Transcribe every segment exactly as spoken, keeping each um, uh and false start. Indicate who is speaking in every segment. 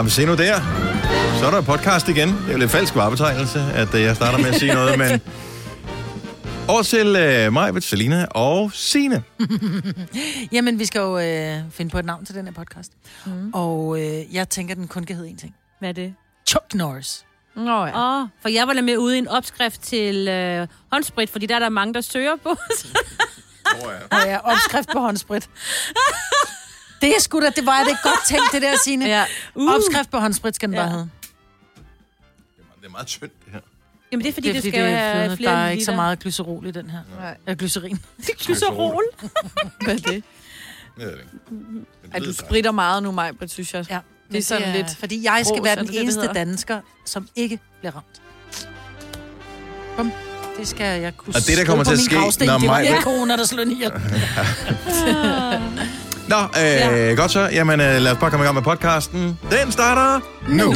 Speaker 1: Jamen, se nu der. Så er der podcast igen. Det er jo lidt falsk varebetegnelse, at jeg starter med at sige noget, men... Over til uh, mig, Selina og Signe.
Speaker 2: Jamen, vi skal jo øh, finde på et navn til den her podcast. Mm. Og øh, jeg tænker, den kun kan hedde en ting.
Speaker 3: Hvad er det?
Speaker 2: Chuck Norris.
Speaker 3: Nå ja. Oh, for jeg var med ude i en opskrift til øh, håndsprit, fordi der er der mange, der søger på.
Speaker 2: Åh oh, ja. ja, opskrift på håndsprit. Det er sgu da, det var det godt tænkt, det der, Signe. Ja. Uh. Opskrift på håndsprit skal den ja. bare hedde.
Speaker 1: Det er meget tyndt, det her.
Speaker 3: Jamen det er fordi,
Speaker 2: det, er,
Speaker 3: det
Speaker 2: fordi
Speaker 3: skal
Speaker 2: det
Speaker 3: have
Speaker 2: fløde.
Speaker 3: flere
Speaker 2: Der er ikke
Speaker 3: liter.
Speaker 2: så meget glycerol i den her. Nej. Ja, glycerin.
Speaker 3: Glycerol?
Speaker 4: Hvad er det?
Speaker 1: Jeg ved det ikke.
Speaker 4: At du spritter meget nu, Maj, synes jeg.
Speaker 2: Ja.
Speaker 4: Det er sådan
Speaker 2: det er,
Speaker 4: lidt...
Speaker 2: Fordi jeg skal
Speaker 4: ros,
Speaker 2: være den
Speaker 4: det,
Speaker 2: eneste
Speaker 4: det
Speaker 2: dansker, som ikke bliver ramt. Bum. Det skal jeg kunne.
Speaker 1: Og det, der kommer til at ske,
Speaker 2: gravsten,
Speaker 1: når
Speaker 2: det
Speaker 1: mig...
Speaker 2: Det var corona, der slår ned.
Speaker 1: Nå, øh, ja. godt så. Jamen, øh, lad os bare komme i gang med podcasten. Den starter nu.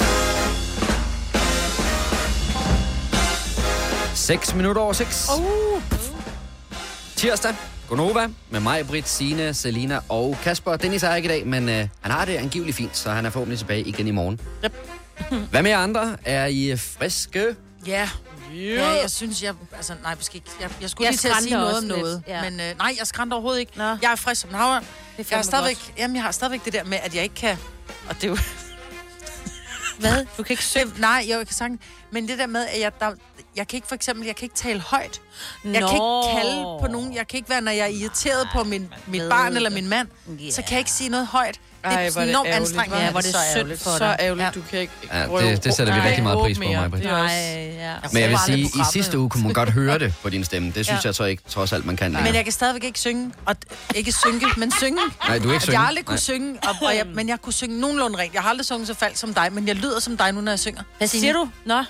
Speaker 5: seks minutter over seks.
Speaker 2: Uh.
Speaker 5: Tirsdag. Gonova med mig, Britt, Signe, Selina og Kasper. Dennis er ikke i dag, men øh, han har det angiveligt fint, så han er forhåbentlig tilbage igen i morgen.
Speaker 2: Yep.
Speaker 5: Hvad med jer andre? Er I friske?
Speaker 2: Ja. Yeah. Ja, jeg synes, jeg... Altså, nej, måske ikke. Jeg, jeg skulle jeg lige til at sige noget om noget. Ja. Men øh, nej, jeg skrænder overhovedet ikke. Nå. Jeg er frisk som en havre. Jeg har stadigvæk... Jamen, jeg har stadigvæk det der med, at jeg ikke kan... Og det er jo...
Speaker 3: Hvad? Du kan ikke synge?
Speaker 2: Nej, jeg kan sagtens... Men det der med, at jeg... Der, jeg kan ikke for eksempel... Jeg kan ikke tale højt. Jeg
Speaker 3: Nå.
Speaker 2: kan ikke kalde på nogen. Jeg kan ikke være, når jeg er irriteret på min, mit barn eller min mand. Yeah. Så kan jeg ikke sige noget højt. Det er sådan enormt anstrengende.
Speaker 3: Ja, hvor det er synd for dig.
Speaker 4: Så ærgerligt, ja. Du kan ikke...
Speaker 5: Ja, det, det sætter vi rigtig meget pris på, mig.
Speaker 3: Nej, ja.
Speaker 5: Men jeg vil sige, i sidste uge kunne man godt høre det på din stemme. Det synes ja. jeg så ikke, trods alt, man kan længere.
Speaker 2: Men jeg kan stadigvæk ikke synge. Og ikke synge, men synge.
Speaker 5: Nej, du er ikke synge.
Speaker 2: Jeg har aldrig kunne synge, og, og jeg, men jeg kunne synge nogenlunde rent. Jeg har aldrig sunget så falsk som dig, men jeg lyder som dig nu, når jeg synger.
Speaker 3: Hvad siger du? Nå.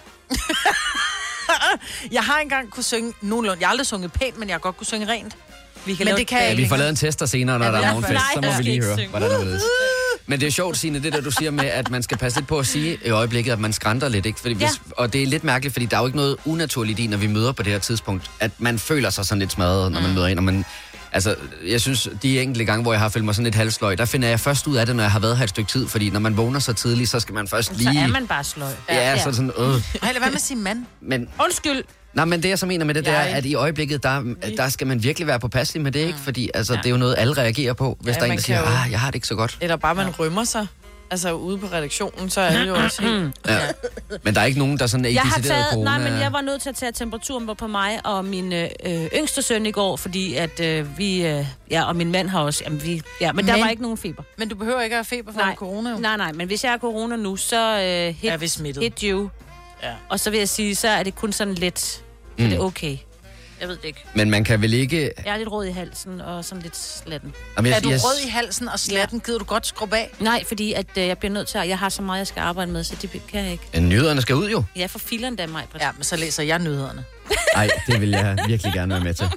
Speaker 2: Jeg har engang kunne synge nogenlunde. Jeg har aldrig sunget pænt, men jeg har godt kunne synge rent.
Speaker 3: Vi kan
Speaker 2: men det kan
Speaker 5: ja, vi får lavet en tester senere, når ja, der er nogen fest. Så må vi lige høre, hvordan det er. Men det er sjovt, Signe, det der, du siger med, at man skal passe lidt på at sige i øjeblikket, at man skranter lidt, ikke? Fordi hvis, ja. Og det er lidt mærkeligt, fordi der er jo ikke noget unaturligt i, når vi møder på det her tidspunkt, at man føler sig sådan lidt smadret, når man mm. møder ind, og man... Altså, jeg synes, de enkelte gange, hvor jeg har følt mig sådan lidt halvsløj, der finder jeg først ud af det, når jeg har været her et stykke tid, fordi når man vågner så tidligt, så skal man først lige...
Speaker 3: Så er man bare sløj.
Speaker 2: Ja,
Speaker 5: ja, ja. så sådan, øh.
Speaker 2: Ej, lad være med at sige mand.
Speaker 5: Men...
Speaker 3: Undskyld.
Speaker 5: Nej, men det jeg så mener med det, det er, at i øjeblikket, der, der skal man virkelig være påpasselig med det, ikke? Fordi altså, ja. det er jo noget, alle reagerer på, hvis ja, der er en, der siger, ah, jeg har det ikke så godt.
Speaker 4: Eller bare, man rømmer sig. Altså, ude på redaktionen, så er det jo også helt...
Speaker 5: Ja. Men der er ikke nogen, der sådan er
Speaker 3: jeg
Speaker 5: decideret
Speaker 3: har taget,
Speaker 5: corona.
Speaker 3: Nej, men jeg var nødt til at tage temperaturen på mig og min øh, yngste søn i går, fordi at øh, vi... Øh, ja, og min mand har også... Jamen, vi, ja, men, men der var ikke nogen feber.
Speaker 2: Men du behøver ikke at have feber for
Speaker 3: nej,
Speaker 2: corona, jo.
Speaker 3: Nej, nej, men hvis jeg har corona nu, så øh, hit,
Speaker 2: er vi smittet.
Speaker 3: hit you. Ja. Og så vil jeg sige, så er det kun sådan lidt... Så mm. det er okay. Jeg ved det ikke.
Speaker 5: Men man kan vel ikke...
Speaker 3: Jeg er lidt rød i halsen og sådan lidt slatten.
Speaker 2: Jamen, jeg, er du jeg... rød i halsen og slatten? Gider du godt skrubbe af?
Speaker 3: Nej, fordi at, øh, jeg bliver nødt til at... Jeg har så meget, jeg skal arbejde med, så det kan jeg ikke.
Speaker 5: Ja, nyhederne skal ud jo.
Speaker 3: Ja, for fileren da mig.
Speaker 2: Ja, men så læser jeg nyhederne.
Speaker 5: Nej, det vil jeg virkelig gerne være med til.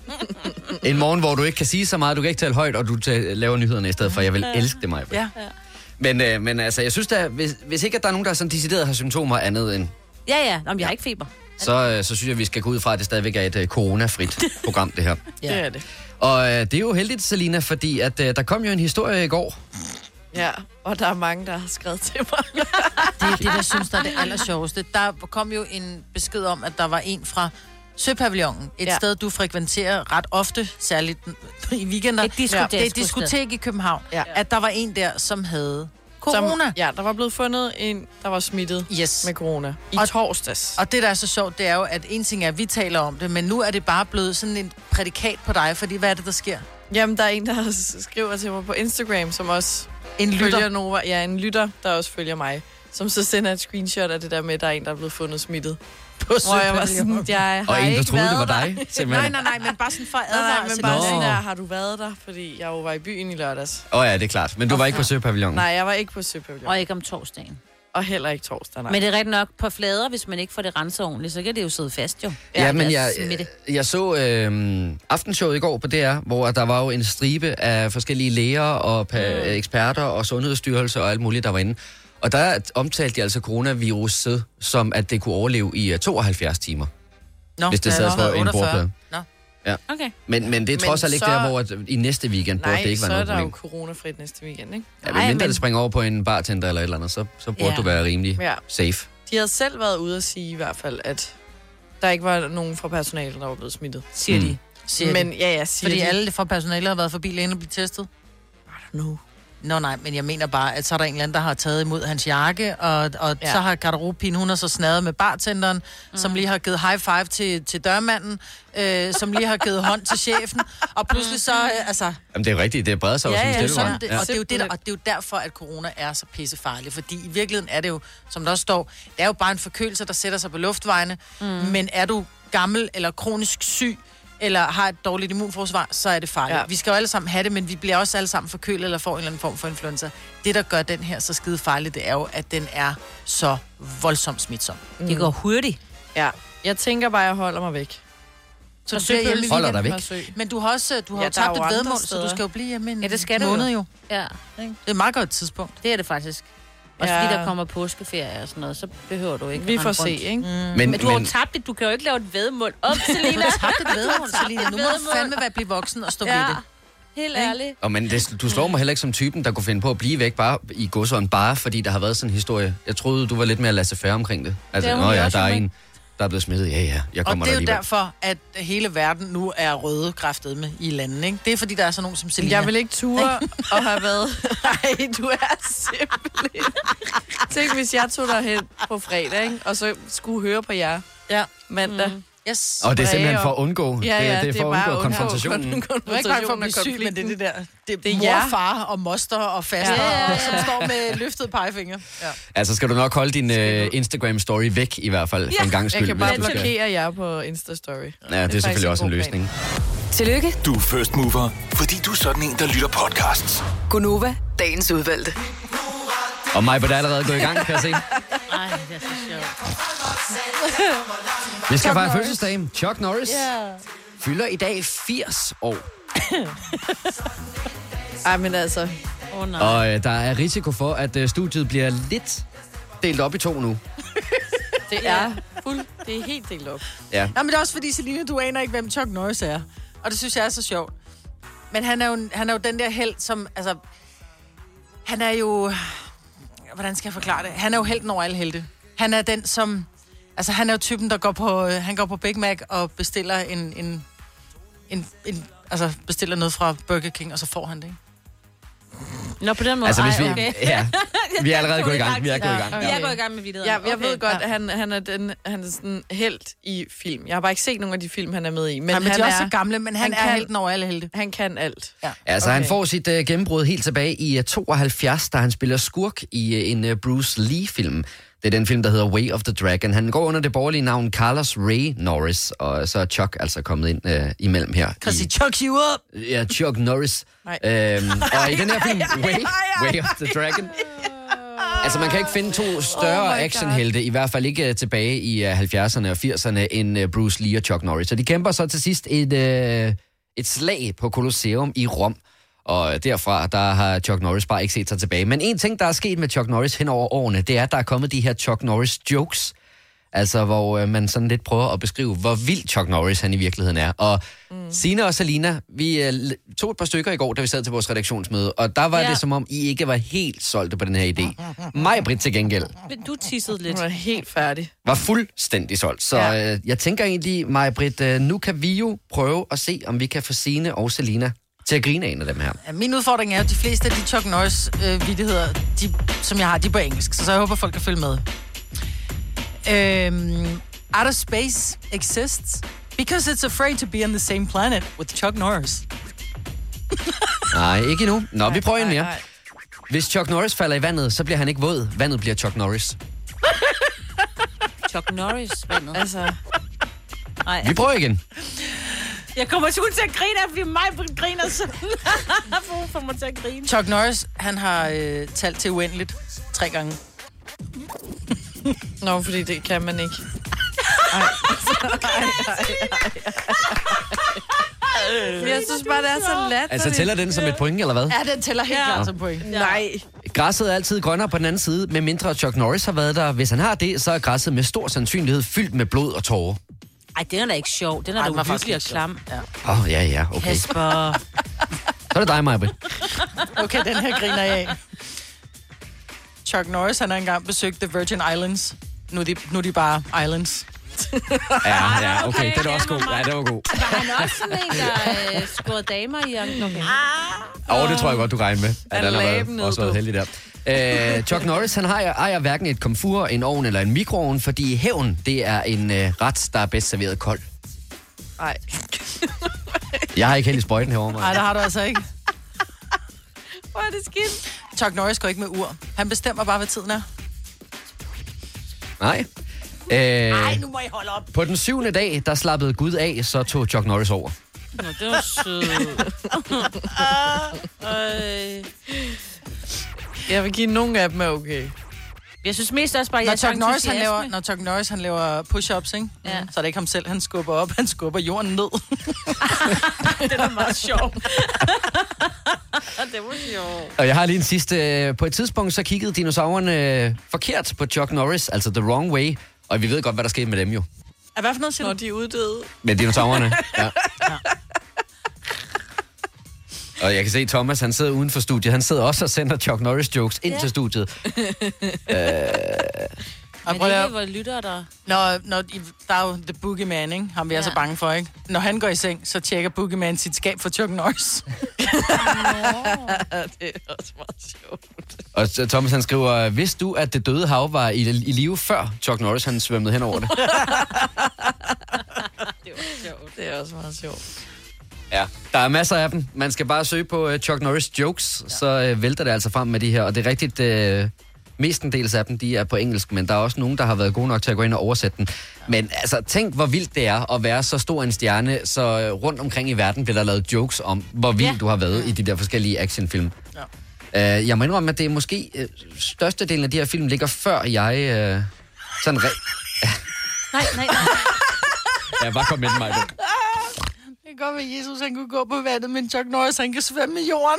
Speaker 5: En morgen, hvor du ikke kan sige så meget, du kan ikke tale højt, og du tager, laver nyhederne i stedet for. Jeg vil elske det, mig.
Speaker 2: Ja.
Speaker 5: Men, øh, men altså, jeg synes da, hvis, hvis ikke at der er nogen, der sådan decideret har symptomer andet end...
Speaker 3: Ja, ja. Nå, jeg har ikke feber.
Speaker 5: Så, så synes jeg, vi skal gå ud fra, at det stadigvæk er et uh, coronafrit program, det her.
Speaker 4: Ja. Det er det.
Speaker 5: Og uh, det er jo heldigt, Selina, fordi at, uh, der kom jo en historie i går.
Speaker 4: Ja, og der er mange, der har skrevet til mig.
Speaker 2: Det er det, der synes, der er det allersjoveste. Der kom jo en besked om, at der var en fra Søpavillonen. Et ja. sted, du frekventerer ret ofte, særligt i weekender.
Speaker 3: Et diskotek.
Speaker 2: Det er et diskotek i København. Ja. At der var en der, som havde... corona.
Speaker 4: Som, ja, der var blevet fundet en, der var smittet
Speaker 2: yes.
Speaker 4: med corona i
Speaker 2: og,
Speaker 4: torsdags.
Speaker 2: Og det, der er så sjovt, det er jo, at en ting er, at vi taler om det, men nu er det bare blevet sådan en prædikat på dig, fordi hvad er det, der sker?
Speaker 4: Jamen, der er en, der skriver til mig på Instagram, som også
Speaker 2: en lytter.
Speaker 4: Nova. Ja, en lytter, der også følger mig, som så sender et screenshot af det der med, at der er en, der er blevet fundet smittet.
Speaker 2: På jeg var sådan,
Speaker 4: jeg
Speaker 5: og en, der troede, det var
Speaker 4: der.
Speaker 5: dig, simpelthen.
Speaker 2: Nej, nej, nej, men bare sådan for at advare.
Speaker 4: Nej, men bare sådan der, har du været der? Fordi jeg jo var i byen i lørdags.
Speaker 5: Åh oh, ja, det er klart. Men du var ikke på Søpavillonen?
Speaker 4: Nej, jeg var ikke på Søpavillonen.
Speaker 3: Og ikke om torsdagen.
Speaker 4: Og heller ikke torsdag, nej.
Speaker 3: Men det er rigtig nok på flader, hvis man ikke får det renset ordentligt, så kan det jo sidde fast jo.
Speaker 5: Ja, ja men jeg, jeg så øh, aftenshowet i går på D R, hvor der var jo en stribe af forskellige læger og mm. eksperter og sundhedsstyrelse og alt muligt, der var inde. Og der omtalte de altså coronaviruset som, at det kunne overleve i tooghalvfjerds timer.
Speaker 2: Nå,
Speaker 5: hvis det sad på en bordplade.
Speaker 2: Nå.
Speaker 5: Ja.
Speaker 3: Okay.
Speaker 5: Men, men det er trods alt ikke der, hvor at, i næste weekend
Speaker 4: nej,
Speaker 5: burde det ikke være noget problem.
Speaker 4: Nej, så er der jo coronafrit næste weekend, ikke?
Speaker 5: Ja, men mindre men... det springer over på en bartender eller et eller andet, så, så burde ja. du være rimelig ja. safe.
Speaker 4: De havde selv været ude at sige i hvert fald, at der ikke var nogen fra personalet, der var blevet smittet.
Speaker 2: Siger mm. de.
Speaker 4: Siger men ja, ja, siger
Speaker 2: Fordi
Speaker 4: de.
Speaker 2: alle fra personalet har været forbi lægen og blive testet?
Speaker 4: I don't know.
Speaker 2: Nå nej, men jeg mener bare, at så er der en eller anden, der har taget imod hans jakke, og, og ja. så har garderobepigen, hun har så snadet med bartenderen, mm. som lige har givet high five til, til dørmanden, øh, som lige har givet hånd til chefen, og pludselig så, øh, altså...
Speaker 5: Jamen det er rigtigt, det er bredt sig ja,
Speaker 2: ja,
Speaker 5: som
Speaker 2: sådan det, ja. Og, det er jo det, der, og det er jo derfor, at corona er så pissefarlig, fordi i virkeligheden er det jo, som der også står, det er jo bare en forkølelse, der sætter sig på luftvejene, mm. men er du gammel eller kronisk syg, eller har et dårligt immunforsvar, så er det farligt. Ja. Vi skal jo alle sammen have det, men vi bliver også alle sammen forkølet eller får en eller anden form for influenza. Det, der gør den her så skide farlig, det er jo, at den er så voldsomt smitsom.
Speaker 3: Mm. Det går hurtigt.
Speaker 4: Ja, jeg tænker bare, at jeg holder mig væk.
Speaker 2: Så du bliver hjemme
Speaker 5: holder dig væk.
Speaker 2: Men du har også du har
Speaker 4: ja,
Speaker 2: tabt et vedmål, så du skal jo blive hjemme en
Speaker 3: ja, det skal
Speaker 2: måned
Speaker 3: jo.
Speaker 2: jo.
Speaker 3: Ja.
Speaker 2: Det er et meget godt tidspunkt.
Speaker 3: Det er det faktisk. Også ja. fordi der kommer påskeferie og sådan noget, så behøver du ikke.
Speaker 4: Vi får se, ikke? Mm.
Speaker 3: Men, men du har jo tabt det, du kan jo ikke lave et væddemål op, Selina.
Speaker 2: Du har tabt et væddemål, Selina. Nu må du fandme være blive voksen og stå ja. ved det.
Speaker 3: Helt ærligt.
Speaker 5: Og men det, du slår mig heller ikke som typen, der kunne finde på at blive væk bare i godsøjne, bare fordi der har været sådan en historie. Jeg troede, du var lidt mere laissez-faire omkring det. Altså, det nå ja, der er en, der er blevet smittet. Ja, ja, jeg kommer der
Speaker 2: Og det er
Speaker 5: jo
Speaker 2: derfor, at hele verden nu er røde kræftet med i landet, ikke? Det er fordi, der er sådan nogen som Selina.
Speaker 4: Jeg vil ikke ture og have været... Nej, du er simpelthen... Tænk, hvis jeg tog derhen på fredag, ikke? Og så skulle høre på jer
Speaker 2: ja.
Speaker 4: mandag.
Speaker 2: Mm. Yes.
Speaker 5: Og det er simpelthen for at undgå.
Speaker 4: Ja, ja,
Speaker 5: det, det er for at undgå konfrontationen.
Speaker 2: Du er ikke bare for at blive syg, men det er det der. Det, det er mor, ja. far og moster og faster, ja, ja, ja. som står med løftede pegefinger. Ja.
Speaker 5: Altså skal du nok holde din uh, Instagram-story væk i hvert fald, ja. for en gang skyld.
Speaker 4: Jeg kan bare blokere jer på Insta-story.
Speaker 5: Ja, det er, det er selvfølgelig også en løsning.
Speaker 6: Tillykke. Du er first mover, fordi du er sådan en, der lytter podcasts. Gunova, dagens udvalgte.
Speaker 5: Og mig på det er allerede gået i gang, kan jeg se.
Speaker 3: Ej, det er så sjovt.
Speaker 5: Vi skal fejre fødselsdag. Chuck Norris yeah. fylder i dag firs år.
Speaker 4: Ej, men altså...
Speaker 3: Oh, nej.
Speaker 5: Og øh, der er risiko for, at øh, studiet bliver lidt delt op i to nu.
Speaker 4: Det er fuld. Det er helt delt op.
Speaker 5: Ja.
Speaker 2: Nå, men det er også fordi, Selina, du aner ikke, hvem Chuck Norris er. Og det synes jeg er så sjovt. Men han er jo, han er jo den der helt, som... Altså, han er jo... Hvordan skal jeg forklare det? Han er jo helten over alle helte. Han er den, som... Altså, han er jo typen, der går på... Han går på Big Mac og bestiller en... en, en, en altså, bestiller noget fra Burger King, og så får han det, ikke?
Speaker 3: Nå, på den måde.
Speaker 5: Altså, hvis vi...
Speaker 3: Ej, okay.
Speaker 5: Ja, vi er allerede gået i gang. Vi er gået i gang.
Speaker 3: Okay. Jeg er gået i gang med videoet.
Speaker 4: Ja, jeg
Speaker 3: okay.
Speaker 4: ved godt, at han, han er den, han er sådan helt i film. Jeg har bare ikke set nogen af de film, han er med i. Men,
Speaker 2: Nej, men
Speaker 4: han
Speaker 2: de er også
Speaker 4: er
Speaker 2: så gamle, men han, han er kan, helten over alle helte.
Speaker 4: Han kan alt.
Speaker 2: Ja.
Speaker 5: Altså, okay. Han får sit uh, gennembrud helt tilbage i uh, tooghalvfjerds, da han spiller skurk i uh, en uh, Bruce Lee-film. Det er den film, der hedder Way of the Dragon. Han går under det borgerlige navn Carlos Ray Norris, og så er Chuck altså kommet ind uh, imellem her.
Speaker 2: Kan sige Chuck you up?
Speaker 5: Ja, Chuck Norris. Øhm, og i den her film, Way, Way of the Dragon. Altså, man kan ikke finde to større oh actionhelte, i hvert fald ikke tilbage i uh, halvfjerdserne og firserne, end uh, Bruce Lee og Chuck Norris. Så de kæmper så til sidst et, uh, et slag på Colosseum i Rom. Og derfra, der har Chuck Norris bare ikke set sig tilbage. Men en ting, der er sket med Chuck Norris hen over årene, det er, at der er kommet de her Chuck Norris jokes. Altså, hvor øh, man sådan lidt prøver at beskrive, hvor vild Chuck Norris han i virkeligheden er. Og mm. Signe og Selina, vi øh, tog et par stykker i går, da vi sad til vores redaktionsmøde, og der var ja. det som om, I ikke var helt solgte på den her idé. Mig, Britt, til gengæld.
Speaker 3: Du tissede lidt.
Speaker 4: Du var helt færdig.
Speaker 5: Var fuldstændig solgt. Så ja. øh, jeg tænker egentlig, mig, Britt, øh, nu kan vi jo prøve at se, om vi kan få Signe og Selina til at grine af en af dem her.
Speaker 2: Ja, min udfordring er jo, at de fleste af de Chuck Norris-vittigheder, øh, de, som jeg har, de er på engelsk, så, så jeg håber, folk kan følge med. Um, outer space exists because it's afraid to be on the same planet with Chuck Norris.
Speaker 5: Nej, ikke endnu. Nå, vi prøver en mere. Hvis Chuck Norris falder i vandet, så bliver han ikke våd. Vandet bliver Chuck Norris.
Speaker 3: Chuck Norris, vandet.
Speaker 4: Altså...
Speaker 3: Nej.
Speaker 5: Vi prøver igen.
Speaker 3: Jeg kommer til at grine af, fordi mig griner sådan. Hvorfor får mig til at grine?
Speaker 2: Chuck Norris, han har øh, talt til uendeligt tre gange.
Speaker 4: Nå, fordi det kan man ikke. Ej. Ej, ej, ej. Jeg synes bare, det er så let.
Speaker 5: Altså, tæller den som et point, eller hvad?
Speaker 2: Ja, den tæller helt ja. klart som point.
Speaker 4: Ja. Nej.
Speaker 5: Græsset er altid grønnere på den anden side, med mindre Chuck Norris har været der. Hvis han har det, så er græsset med stor sandsynlighed fyldt med blod og tårer.
Speaker 3: Ej, den er da ikke sjov. Den er
Speaker 2: Ej,
Speaker 3: da
Speaker 2: den var
Speaker 3: uhyggelig og
Speaker 2: faktisk
Speaker 3: klam.
Speaker 2: Ja.
Speaker 5: Åh, oh, ja, ja, okay.
Speaker 3: Kasper.
Speaker 5: Så er det dig, Maja.
Speaker 2: Okay, den her griner jeg af. Chuck Norris, han har engang besøgt The Virgin Islands. Nu er de, nu er de bare islands.
Speaker 5: Ja, ja, okay, den er også god. Ja, det var god.
Speaker 3: Var han også sådan en, der øh, scorede damer i Young? Okay.
Speaker 5: Åh, oh, det tror jeg godt, du regner med. At
Speaker 4: Han
Speaker 5: han har
Speaker 4: lagde
Speaker 5: været,
Speaker 4: dem ned,
Speaker 5: også været
Speaker 4: du.
Speaker 5: heldig der. Uh, Chuck Norris, han ejer, ejer hverken et komfur, en ovn eller en mikroovn, fordi hævn, det er en uh, ret, der er bedst serveret kold.
Speaker 4: Nej.
Speaker 5: Jeg har ikke helt i sprøjten herovre,
Speaker 2: Nej,
Speaker 5: mig.
Speaker 2: det har du altså ikke.
Speaker 4: Hvor er det skidt.
Speaker 2: Chuck Norris går ikke med ur. Han bestemmer bare, hvad tiden er.
Speaker 5: Nej. Uh,
Speaker 2: Ej, nu må I holde op.
Speaker 5: på den syvende dag, der slappede Gud af, så tog Chuck Norris over.
Speaker 3: Nå, det var sødt. øh.
Speaker 4: Jeg vil give nogle af dem er okay.
Speaker 3: Jeg synes mest også bare, at
Speaker 2: Når
Speaker 3: jeg
Speaker 2: Chuck,
Speaker 3: er
Speaker 2: Norris, han
Speaker 3: entusiasme.
Speaker 2: laver, når Chuck Norris han laver push-ups, ikke?
Speaker 3: Ja.
Speaker 2: Så er det ikke ham selv, han skubber op. Han skubber jorden ned.
Speaker 3: Det er meget sjovt. Det var sjovt.
Speaker 5: Og jeg har lige en sidste. På et tidspunkt, så kiggede dinosaurerne øh, forkert på Chuck Norris, altså the wrong way. Og vi ved godt, hvad der skete med dem jo.
Speaker 2: Hvad for noget siger
Speaker 4: Når
Speaker 2: du?
Speaker 4: de er uddøde.
Speaker 5: Med dinosaurerne, ja. Og jeg kan se, Thomas, han sidder uden for studiet. Han sidder også og sender Chuck Norris jokes ind
Speaker 3: Ja.
Speaker 5: til studiet.
Speaker 2: Og
Speaker 3: Men
Speaker 2: prøv
Speaker 3: det
Speaker 2: at
Speaker 3: er hvor lytter der.
Speaker 2: Når, når I- der er jo The Boogeyman, ikke? Ham vi er
Speaker 3: Ja.
Speaker 2: så bange for, ikke? Når han går i seng, så tjekker Boogeyman sit skab for Chuck Norris.
Speaker 4: Det er også meget sjovt.
Speaker 5: Og så Thomas, han skriver, vidste du, at det døde hav var i, i live før Chuck Norris, han svømmede hen over det?
Speaker 3: Det var sjovt.
Speaker 4: Det er også meget sjovt.
Speaker 5: Ja, der er masser af dem. Man skal bare søge på uh, Chuck Norris jokes, ja. så uh, vælter det altså frem med de her. Og det er rigtigt, uh, mestendels af dem, de er på engelsk, men der er også nogen, der har været gode nok til at gå ind og oversætte den. Ja. Men altså, tænk, hvor vildt det er at være så stor en stjerne, så uh, rundt omkring i verden bliver der lavet jokes om, hvor vild ja. du har været i de der forskellige actionfilm. Ja. Uh, jeg må indrømme, at det er måske uh, størstedelen af de her film ligger før jeg uh, sådan re-
Speaker 3: Nej, nej, nej.
Speaker 5: Ja, bare kom med den, Maja.
Speaker 2: Det kan godt være, at Jesus han kunne gå på vandet, men Chuck Norris han kan svømme i jorden.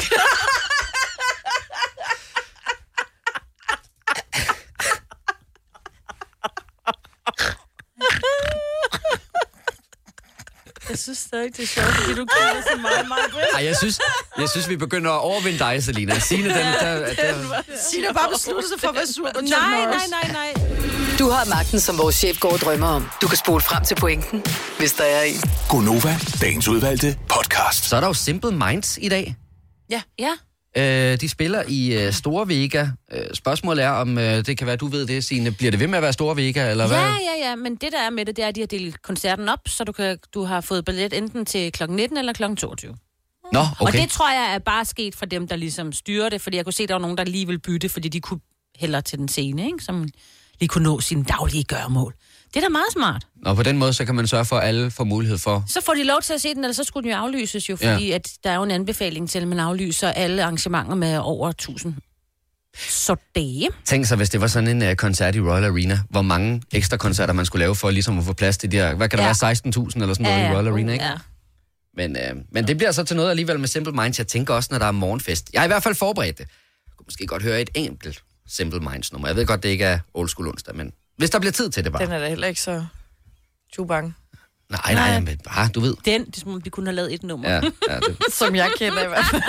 Speaker 3: Jeg synes stadig, det er sjovt, fordi du kender så meget, meget.
Speaker 5: Ej, jeg synes, jeg synes, vi begynder at overvinde dig, Selina. Signe, den, der, der,
Speaker 2: Signe har bare besluttet sig for at være sur på Chuck
Speaker 3: Nej,
Speaker 2: Norris.
Speaker 3: nej, nej, nej.
Speaker 7: Du har magten, som vores chef går og drømmer om. Du kan spole frem til pointen, hvis der er en.
Speaker 6: Gonova, dagens udvalgte podcast.
Speaker 5: Så er der jo Simple Minds i dag.
Speaker 2: Ja.
Speaker 3: Ja.
Speaker 5: Øh, de spiller i øh, Store Vega. Øh, spørgsmålet er, om øh, det kan være, du ved det, Signe. Bliver det ved med at være Store Vega, eller hvad?
Speaker 3: Ja, ja, ja, men det der er med det, det er, at de har delt koncerten op, så du, kan, du har fået billet enten til klokken nitten eller klokken toogtyve.
Speaker 5: Nå,
Speaker 3: Og
Speaker 5: okay.
Speaker 3: det tror jeg er bare sket for dem, der ligesom styrer det, fordi jeg kunne se, der var nogen, der lige ville bytte, fordi de kunne hellere til den scene, ikke? Som lige kunne nå sine daglige gøremål. Det er da meget smart.
Speaker 5: Nå, på den måde, så kan man sørge for, at alle får mulighed for...
Speaker 3: Så får de lov til at se den, eller så skulle den jo aflyses jo, fordi ja. at der er jo en anbefaling til, at man aflyser alle arrangementer med over tusind. Så det.
Speaker 5: Tænk sig, hvis det var sådan en uh, koncert i Royal Arena, hvor mange ekstra koncerter man skulle lave for ligesom at få plads til de her... Hvad kan der
Speaker 3: Ja.
Speaker 5: være, seksten tusind eller sådan noget
Speaker 3: Ja,
Speaker 5: i Royal
Speaker 3: ja.
Speaker 5: Arena, ikke?
Speaker 3: Ja.
Speaker 5: Men, øh, men det bliver så til noget alligevel med Simple Minds. Jeg tænker også, når der er morgenfest. Jeg har i hvert fald forberedt det. Jeg kunne måske godt høre et enkelt Simple Minds nummer. Jeg ved godt, det ikke er old school onsdag, men hvis der bliver tid til det bare.
Speaker 4: Den er da heller ikke så tubang,
Speaker 5: Nej, nej, men bare, du ved.
Speaker 3: Den, det er som om, vi kun har lavet et nummer.
Speaker 5: Ja, ja, det.
Speaker 4: som jeg kender i hvert fald.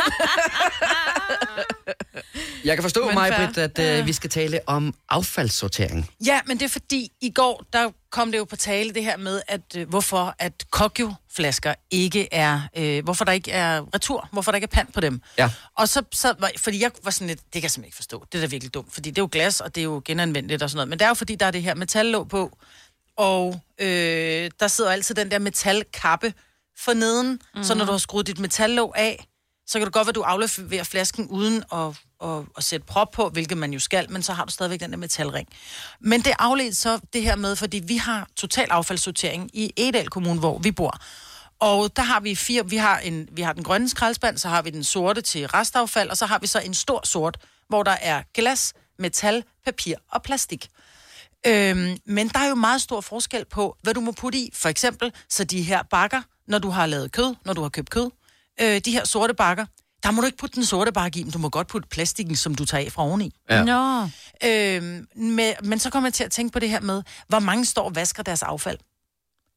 Speaker 5: Jeg kan forstå,
Speaker 4: Men
Speaker 5: Maj-Brit,
Speaker 4: fair.
Speaker 5: at øh, vi skal tale om affaldssortering.
Speaker 2: Ja, men det er fordi, i går, der kom det jo på tale det her med, at øh, hvorfor at Kokyo-flasker ikke er, øh, hvorfor der ikke er retur, hvorfor der ikke er pant på dem.
Speaker 5: Ja.
Speaker 2: Og så, så var, fordi jeg var sådan lidt, det kan jeg simpelthen ikke forstå, det er da virkelig dumt, fordi det er jo glas, og det er jo genanvendeligt og sådan noget, men det er jo fordi, der er det her metallåg på, og øh, der sidder altid den der metalkappe for neden, mm-hmm. så når du har skruet dit metallåg af, så kan det godt være, at du afleverer flasken uden at, at, at sætte prop på, hvilket man jo skal, men så har du stadigvæk den der metalring. Men det afledt så det her med, fordi vi har total affaldssortering i Egedal Kommune, hvor vi bor. Og der har vi fire, vi har, en, vi har den grønne skraldespand, så har vi den sorte til restaffald, og så har vi så en stor sort, hvor der er glas, metal, papir og plastik. Øhm, men der er jo meget stor forskel på, hvad du må putte i. For eksempel, så de her bakker, når du har lavet kød, når du har købt kød, øh, de her sorte bakker, der må du ikke putte den sorte bakke i, men du må godt putte plastikken, som du tager af fra oveni.
Speaker 5: Ja.
Speaker 3: Nå.
Speaker 2: Øhm, med, men så kommer jeg til at tænke på det her med, hvor mange står og vasker deres affald.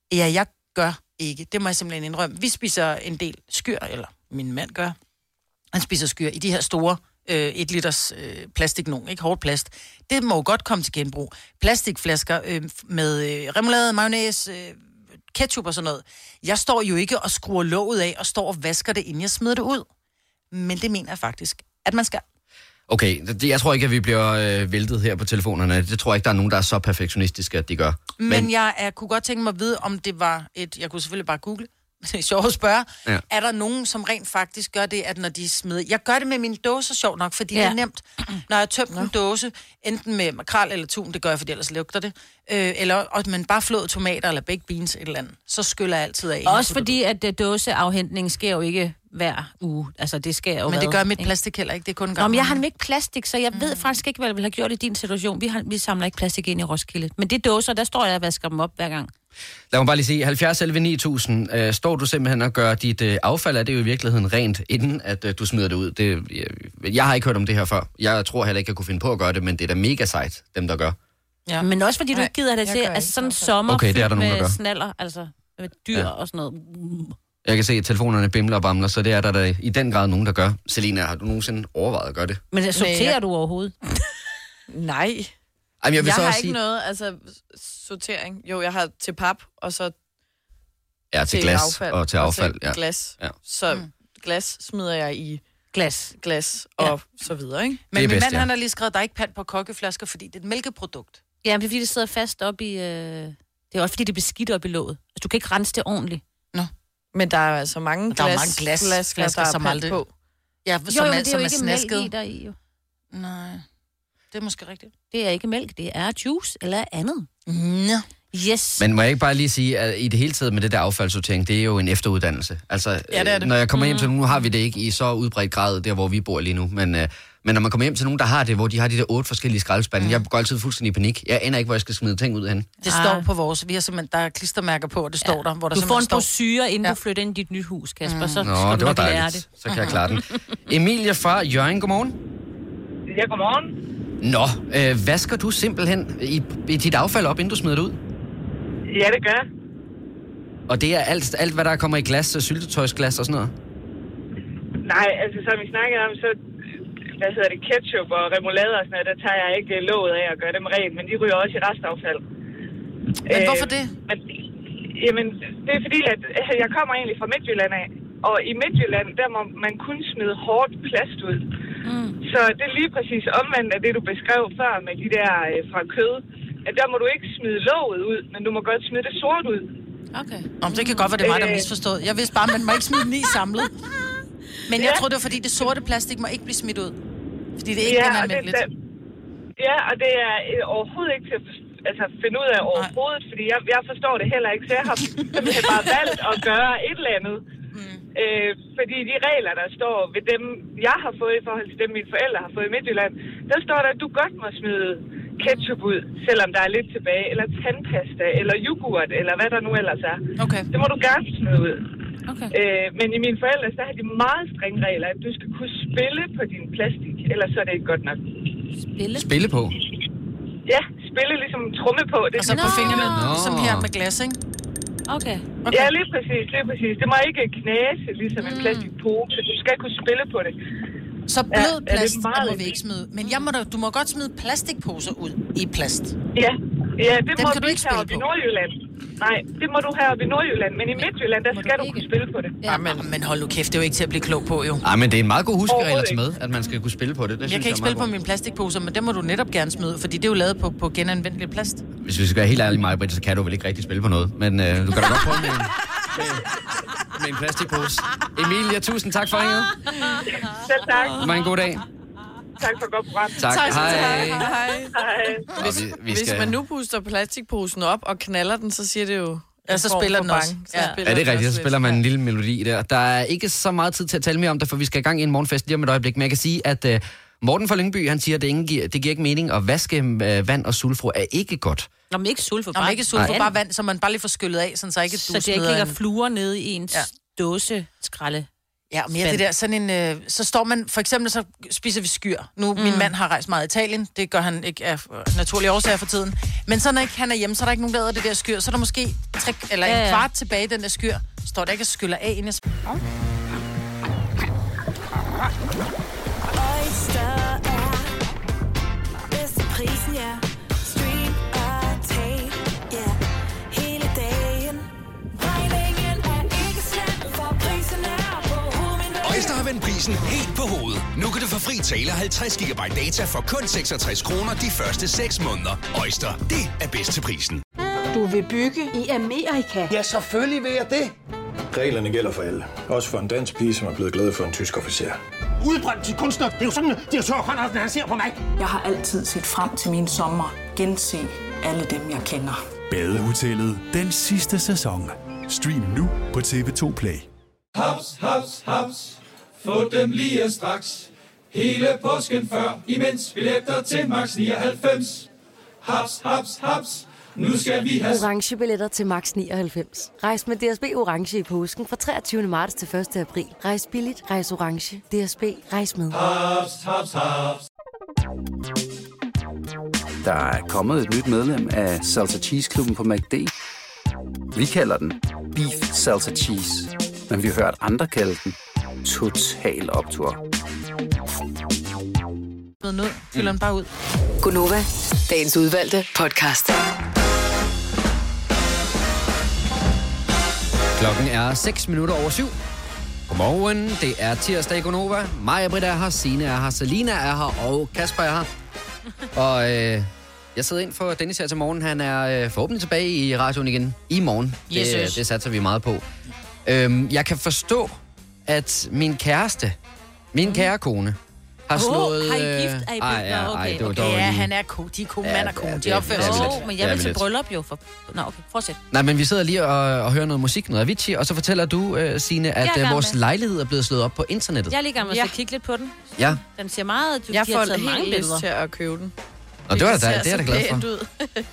Speaker 2: Ja, jeg gør ikke. Det må jeg simpelthen indrømme. Vi spiser en del skyr, eller min mand gør. Han spiser skyr i de her store øh, et liters øh, plastik nogen, ikke hårdt plast. Det må jo godt komme til genbrug. Plastikflasker øh, med øh, remoulade, mayonnaise, øh, ketchup og sådan noget. Jeg står jo ikke og skruer låget af og står og vasker det, inden jeg smider det ud. Men det mener jeg faktisk, at man skal.
Speaker 5: Okay, jeg tror ikke, at vi bliver øh, væltet her på telefonerne. Det tror jeg ikke, der er nogen, der er så perfektionistiske, at de gør.
Speaker 2: Men, Men jeg er, kunne godt tænke mig at vide, om det var et... Jeg kunne selvfølgelig bare google. Det er sjovt at spørge. Ja. Er der nogen, som rent faktisk gør det, at når de smider... Jeg gør det med mine dåser, sjovt nok, fordi ja. det er nemt. Når jeg har tømt en dåse, enten med makrel eller tun, det gør jeg, fordi ellers lugter det, øh, eller og man bare flået tomater eller baked beans, et eller andet, så skyller jeg altid af.
Speaker 3: Også fordi, at uh, dåseafhentning sker jo ikke hver uge. Altså, det sker jo
Speaker 2: Men det
Speaker 3: hvad,
Speaker 2: gør mit
Speaker 3: ikke?
Speaker 2: plastik heller ikke, det er kun en gang.
Speaker 3: Nå, men jeg har ikke plastik, så jeg mm. ved faktisk ikke, hvad jeg ville have gjort i din situation. Vi, har, vi samler ikke plastik ind i Roskilde. Men det dåser, der står jeg og vasker dem op hver gang.
Speaker 5: Lad mig bare lige sige, halvfjerds elleve ni tusind, øh, står du simpelthen og gør dit øh, affald, er det jo i virkeligheden rent, inden at øh, du smider det ud. Det, jeg, jeg har ikke hørt om det her før. Jeg tror heller ikke, jeg kunne finde på at gøre det, men det er da mega sejt, dem der gør.
Speaker 3: Ja. Men også fordi du ikke gider det til, at altså, sådan en sommer
Speaker 5: okay, det er der
Speaker 3: med
Speaker 5: nogen, der gør.
Speaker 3: snaller, altså med dyr ja. og sådan noget.
Speaker 5: Jeg kan se, at telefonerne bimler og bamler, så det er der, der i den grad nogen, der gør. Selina, har du nogensinde overvejet at gøre det?
Speaker 3: Men sorterer jeg... du overhovedet?
Speaker 4: Nej.
Speaker 5: Jamen, jeg vil
Speaker 4: jeg
Speaker 5: så
Speaker 4: har
Speaker 5: også
Speaker 4: ikke
Speaker 5: sige...
Speaker 4: noget, altså sortering. Jo, jeg har til pap, og så
Speaker 5: ja, til, til glas affald, og til affald.
Speaker 4: Og til
Speaker 5: ja.
Speaker 4: glas.
Speaker 5: Ja.
Speaker 4: Så mm. glas smider jeg i
Speaker 3: glas,
Speaker 4: glas og ja. så videre, ikke?
Speaker 2: Men min
Speaker 5: bedst,
Speaker 2: mand,
Speaker 5: ja.
Speaker 2: han har lige skrevet, at der er ikke pant på kokkeflasker, fordi det er et mælkeprodukt.
Speaker 3: Ja, men det er fordi, det sidder fast op i... Øh... Det er også fordi, det er beskidt op i låget. Altså, du kan ikke rense det ordentligt.
Speaker 2: Nå.
Speaker 4: Men der er altså mange
Speaker 2: glas, der er mange
Speaker 4: glas,
Speaker 2: glas,
Speaker 4: flasker, der er pant aldrig... på.
Speaker 2: Ja,
Speaker 3: jo,
Speaker 2: som
Speaker 3: jo,
Speaker 2: er,
Speaker 3: det er jo ikke
Speaker 2: snasket.
Speaker 3: mælk i der i, jo.
Speaker 2: Nej, det er måske rigtigt.
Speaker 3: Det er ikke mælk, det er juice eller andet.
Speaker 2: Ja.
Speaker 3: Yes.
Speaker 5: Men må jeg ikke bare lige sige, at i det hele taget med det der affaldssortering, det er jo en efteruddannelse. Altså,
Speaker 2: ja, det er det.
Speaker 5: Når jeg kommer hjem til, nu har vi det ikke i så udbredt grad, der hvor vi bor lige nu, men, øh, men når man kommer hjem til nogen, der har det, hvor de har de der otte forskellige skraldespande, mm. jeg går altid fuldstændig i panik. Jeg aner ikke, hvor jeg skal smide ting ud hen.
Speaker 2: Det ah. står på vores, vi har simpelthen, der er klistermærker på, og det står ja. der, hvor der
Speaker 3: du får en
Speaker 2: står...
Speaker 3: brochure, inden ja. du flytter ind i dit nye hus, Kasper, mm. så
Speaker 5: Nå,
Speaker 3: skal
Speaker 5: det
Speaker 3: du
Speaker 5: var
Speaker 3: nok lære
Speaker 5: dejligt.
Speaker 3: det.
Speaker 5: Så kan jeg klare den. Emilie fra Hjørring, godmorgen.
Speaker 8: Ja, godmorgen.
Speaker 5: Nå, øh, vasker du simpelthen i, i dit affald op, inden du smider det ud?
Speaker 8: Ja, det gør.
Speaker 5: Og det er alt, alt hvad der kommer i glas, syltetøjsglas og sådan noget?
Speaker 8: Nej, altså som vi snakkede om, så hvad hedder det, ketchup og remoulade og sådan noget, der tager jeg ikke låget af at gøre dem rent, men de ryger også i restaffald.
Speaker 2: Men øh, hvorfor det?
Speaker 8: Men, jamen, det er fordi, at jeg kommer egentlig fra Midtjylland af, og i Midtjylland, der må man kun smide hårdt plast ud. Mm. Så det er lige præcis omvendt af det, du beskrev før med de der øh, fra kød, at der må du ikke smide låget ud, men du må godt smide det sort ud.
Speaker 2: Okay. Om det kan godt være, det er mig, der er misforstået. Jeg vidste bare, at man må ikke smide den i samlet. Men jeg ja. tror, det var fordi, det sorte plastik må ikke blive smidt ud. Fordi det er ikke
Speaker 8: ja,
Speaker 2: genanvendeligt.
Speaker 8: Ja, og det er overhovedet ikke til at altså, finde ud af overhovedet, Nej. fordi jeg, jeg forstår det heller ikke. Så jeg har simpelthen bare valgt at gøre et eller andet. Mm. Øh, fordi de regler, der står ved dem, jeg har fået i forhold til dem, mine forældre har fået i Midtjylland, der står der, at du godt må smide ketchup ud, selvom der er lidt tilbage, eller tandpasta, eller yoghurt, eller hvad der nu ellers er.
Speaker 2: Okay.
Speaker 8: Det må du gerne smide ud.
Speaker 2: Okay.
Speaker 8: Øh, men i mine forældre, så har de meget strenge regler, at du skal kunne spille på din plastik, ellers så er det ikke godt nok.
Speaker 3: Spille?
Speaker 5: Spille på?
Speaker 8: Ja, spille ligesom tromme på. Det
Speaker 2: og så på fingrene, no. som her med glas, ikke?
Speaker 3: Okay.
Speaker 8: okay. Ja, lige præcis, lige præcis. Det må ikke knase, ligesom mm. en plastikpose. Du skal kunne spille på det.
Speaker 2: Så blød ja, plast ja, må vi ikke smide. Men jeg må da, du må godt smide plastikposer ud i plast.
Speaker 8: Ja, ja det
Speaker 2: Dem
Speaker 8: må
Speaker 2: kan
Speaker 8: du ikke heroppe i Nordjylland. Nej, det må du heroppe i Nordjylland. Men i Midtjylland, der skal du, du kunne spille på det.
Speaker 2: Ja, men, men hold nu kæft, det er jo ikke til at blive klog på, jo.
Speaker 5: Nej, men det er en meget god huskeregel til med, at man skal kunne spille på det. det
Speaker 2: jeg kan ikke spille på mine plastikposer, men det må du netop gerne smide, fordi det er jo lavet på, på genanvendelig plast.
Speaker 5: Hvis vi skal være helt ærlige, Maja-Britt, så kan du vel ikke rigtig spille på noget. Men øh, du kan da godt prøve med en, med, med en plastikpose. Emilia, tusind tak for ringet.
Speaker 8: Selv tak.
Speaker 5: Det var en god dag.
Speaker 8: Tak for godt program.
Speaker 5: Tak.
Speaker 4: tak
Speaker 5: Hej.
Speaker 4: Hej.
Speaker 8: Hej.
Speaker 4: Hvis,
Speaker 5: vi, vi
Speaker 4: hvis
Speaker 5: skal...
Speaker 4: man nu puster plastikposen op og knaller den, så siger det jo...
Speaker 2: Ja, så spiller den også.
Speaker 4: Så
Speaker 2: ja.
Speaker 4: spiller
Speaker 5: ja, det er rigtigt. Så spiller man en
Speaker 4: ja.
Speaker 5: lille melodi der. Der er ikke så meget tid til at tale mere om det, for vi skal i gang i en morgenfest lige om et øjeblik. Men jeg kan sige, at uh, Morten fra Lyngby, han siger, at det, ingen giver, det giver ikke mening at vaske uh, vand og sulfro er ikke godt.
Speaker 3: Nå, men ikke sulfur,
Speaker 2: bare, Nå, ikke sulfur, bare vand, så man bare lige får skyllet af, sådan så ikke
Speaker 3: så
Speaker 2: du
Speaker 3: det ikke ligger fluer nede i ens ja. dåse skralde.
Speaker 2: Ja, og mere det der, sådan en, øh, så står man, for eksempel så spiser vi skyr. Nu, mm. min mand har rejst meget i Italien, det gør han ikke af naturlige årsager for tiden. Men så når ikke han er hjemme, så er der ikke nogen, der æder det der skyr. Så er der måske tre, eller ja, ja. en kvart tilbage i den der skyr. Står der ikke og skyller af, inden jeg spiser. Oh.
Speaker 6: Øjster har vendt prisen helt på hovedet. Nu kan du få fri tale halvtreds gigabyte data for kun seksogtres kroner de første seks måneder. Øjster, det er bedst til prisen.
Speaker 9: Du vil bygge i Amerika?
Speaker 10: Ja, selvfølgelig vil jeg det. Reglerne gælder for alle. Også for en dansk pige, som er blevet glad for en tysk officer.
Speaker 11: Udbrændt til kunstner. Det er jo sådan, at de har tørt, han ser på mig.
Speaker 9: Jeg har altid set frem til min sommer. Gense alle dem, jeg kender.
Speaker 12: Badehotellet den sidste sæson. Stream nu på T V to Play.
Speaker 13: Haps, haps, haps. Få dem lige straks. Hele påsken før, imens billetter til max nioghalvfems. Haps, haps, haps. Nu skal vi have
Speaker 14: orange billetter til max nioghalvfems. Rejs med D S B Orange i påsken fra treogtyvende marts til første april. Rejs billigt, rejs orange. D S B, rejs med.
Speaker 13: Haps, haps, haps.
Speaker 15: Der er kommet et nyt medlem af Salsa Cheese Klubben på McD. Vi kalder den Beef Salsa Cheese, men vi har hørt andre kalde den Total Optur.
Speaker 2: Nu fylder den bare ud.
Speaker 7: Gunova, dagens udvalgte podcast.
Speaker 5: Klokken er seks minutter over syv. Godmorgen, det er tirsdag i Gunova. Maja Britt er her, Signe er her, Selina er her, og Kasper er her. Og øh, jeg sidder ind for Dennis her til morgen. Han er øh, forhåbentlig tilbage i radioen igen i morgen.
Speaker 2: Yes,
Speaker 5: det,
Speaker 2: yes.
Speaker 5: det satser vi meget på. Øhm, jeg kan forstå, at min kæreste, min mm. kære kone, har slået...
Speaker 3: Oh, har I gift? Er I
Speaker 5: ej, ja,
Speaker 3: okay,
Speaker 5: ej, det var
Speaker 3: okay.
Speaker 5: okay.
Speaker 2: Ja, han er ko. De er ko, mand og kone.
Speaker 5: Ja,
Speaker 2: De opfører sig
Speaker 3: lidt.
Speaker 2: lidt.
Speaker 3: Men jeg vil til bryllup jo. For... Nå, okay, fortsæt.
Speaker 5: Nej, men vi sidder lige og, og hører noget musik, noget Avicii, og så fortæller du, uh, Signe, at uh, vores med. lejlighed er blevet slået op på internettet.
Speaker 3: Jeg er lige gang med
Speaker 4: ja.
Speaker 3: at kigge lidt på den.
Speaker 5: Ja.
Speaker 3: Den ser meget... Du,
Speaker 4: jeg får
Speaker 3: helt
Speaker 4: mange
Speaker 3: lyst
Speaker 4: til at købe den.
Speaker 5: Og det var da, det er jeg da glad for.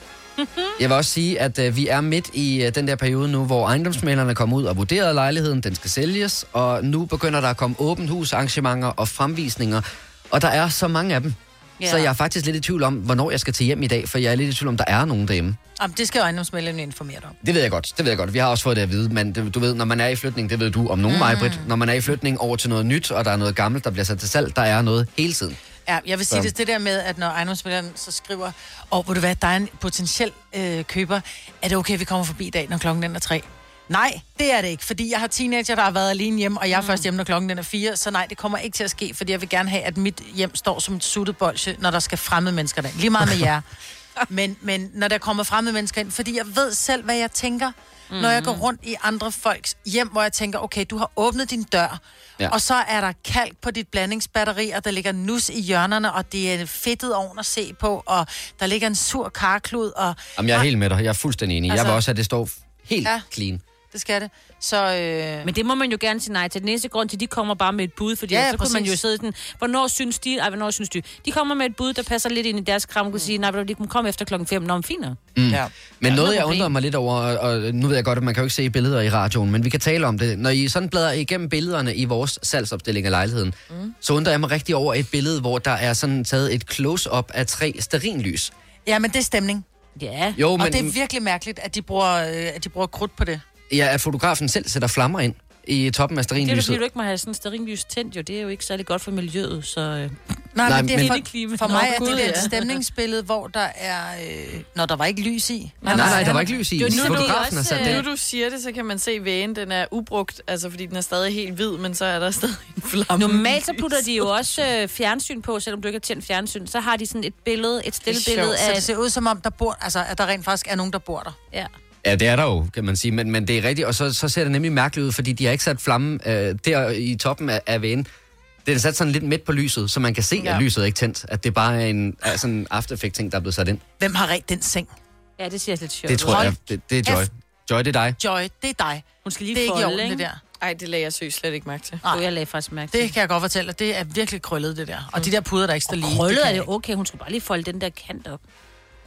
Speaker 5: Jeg vil også sige, at uh, vi er midt i uh, den der periode nu, hvor ejendomsmæglerne kommer ud og vurderer lejligheden, den skal sælges, og nu begynder der at komme åbent hus arrangementer og fremvisninger, og der er så mange af dem. Ja. Så jeg er faktisk lidt i tvivl om, hvornår jeg skal til hjem i dag, for jeg er lidt i tvivl om, der er nogen derhjemme.
Speaker 2: Jamen, det skal jo ejendomsmæglerne informere dig om.
Speaker 5: Det ved jeg godt, det ved jeg godt. Vi har også fået det at vide, men det, du ved, når man er i flytning, det ved du om nogen, mm. Maj-Britt, når man er i flytning over til noget nyt, og der er noget gammelt, der bliver sat til salg, der er noget hele tiden.
Speaker 2: Ja, jeg vil sige så. det, det der med, at når ejendomsmægleren så skriver, åh, oh, ved du hvad, der er en potentiel øh, køber, er det okay, vi kommer forbi i dag, når klokken den er tre? Nej, det er det ikke, fordi jeg har teenager, der har været alene hjemme, og jeg er mm. først hjemme, når klokken den er fire, så nej, det kommer ikke til at ske, fordi jeg vil gerne have, at mit hjem står som et suttet bolsje, når der skal fremmede mennesker derind. Lige meget med jer. men, men når der kommer fremmede mennesker ind, fordi jeg ved selv, hvad jeg tænker, mm. når jeg går rundt i andre folks hjem, hvor jeg tænker, okay, du har åbnet din dør, ja. og så er der kalk på dit blandingsbatteri, og der ligger nus i hjørnerne, og det er fedtet ovn at se på, og der ligger en sur karklud, og...
Speaker 5: Jamen, jeg er helt med dig. Jeg er fuldstændig enig. Altså, jeg vil også have, at det står helt ja. clean.
Speaker 2: Det skal det. Så, øh...
Speaker 3: Men det må man jo gerne sige nej til. Den eneste grund til, at de kommer bare med et bud, fordi ja, så præcis. Kunne man jo sidde sådan, hvornår synes de, ej, hvornår synes de? De kommer med et bud, der passer lidt ind i deres kram, og kunne sige, nej, de kan komme efter klokken fem, når de finder.
Speaker 5: Mm. Ja. Men ja, noget, jeg undrer mig lidt over, og nu ved jeg godt, at man kan jo ikke se billeder i radioen, men vi kan tale om det. Når I sådan bladrer igennem billederne i vores salgsopstilling af lejligheden, mm. så undrer jeg mig rigtig over et billede, hvor der er sådan taget et close-up af tre stearinlys.
Speaker 2: Ja, men det er stemning.
Speaker 3: Ja.
Speaker 5: Jo, men...
Speaker 2: Og det er virkelig mærkeligt, at de bruger, at de bruger krudt på det.
Speaker 5: Ja, at fotografen selv sætter flammer ind i toppen af stearinlyset.
Speaker 3: Det er jo fordi, du ikke må have sådan en stearinlys tændt, jo. Det er jo ikke særlig godt for miljøet, så...
Speaker 2: Nej, Nej men det er for, for mig er det der et stemningsbillede, hvor der er... Øh, når der var ikke lys i.
Speaker 5: Nej, nej, nej, der var ikke lys i.
Speaker 4: Det
Speaker 5: nu, fotografen har sat
Speaker 4: det. Nu du siger det, så kan man se vægen, den er ubrugt, altså fordi den er stadig helt hvid, men så er der stadig en flamme.
Speaker 3: Normalt så putter de jo også øh, fjernsyn på, selvom du ikke har tændt fjernsyn. Så har de sådan et billede, et stille billede af...
Speaker 2: Så det ser ud som om, der bor, altså, at der rent faktisk er nogen, der bor der.
Speaker 3: Ja.
Speaker 5: Ja, det er der jo, kan man sige, men, men det er rigtigt, og så, så ser det nemlig mærkeligt ud, fordi de har ikke sat flamme øh, der i toppen af, af vægen. Det er sat sådan lidt midt på lyset, så man kan se, ja. at lyset er ikke tændt, at det bare er en er sådan en After Effect ting, der er blevet sat ind.
Speaker 2: Hvem har ret den seng?
Speaker 3: Ja, det siger lidt sjovt.
Speaker 5: Det tror jeg, det, det er Joy. Joy, det er dig.
Speaker 2: Joy, det er dig.
Speaker 3: Hun skal lige
Speaker 2: det er
Speaker 3: folde,
Speaker 2: ikke i orden, det der.
Speaker 4: Ej, det lagde jeg søg slet ikke mærke til.
Speaker 3: Nej, jeg lagde faktisk mærke til.
Speaker 2: Det kan jeg godt fortælle dig. Det er virkelig krøllet, det der. Og mm. de der puder, der ikke står lige.
Speaker 3: Krøllet er det okay, hun skal bare lige folde den der kant op.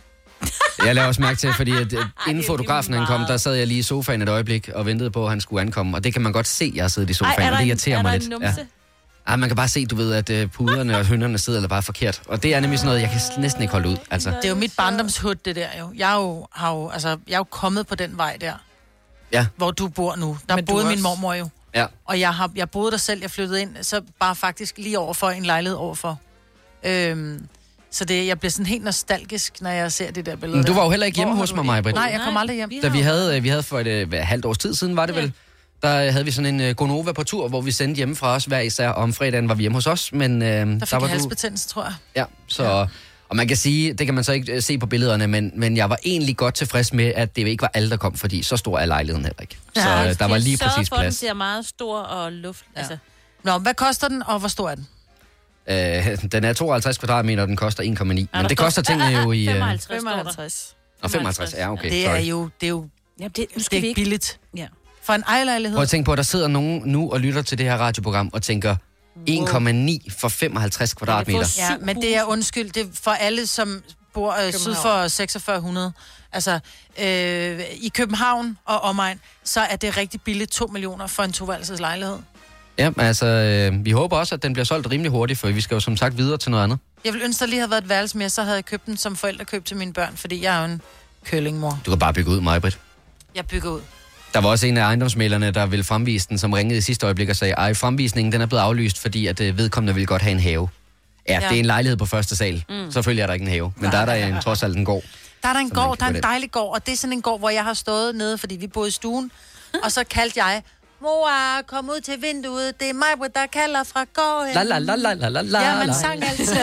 Speaker 5: Jeg lavede også mærke til, fordi at, at inden fotografen han kom, der sad jeg lige i sofaen et øjeblik og ventede på, at han skulle ankomme. Og det kan man godt se, jeg har siddet i sofaen, Ej, og det irriterer mig lidt. Ja. Ej, man kan bare se, du ved, at uh, puderne og hønderne sidder eller bare forkert. Og det er nemlig sådan noget, jeg kan næsten ikke holde ud. Altså.
Speaker 2: Det er jo mit barndomshud, det der jo. Jeg er jo, har jo, altså, jeg er jo kommet på den vej der,
Speaker 5: ja.
Speaker 2: Hvor du bor nu. Der boede min mormor jo.
Speaker 5: Ja.
Speaker 2: Og jeg, har, jeg boede der selv, jeg flyttede ind, så bare faktisk lige overfor en lejlighed overfor. Øhm, så det, jeg bliver sådan helt nostalgisk, når jeg ser det der billede.
Speaker 5: Du var jo heller ikke hjemme hos mig, Maj-Brit.
Speaker 2: Nej, jeg kom aldrig hjem.
Speaker 5: Da vi havde, vi havde for et, et halvt års tid siden, var det ja. vel, der havde vi sådan en uh, Gonova på tur, hvor vi sendte hjemme fra os hver især, og om fredagen var vi hjemme hos os. Men, uh,
Speaker 2: der fik
Speaker 5: der var
Speaker 2: jeg halsbetændelse, tror jeg.
Speaker 5: Ja, så... Ja. Og man kan sige, det kan man så ikke se på billederne, men, men jeg var egentlig godt tilfreds med, at det ikke var alle, der kom, fordi så stor er lejligheden heller ikke. Så ja, der var lige præcis
Speaker 3: for,
Speaker 5: plads.
Speaker 3: Den ser meget stor og luft. Ja. Altså.
Speaker 2: Nå, hvad koster den, og hvor stor er den?
Speaker 5: Øh, den er tooghalvtreds kvadratmeter, og den koster en komma ni. Ja, men det koster tingene jo i...
Speaker 3: femoghalvtreds.
Speaker 4: femoghalvtreds.
Speaker 5: Og femoghalvtreds, ja, okay.
Speaker 2: Det er jo, det er jo
Speaker 3: ja, det, det
Speaker 2: er ikke billigt.
Speaker 3: Ja.
Speaker 2: For en ejerlejlighed.
Speaker 5: Prøv at tænke på, at der sidder nogen nu og lytter til det her radioprogram og tænker... en komma ni for femoghalvtreds kvadratmeter.
Speaker 2: Ja, men det er undskyld, det er for alle, som bor øh, syd for seksogfyrre hundrede. Altså, øh, i København og omegn, så er det rigtig billigt to millioner for en toværelses lejlighed.
Speaker 5: Ja, altså, øh, vi håber også, at den bliver solgt rimelig hurtigt, for vi skal jo som sagt videre til noget andet.
Speaker 2: Jeg vil ønske, der lige havde været et værelse mere, så havde jeg købt den som forældrekøb til mine børn, fordi jeg er jo en køllingmor.
Speaker 5: Du kan bare bygge ud, Maj-Brit.
Speaker 2: Jeg bygger ud.
Speaker 5: Der var også en af ejendomsmælerne, der ville fremvise den, som ringede i sidste øjeblik og sagde, ej, fremvisningen den er blevet aflyst, fordi at øh, vedkommende ville godt have en have. Ja, ja, det er en lejlighed på første sal. Mm. Selvfølgelig er der ikke en have, men der er der en, trods alt en gård.
Speaker 2: Der er der en gård, der er en dejlig gård, og det er sådan en gård, hvor jeg har stået nede, fordi vi boede i stuen, og så kaldte jeg, mor, kom ud til vinduet, det er mig, der kalder fra gården.
Speaker 5: La la la la la la la.
Speaker 2: Ja, man sang altid.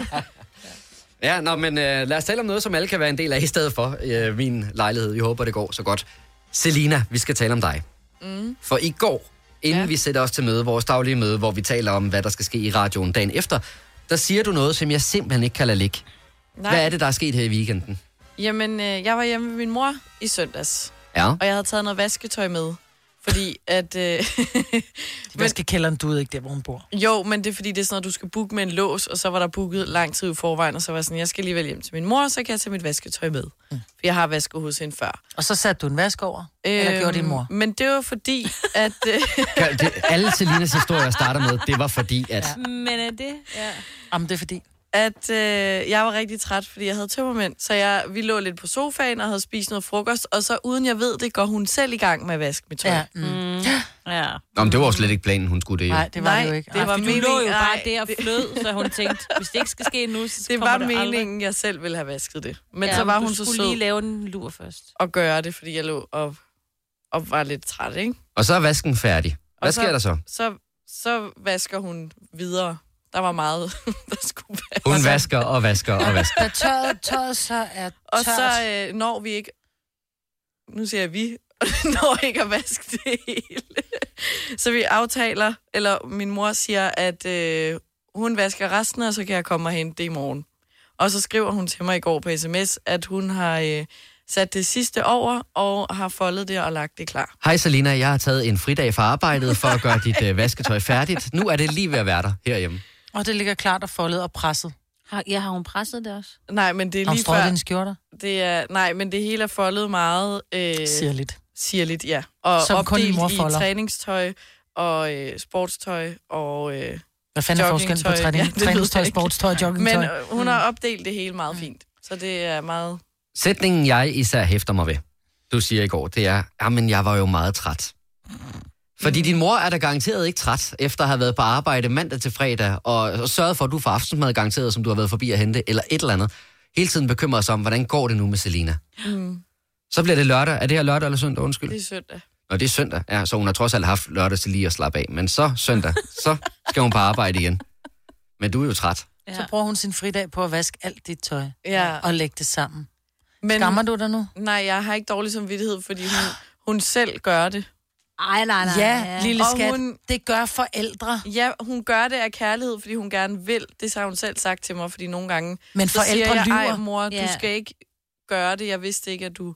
Speaker 5: Ja, nå, men øh, lad os tale om noget, som alle kan være en del af i stedet for øh, min lejlighed. Jeg håber, det går så godt. Selina, vi skal tale om dig. Mm. For i går, inden ja. vi sætter os til møde, vores daglige møde, hvor vi taler om, hvad der skal ske i radioen dagen efter, der siger du noget, som jeg simpelthen ikke kan lade ligge. Nej. Hvad er det, der er sket her i weekenden?
Speaker 4: Jamen, øh, jeg var hjemme med min mor i søndags.
Speaker 5: Ja.
Speaker 4: Og jeg havde taget noget vasketøj med. Fordi at... Øh,
Speaker 2: vaskekælderen, du ved ikke der, hvor hun bor.
Speaker 4: Jo, men det er fordi, det er sådan, at du skal booke med en lås, og så var der booket lang tid i forvejen, og så var jeg sådan, jeg skal alligevel hjem til min mor, så kan jeg tage mit vasketøj med. Mm. For jeg har vasket hos hende før.
Speaker 2: Og så satte du en vask over? Øhm, eller gjorde din mor?
Speaker 4: Men det var fordi, at...
Speaker 5: Øh... det, alle Selinas historier starter med, det var fordi, at...
Speaker 3: Ja. Men er det? Ja.
Speaker 2: Jamen, det er fordi...
Speaker 4: at øh, jeg var rigtig træt, fordi jeg havde tømmermænd. Så jeg, vi lå lidt på sofaen og havde spist noget frokost, og så uden jeg ved det, går hun selv i gang med at vaske mit tøj.
Speaker 2: Ja. Mm.
Speaker 3: Ja.
Speaker 5: Nå, men det var jo slet ikke planen, hun skulle det.
Speaker 2: Nej, det var
Speaker 4: Nej,
Speaker 2: det jo ikke.
Speaker 4: det var
Speaker 3: du
Speaker 4: meningen,
Speaker 3: lå jo bare
Speaker 4: ej,
Speaker 3: der og flød, så hun tænkte, hvis det ikke skal ske nu, så
Speaker 4: det
Speaker 3: kommer
Speaker 4: var
Speaker 3: det
Speaker 4: meningen,
Speaker 3: aldrig.
Speaker 4: jeg selv ville have vasket det. Men
Speaker 3: ja,
Speaker 4: så var
Speaker 3: hun
Speaker 4: hun
Speaker 3: så
Speaker 4: så
Speaker 3: sød.
Speaker 4: sød
Speaker 3: lige lave den lur først.
Speaker 4: og gøre det, fordi jeg lå og, og var lidt træt, ikke?
Speaker 5: Og så er vasken færdig. Hvad
Speaker 4: og så,
Speaker 5: sker der så?
Speaker 4: så? Så vasker hun videre. Der var meget, der skulle vaske.
Speaker 5: Hun vasker og vasker og vasker.
Speaker 2: Da tøjet, tøjet så er tørt.
Speaker 4: Og så øh, når vi ikke... Nu siger jeg vi, når ikke at vaske det hele. Så vi aftaler, eller min mor siger, at øh, hun vasker resten, og så kan jeg komme og hente det i morgen. Og så skriver hun til mig i går på sms, at hun har øh, sat det sidste over, og har foldet det og lagt det klar.
Speaker 5: Hej Selina, jeg har taget en fridag fra arbejdet for at gøre dit øh, vasketøj færdigt. Nu er det lige ved at være der herhjemme.
Speaker 2: Og det ligger klart og foldet og presset.
Speaker 3: Har, ja, har hun presset det også?
Speaker 4: Nej, men det er
Speaker 2: lige
Speaker 4: lige
Speaker 2: før... Har hun skjorter?
Speaker 4: Det er, nej, men det hele er foldet meget... Øh,
Speaker 2: sirligt.
Speaker 4: Sirligt, ja. Og
Speaker 2: som
Speaker 4: opdelt i træningstøj og øh, sportstøj og øh,
Speaker 2: hvad fanden er forskellen på træning, ja, træningstøj, sportstøj og joggingtøj?
Speaker 4: Men øh, hun har opdelt det hele meget fint. Så det er meget...
Speaker 5: Sætningen, jeg især hæfter mig ved, du siger i går, det er, jamen jeg var jo meget træt. Fordi din mor er da garanteret ikke træt, efter at have været på arbejde mandag til fredag, og, og sørget for, at du får aftensmad garanteret, som du har været forbi at hente, eller et eller andet. Hele tiden bekymrer sig om, hvordan går det nu med Selina? Mm. Så bliver det lørdag. Er det her lørdag eller søndag? Undskyld.
Speaker 4: Det er søndag.
Speaker 5: Nå, det er søndag. Ja, så hun har trods alt haft lørdag til lige at slappe af. Men så søndag, så skal hun på arbejde igen. Men du er jo træt.
Speaker 2: Ja. Så bruger hun sin fridag på at vaske alt dit tøj.
Speaker 4: Ja.
Speaker 2: Og lægge det sammen. Men, skammer du dig nu?
Speaker 4: Nej, jeg har ikke dårlig samvittighed, fordi hun, hun selv gør det.
Speaker 3: Ej, nej, nej.
Speaker 2: Ja, lille skat, hun, det gør forældre.
Speaker 4: Ja, hun gør det af kærlighed, fordi hun gerne vil. Det har hun selv sagt til mig, fordi nogle gange...
Speaker 2: Men forældre
Speaker 4: jeg,
Speaker 2: lyver.
Speaker 4: Ej, mor,
Speaker 3: ja.
Speaker 4: du skal ikke gøre det. Jeg vidste ikke, at du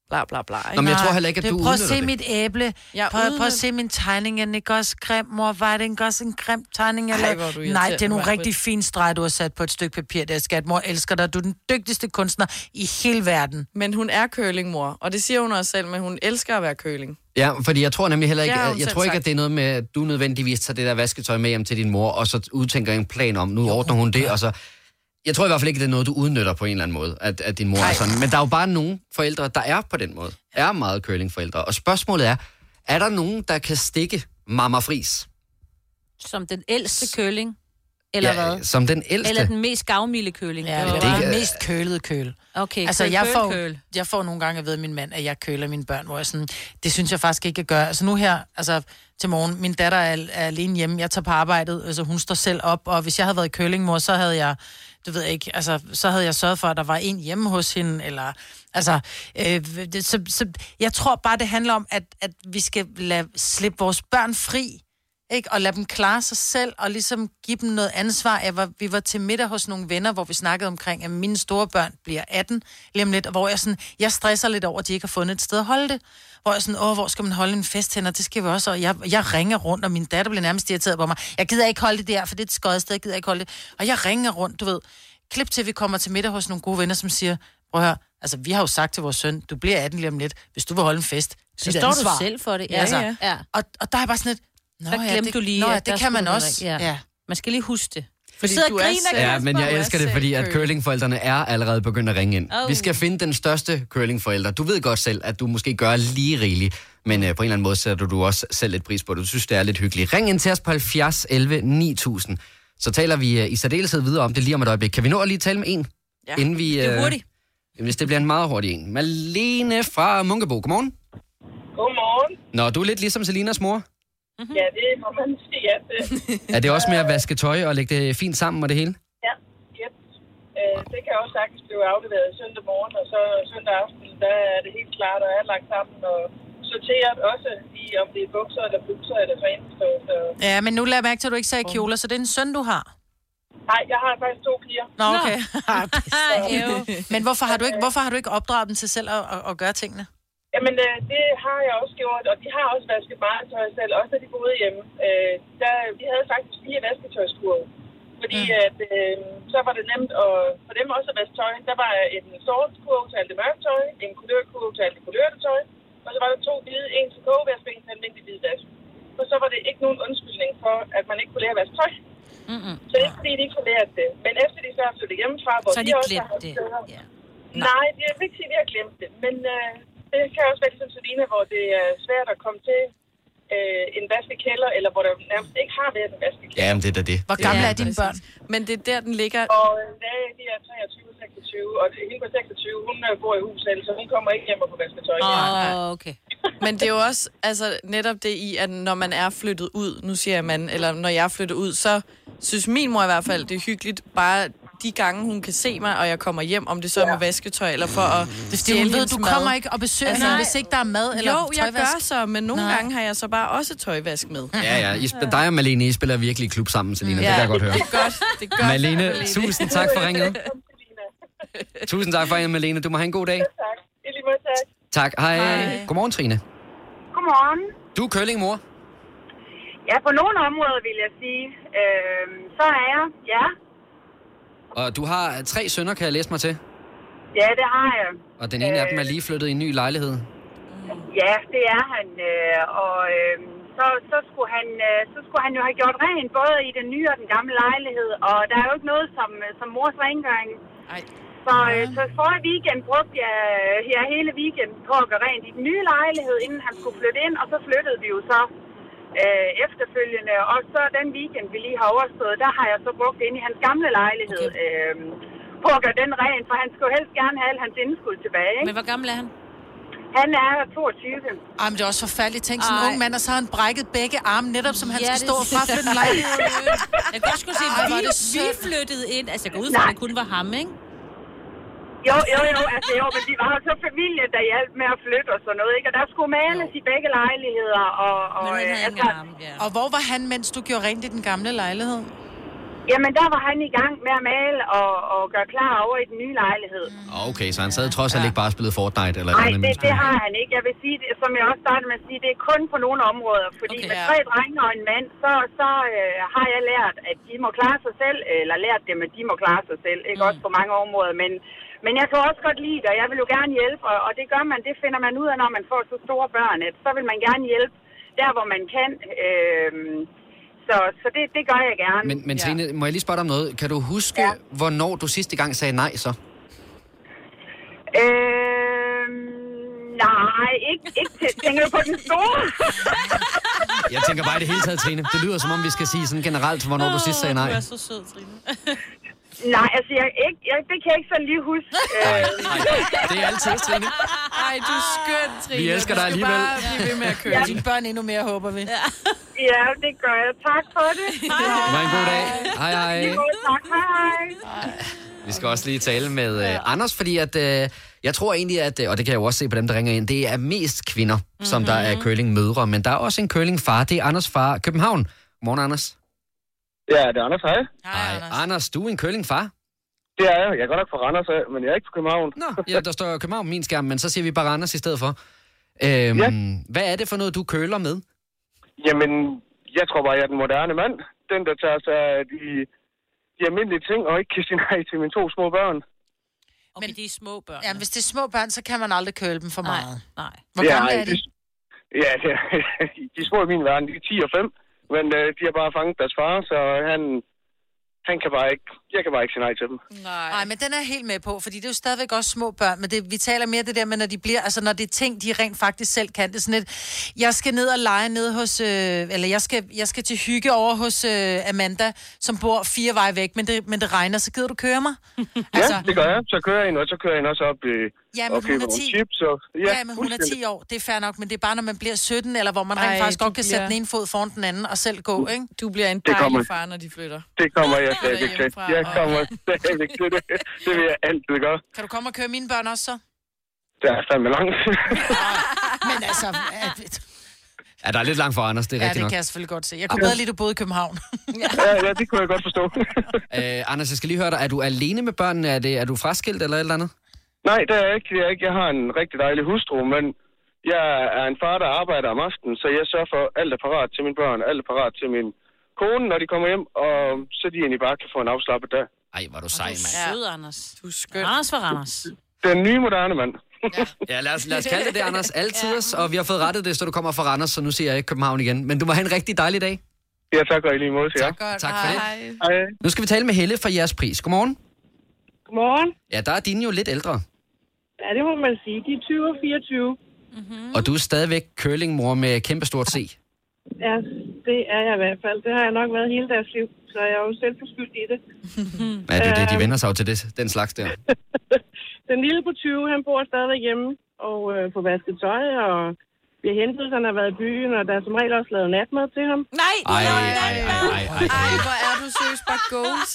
Speaker 4: bla bla bla.
Speaker 5: Nå, men jeg tror heller ikke, at
Speaker 2: det,
Speaker 5: du
Speaker 2: prøv at
Speaker 5: udnytter
Speaker 2: se
Speaker 5: det.
Speaker 2: mit æble.
Speaker 4: Jeg
Speaker 2: Prøv, prøv
Speaker 4: udnytter-
Speaker 2: at se min tegning. Er den ikke også grim, mor? Var det ikke også en grim tegning? Jeg
Speaker 4: Ej,
Speaker 2: lavede?
Speaker 4: hvor er du
Speaker 2: Nej,
Speaker 4: irriterende,
Speaker 2: det er nogle
Speaker 4: Maj-Brit.
Speaker 2: rigtig fine streger, du har sat på et stykke papir der, skat. Mor elsker dig. Du er den dygtigste kunstner i hele verden.
Speaker 4: Men hun er curlingmor, og det siger hun også selv, men hun elsker at være curling.
Speaker 5: Ja, fordi jeg tror nemlig heller ikke,
Speaker 4: Det har hun
Speaker 5: jeg, jeg
Speaker 4: selv
Speaker 5: tror ikke,
Speaker 4: sagt.
Speaker 5: at det er noget med, at du nødvendigvis tager det der vasketøj med hjem til din mor, og så udtænker en plan om, nu ordner hun det, og så... Jeg tror i hvert fald ikke, at det er noget, du udnytter på en eller anden måde, at, at din mor
Speaker 2: Nej.
Speaker 5: er sådan. Men der er jo bare nogle forældre, der er på den måde. Er meget curlingforældre. Og spørgsmålet er, er der nogen, der kan stikke Mamma Friis?
Speaker 3: Som den ældste køling? Eller
Speaker 5: Ja,
Speaker 3: hvad?
Speaker 5: som den ældste?
Speaker 3: Eller den mest gavmilde køling?
Speaker 2: Ja,
Speaker 3: Det
Speaker 2: det
Speaker 3: var-
Speaker 2: er den mest kølede køl.
Speaker 3: Okay,
Speaker 2: Altså,
Speaker 3: køl,
Speaker 2: jeg
Speaker 3: køl,
Speaker 2: får,
Speaker 3: køl.
Speaker 2: jeg får nogle gange at vide af min mand, at jeg køler mine børn, hvor jeg sådan, det synes jeg faktisk ikke, jeg gør. Altså nu her, altså til morgen, min datter er, er alene hjemme, jeg tager på arbejdet, altså hun står selv op, og hvis jeg havde været kølingmor, så havde jeg, det ved jeg ikke, altså så havde jeg sørget for, at der var en hjemme hos hende, eller, altså, øh, det, så, så jeg tror bare, det handler om, at, at vi skal lade, slippe vores børn fri, ikke? Og lade dem klare sig selv, og ligesom give dem noget ansvar. Jeg var, vi var til middag hos nogle venner, hvor vi snakkede omkring, at mine store børn bliver atten lige om lidt, og hvor jeg sådan, jeg stresser lidt over, at de ikke har fundet et sted at holde det. Hvor jeg sådan, åh, hvor skal man holde en fest hen, og det skal vi også, og jeg, jeg ringer rundt, og min datter bliver nærmest irriteret på mig. Jeg gider ikke holde det der, for det er et skøjet sted, jeg gider ikke holde det. Og jeg ringer rundt, du ved. Klip til, vi kommer til middag hos nogle gode venner, som siger, prøv at høre, altså vi har jo sagt til vores søn, du bliver atten lige om lidt, hvis du vil holde en fest.
Speaker 3: Så står du selv for det. Ja,
Speaker 2: altså,
Speaker 3: ja. ja.
Speaker 2: Og, og der er bare sådan et, Nå,
Speaker 3: Der
Speaker 2: ja,
Speaker 3: glemte
Speaker 2: det,
Speaker 3: du lige,
Speaker 2: nå, ja,
Speaker 3: at
Speaker 2: det
Speaker 3: der
Speaker 2: kan man
Speaker 3: skulle du
Speaker 2: også.
Speaker 3: ikke- ja. Man skal lige huske det.
Speaker 4: Fordi
Speaker 3: sidder
Speaker 4: du
Speaker 3: og
Speaker 4: er
Speaker 3: griner,
Speaker 4: selv-
Speaker 5: Ja,
Speaker 3: Kasper.
Speaker 5: men jeg
Speaker 4: er
Speaker 5: elsker det,
Speaker 4: selv
Speaker 5: fordi at
Speaker 4: curling.
Speaker 5: curlingforældrene er allerede begyndt at ringe ind.
Speaker 3: Oh.
Speaker 5: Vi skal finde den største curlingforælder. Du ved godt selv, at du måske gør lige rigeligt, men øh, på en eller anden måde sætter du også selv lidt pris på det. Du synes, det er lidt hyggeligt. Ring ind til os på halvfjerds elleve ni tusind. Så taler vi øh, i særdeleshed videre om det lige om et øjeblik. Kan vi nå at lige tale med en?
Speaker 4: Ja,
Speaker 5: inden vi,
Speaker 3: det er hurtigt.
Speaker 5: Hvis det bliver en meget hurtig en. Malene fra Munkebo. Godmorgen.
Speaker 8: Godmorgen.
Speaker 5: Nå, du er lidt ligesom Selinas mor.
Speaker 8: Ja, det må man sige, at det...
Speaker 5: Er det også med at vaske tøj og lægge det fint sammen og det hele?
Speaker 8: Ja, yep. øh, det kan også sagtens blive afleveret søndag morgen, og så søndag aften, der er det helt klart og er lagt sammen og sorteret også i, om det er bukser eller bukser eller træningstøj. Så...
Speaker 2: Ja, men nu lader jeg mærke til, at du ikke sagde kjoler, så det er en søn, du har.
Speaker 8: Nej, jeg har faktisk to piger.
Speaker 2: Nå, okay.
Speaker 3: Ew.
Speaker 2: Men hvorfor har, du ikke, hvorfor har du ikke opdraget dem til selv at, at, at gøre tingene?
Speaker 8: Jamen, øh, det har jeg også gjort, og de har også vasket meget tøj selv, også da de boede hjemme. Øh, der, vi havde faktisk fire vasketøjskurve, fordi mm. at, øh, så var det nemt at, for dem også at vaske tøj. Der var en sort kurve til alt det mørke tøj, en kulørkurve til alt det kulørte tøj, og så var der to hvide, en til kogevask og en til almindelig hvid vask. Og så var det ikke nogen undskyldning for, at man ikke kunne lære at vaske tøj.
Speaker 3: Mm-mm.
Speaker 8: Så det er ikke fordi, de ikke kunne lære det. Men efter de så har flyttet hjemmefra, hvor
Speaker 3: Så har
Speaker 8: de,
Speaker 3: de
Speaker 8: også
Speaker 3: glemt
Speaker 8: har
Speaker 3: det.
Speaker 8: steder,
Speaker 3: Ja.
Speaker 8: Nej, det er ikke sige, at vi har glemt det. Men øh, det kan også være ligesom Selina, hvor det er svært at komme til øh, en vaskekælder, eller hvor der nærmest ikke har været en vaskekælder.
Speaker 5: Ja, men det er da det.
Speaker 2: Hvor gamle
Speaker 4: Ja,
Speaker 2: er dine
Speaker 4: præcis.
Speaker 2: børn?
Speaker 4: Men det er der, den ligger...
Speaker 8: Og øh, Lage, de er treogtyve og seksogtyve, og hende på seksogtyve, hun øh, bor i hus selv, så hun kommer ikke hjem og på vasketøj.
Speaker 3: Åh, oh, okay.
Speaker 4: Men det er jo også altså, netop det i, at når man er flyttet ud, nu siger jeg man, eller når jeg er flyttet ud, så synes min mor i hvert fald, det er hyggeligt, bare de gange, hun kan se mig, og jeg kommer hjem, om det så er med vasketøj, eller for at
Speaker 2: Det er fordi,
Speaker 4: stjæle
Speaker 2: hun ved,
Speaker 4: hendes
Speaker 2: du
Speaker 4: mad.
Speaker 2: kommer ikke og besøger
Speaker 4: Altså,
Speaker 2: hende, hvis ikke der er mad eller
Speaker 4: Jo,
Speaker 2: tøjvask.
Speaker 4: jeg gør så, men nogle
Speaker 2: Nej.
Speaker 4: gange har jeg så bare også tøjvask med.
Speaker 5: Ja, ja. I, sp- dig og Malene, I spiller virkelig klub sammen, Selina. Ja, det
Speaker 4: Ja,
Speaker 5: kan jeg godt høre.
Speaker 4: Det er godt. Det er godt.
Speaker 5: Malene, tusind tak for ringet. Tusind tak for ringet, Malene. Du må have en god dag.
Speaker 8: Tak. I lige måde, tak.
Speaker 5: Tak. Hej. Hej. Godmorgen, Trine.
Speaker 16: Godmorgen.
Speaker 5: Du er curlingmor.
Speaker 16: Ja, på nogle områder vil jeg sige. Øh, så er jeg, ja.
Speaker 5: Og du har tre sønner, kan jeg læse mig til.
Speaker 16: Ja, det har jeg.
Speaker 5: Og den ene af dem er lige flyttet i en ny lejlighed.
Speaker 16: Ja, det er han. Øh, og øh, så, så, skulle han, øh, så skulle han jo have gjort rent, både i den nye og den gamle lejlighed. Og der er jo ikke noget som, som mors rengøring.
Speaker 4: Ej.
Speaker 16: Så, øh, så forrige weekend brugte jeg ja, hele weekenden på at gøre rent i den nye lejlighed, inden han skulle flytte ind. Og så flyttede vi jo så øh, efterfølgende. Og så den weekend, vi lige har overstået, der har jeg så brugt ind i hans gamle lejlighed. Okay. Øh, på at gøre den ren, for han skulle helst gerne have al hans indskud tilbage. Ikke?
Speaker 3: Men hvor gammel er han?
Speaker 16: Han er toogtyve.
Speaker 2: Ej, men det er også forfærdeligt. Tænk sådan en
Speaker 3: Ej.
Speaker 2: ung mand, og så har han brækket begge arme, netop som han
Speaker 3: Ja,
Speaker 2: skal
Speaker 3: det
Speaker 2: stå og
Speaker 3: synes jeg.
Speaker 2: fraflytte en lejlighed.
Speaker 3: Jeg kan også skulle sige,
Speaker 2: Ej, hvor
Speaker 3: vi,
Speaker 2: er det
Speaker 3: vi
Speaker 2: sødt.
Speaker 3: flyttede ind. Altså, jeg går ud fra, at det kun var ham, ikke?
Speaker 16: Jo, jo, jo, altså jo, men de var jo så familie, der hjalp med at flytte og sådan noget, ikke? Og der skulle males i begge lejligheder, og... og
Speaker 3: Men han
Speaker 16: øh,
Speaker 3: havde
Speaker 16: altså,
Speaker 3: ingen arme, ja.
Speaker 2: Og hvor var han, mens du gjorde rent i den gamle lejlighed?
Speaker 16: Jamen, der var han i gang med at male og, og gøre klar over i den nye lejlighed.
Speaker 5: Okay, så han sad trods alt ikke bare og spillede Fortnite? Eller
Speaker 16: Nej,
Speaker 5: eller
Speaker 16: det, det har han ikke. Jeg vil sige, det, som jeg også startede med at sige, det er kun på nogle områder. Fordi okay, med tre ja. drenge og en mand, så, så øh, har jeg lært, at de må klare sig selv, eller lært dem, at de må klare sig selv. Ikke mm. også på mange områder, men... Men jeg kan også godt lide det, og jeg vil jo gerne hjælpe, og det gør man, det finder man ud af, når man får så store børn, at så vil man gerne hjælpe der, hvor man kan. Øh, så så det, det gør jeg gerne.
Speaker 5: Men, men Trine, ja. må jeg lige spørge dig om noget? Kan du huske, ja. hvornår du sidste gang sagde nej så?
Speaker 16: Øh, nej, ikke, ikke til, tænker du på den store?
Speaker 5: Jeg tænker bare i det hele taget, Trine. Det lyder som om, vi skal sige sådan generelt, hvornår du sidst sagde nej.
Speaker 3: Du er så sød, Trine.
Speaker 16: Nej, altså, jeg, ikke, jeg, det kan jeg ikke så lige huske.
Speaker 5: Nej, nej, det er altid, Trine.
Speaker 4: Ej, du er skøn, Trine.
Speaker 5: Vi elsker dig alligevel.
Speaker 4: Du skal bare blive ved med at køre.
Speaker 2: Ja. Dine børn endnu mere, håber vi. Ja,
Speaker 16: ja det gør jeg. Tak for det.
Speaker 5: Det var en god dag. Hej, hej.
Speaker 16: Tak, hej.
Speaker 5: Vi skal også lige tale med uh, Anders, fordi at, uh, jeg tror egentlig, at, og det kan jeg jo også se på dem, der ringer ind, det er mest kvinder, mm-hmm. som der er curlingmødre, men der er også en curlingfar. Det er Anders far, København. Godmorgen, Anders.
Speaker 17: Ja, det er Anders, hej.
Speaker 5: Hej, Anders. Anders, du er en curlingfar?
Speaker 17: Det er jeg. Jeg er godt nok fra Randers af, men jeg er ikke fra København.
Speaker 5: Nå, ja, der står København på min skærm, men så siger vi bare Randers i stedet for. Øhm, ja. Hvad er det for noget, du køler med?
Speaker 17: Jamen, jeg tror bare, jeg er den moderne mand. Den, der tager sig af de, de almindelige ting, og ikke kan sige nej til mine to små børn.
Speaker 3: Men de er små børn.
Speaker 2: Ja, hvis det er små børn, så kan man aldrig køle dem for
Speaker 3: nej,
Speaker 2: meget.
Speaker 3: Nej.
Speaker 2: Hvor ja, gamle er de?
Speaker 17: Ja, de, de er små i min verden. De er ti og fem. Men øh, de har bare fanget deres far, så han, han kan bare ikke, jeg kan bare ikke sige nej til dem.
Speaker 2: Nej. Nej, men den er jeg helt med på, fordi det er jo stadigvæk også små børn, men det, vi taler mere det der med, når de bliver, altså når det er ting, de rent faktisk selv kan. Det er sådan et, jeg skal ned og lege ned hos, øh, eller jeg skal, jeg skal til hygge over hos øh, Amanda, som bor fire veje væk, men det, men det regner, så gider du køre mig?
Speaker 17: Altså, ja, det gør jeg. Så kører jeg ind, og så kører jeg ind også op i...
Speaker 2: Ja, men
Speaker 17: okay,
Speaker 2: hun er ti.
Speaker 17: Chips, og, ja,
Speaker 2: ja, men hun er ti år. Det er fair nok, men det er bare, når man bliver sytten, eller hvor man Ej, rent faktisk godt kan bliver... sætte den ene fod foran den anden og selv gå, ikke?
Speaker 4: Du bliver en dejlig far, når de flytter.
Speaker 17: Det kommer jeg slet ikke til. Jeg kommer slet ikke til det. Det vil jeg altid gøre.
Speaker 2: Kan du komme og køre mine børn også så?
Speaker 17: Det er fandme langt.
Speaker 2: Men altså...
Speaker 5: Ja, der er lidt langt for Anders, det er
Speaker 2: ja,
Speaker 5: rigtigt nok.
Speaker 2: Ja, det kan jeg selvfølgelig godt se. Jeg kunne bedre lide, at du boede i København.
Speaker 17: ja. ja, det kunne jeg godt forstå.
Speaker 5: uh, Anders, jeg skal lige høre dig. Er du alene med børnene? Er, det, er du fraskilt eller et eller andet?
Speaker 17: Nej, det er jeg ikke. Jeg, er ikke. Jeg har en rigtig dejlig hustru, men jeg er en far, der arbejder om aftenen, så jeg sørger for alt er parat til mine børn, alt er parat til min kone, når de kommer hjem, og så de egentlig bare kan få en afslappet dag.
Speaker 5: Ej, hvor du sej, mand.
Speaker 3: Du er sød, Anders.
Speaker 4: Du er skøn.
Speaker 3: Anders for Anders.
Speaker 17: Den nye moderne mand.
Speaker 5: ja, ja lad, os, lad os kalde det det, Anders. Altid, ja. Og vi har fået rettet det, så du kommer fra Randers, så nu siger jeg ikke København igen. Men du må have en rigtig dejlig dag.
Speaker 17: Ja, tak og i lige måde,
Speaker 5: tak, ja. Tak for
Speaker 4: Hej.
Speaker 5: det. Hej. Nu skal vi tale med Helle fra jeres pris. Godmorgen.
Speaker 18: Godmorgen.
Speaker 5: Ja, der er dine jo lidt ældre.
Speaker 18: Ja, det må man sige. De er tyve og fireogtyve.
Speaker 3: Mm-hmm.
Speaker 5: Og du er stadigvæk curlingmor med kæmpestort C.
Speaker 18: Ja, det er jeg i hvert fald. Det har jeg nok været hele deres liv, så jeg er jo selv forskyldt i det.
Speaker 5: Ja, det er det, de vender sig til det, den slags der.
Speaker 18: Den lille på tyve, han bor stadigvæk hjemme og øh, får vasket tøj, og vi har hentet, han har været i byen, og der er som regel også lavet natmad til ham.
Speaker 3: Nej,
Speaker 5: ej, ej, ej, ej, ej.
Speaker 4: Ej, hvor er du seriøst bare goes.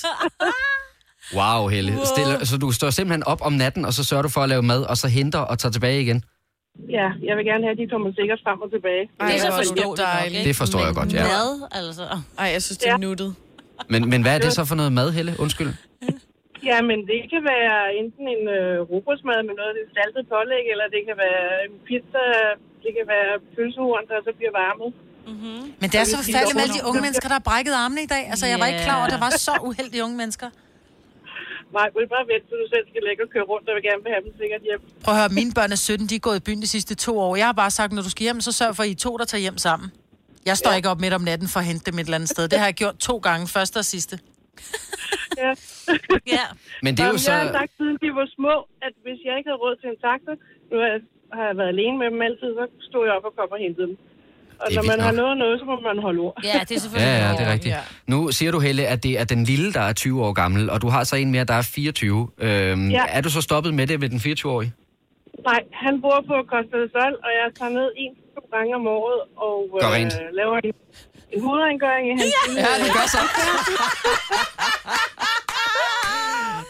Speaker 5: Wow, Helle. Wow. Stille, så du står simpelthen op om natten, og så sørger du for at lave mad, og så henter og tager tilbage igen?
Speaker 18: Ja, jeg vil gerne have, at de kommer sikkert frem og tilbage.
Speaker 3: Ej, det er så forståeligt.
Speaker 5: Det forstår jeg godt, ja.
Speaker 3: Mad, altså.
Speaker 4: Ej, jeg synes, det er nuttet.
Speaker 5: Men, men hvad er det så for noget mad, Helle? Undskyld.
Speaker 18: Ja, men det kan være enten en øh, robrødsmad med noget af det saltet pålæg, eller det kan være en pizza, det kan være pølsehorn, der så bliver varmet.
Speaker 3: Mm-hmm.
Speaker 2: Men det er så forfærdeligt med alle de unge mennesker, der har brækket armene i dag. Altså, jeg var ikke klar over, at der var så uheldige unge mennesker.
Speaker 18: Nej, vil bare vente, så du selv skal lægge og køre rundt, og vil gerne vil have dem sikkert hjem.
Speaker 2: Prøv at høre, mine børn er sytten, de er gået i byen de sidste to år. Jeg har bare sagt, når du skal hjem, så sørg for, at I to, der tager hjem sammen. Jeg står ja. ikke op midt om natten for at hente dem et eller andet sted. Det har jeg gjort to gange, første og sidste.
Speaker 18: Ja.
Speaker 3: ja.
Speaker 5: Men det er jo så...
Speaker 18: Jeg har sagt, siden de var små, at hvis jeg ikke havde råd til en taxa, nu har jeg været alene med dem altid, så stod jeg op og kom og hentede dem. Og når man nok. har noget noget, så må man holde ord.
Speaker 3: Ja, det er selvfølgelig.
Speaker 5: Ja, ja, det er rigtigt. Ja. Nu siger du, Helle, at det er den lille, der er tyve år gammel, og du har så en mere, der er fireogtyve. Øhm, ja. Er du så stoppet med det ved den fireogtyve-årige?
Speaker 18: Nej, han bor på Costa del Sol, og jeg tager ned en to gange om året og øh, laver en, en hovedrengøring i hans
Speaker 5: ja. ja, det gør så. Åh, oh, jeg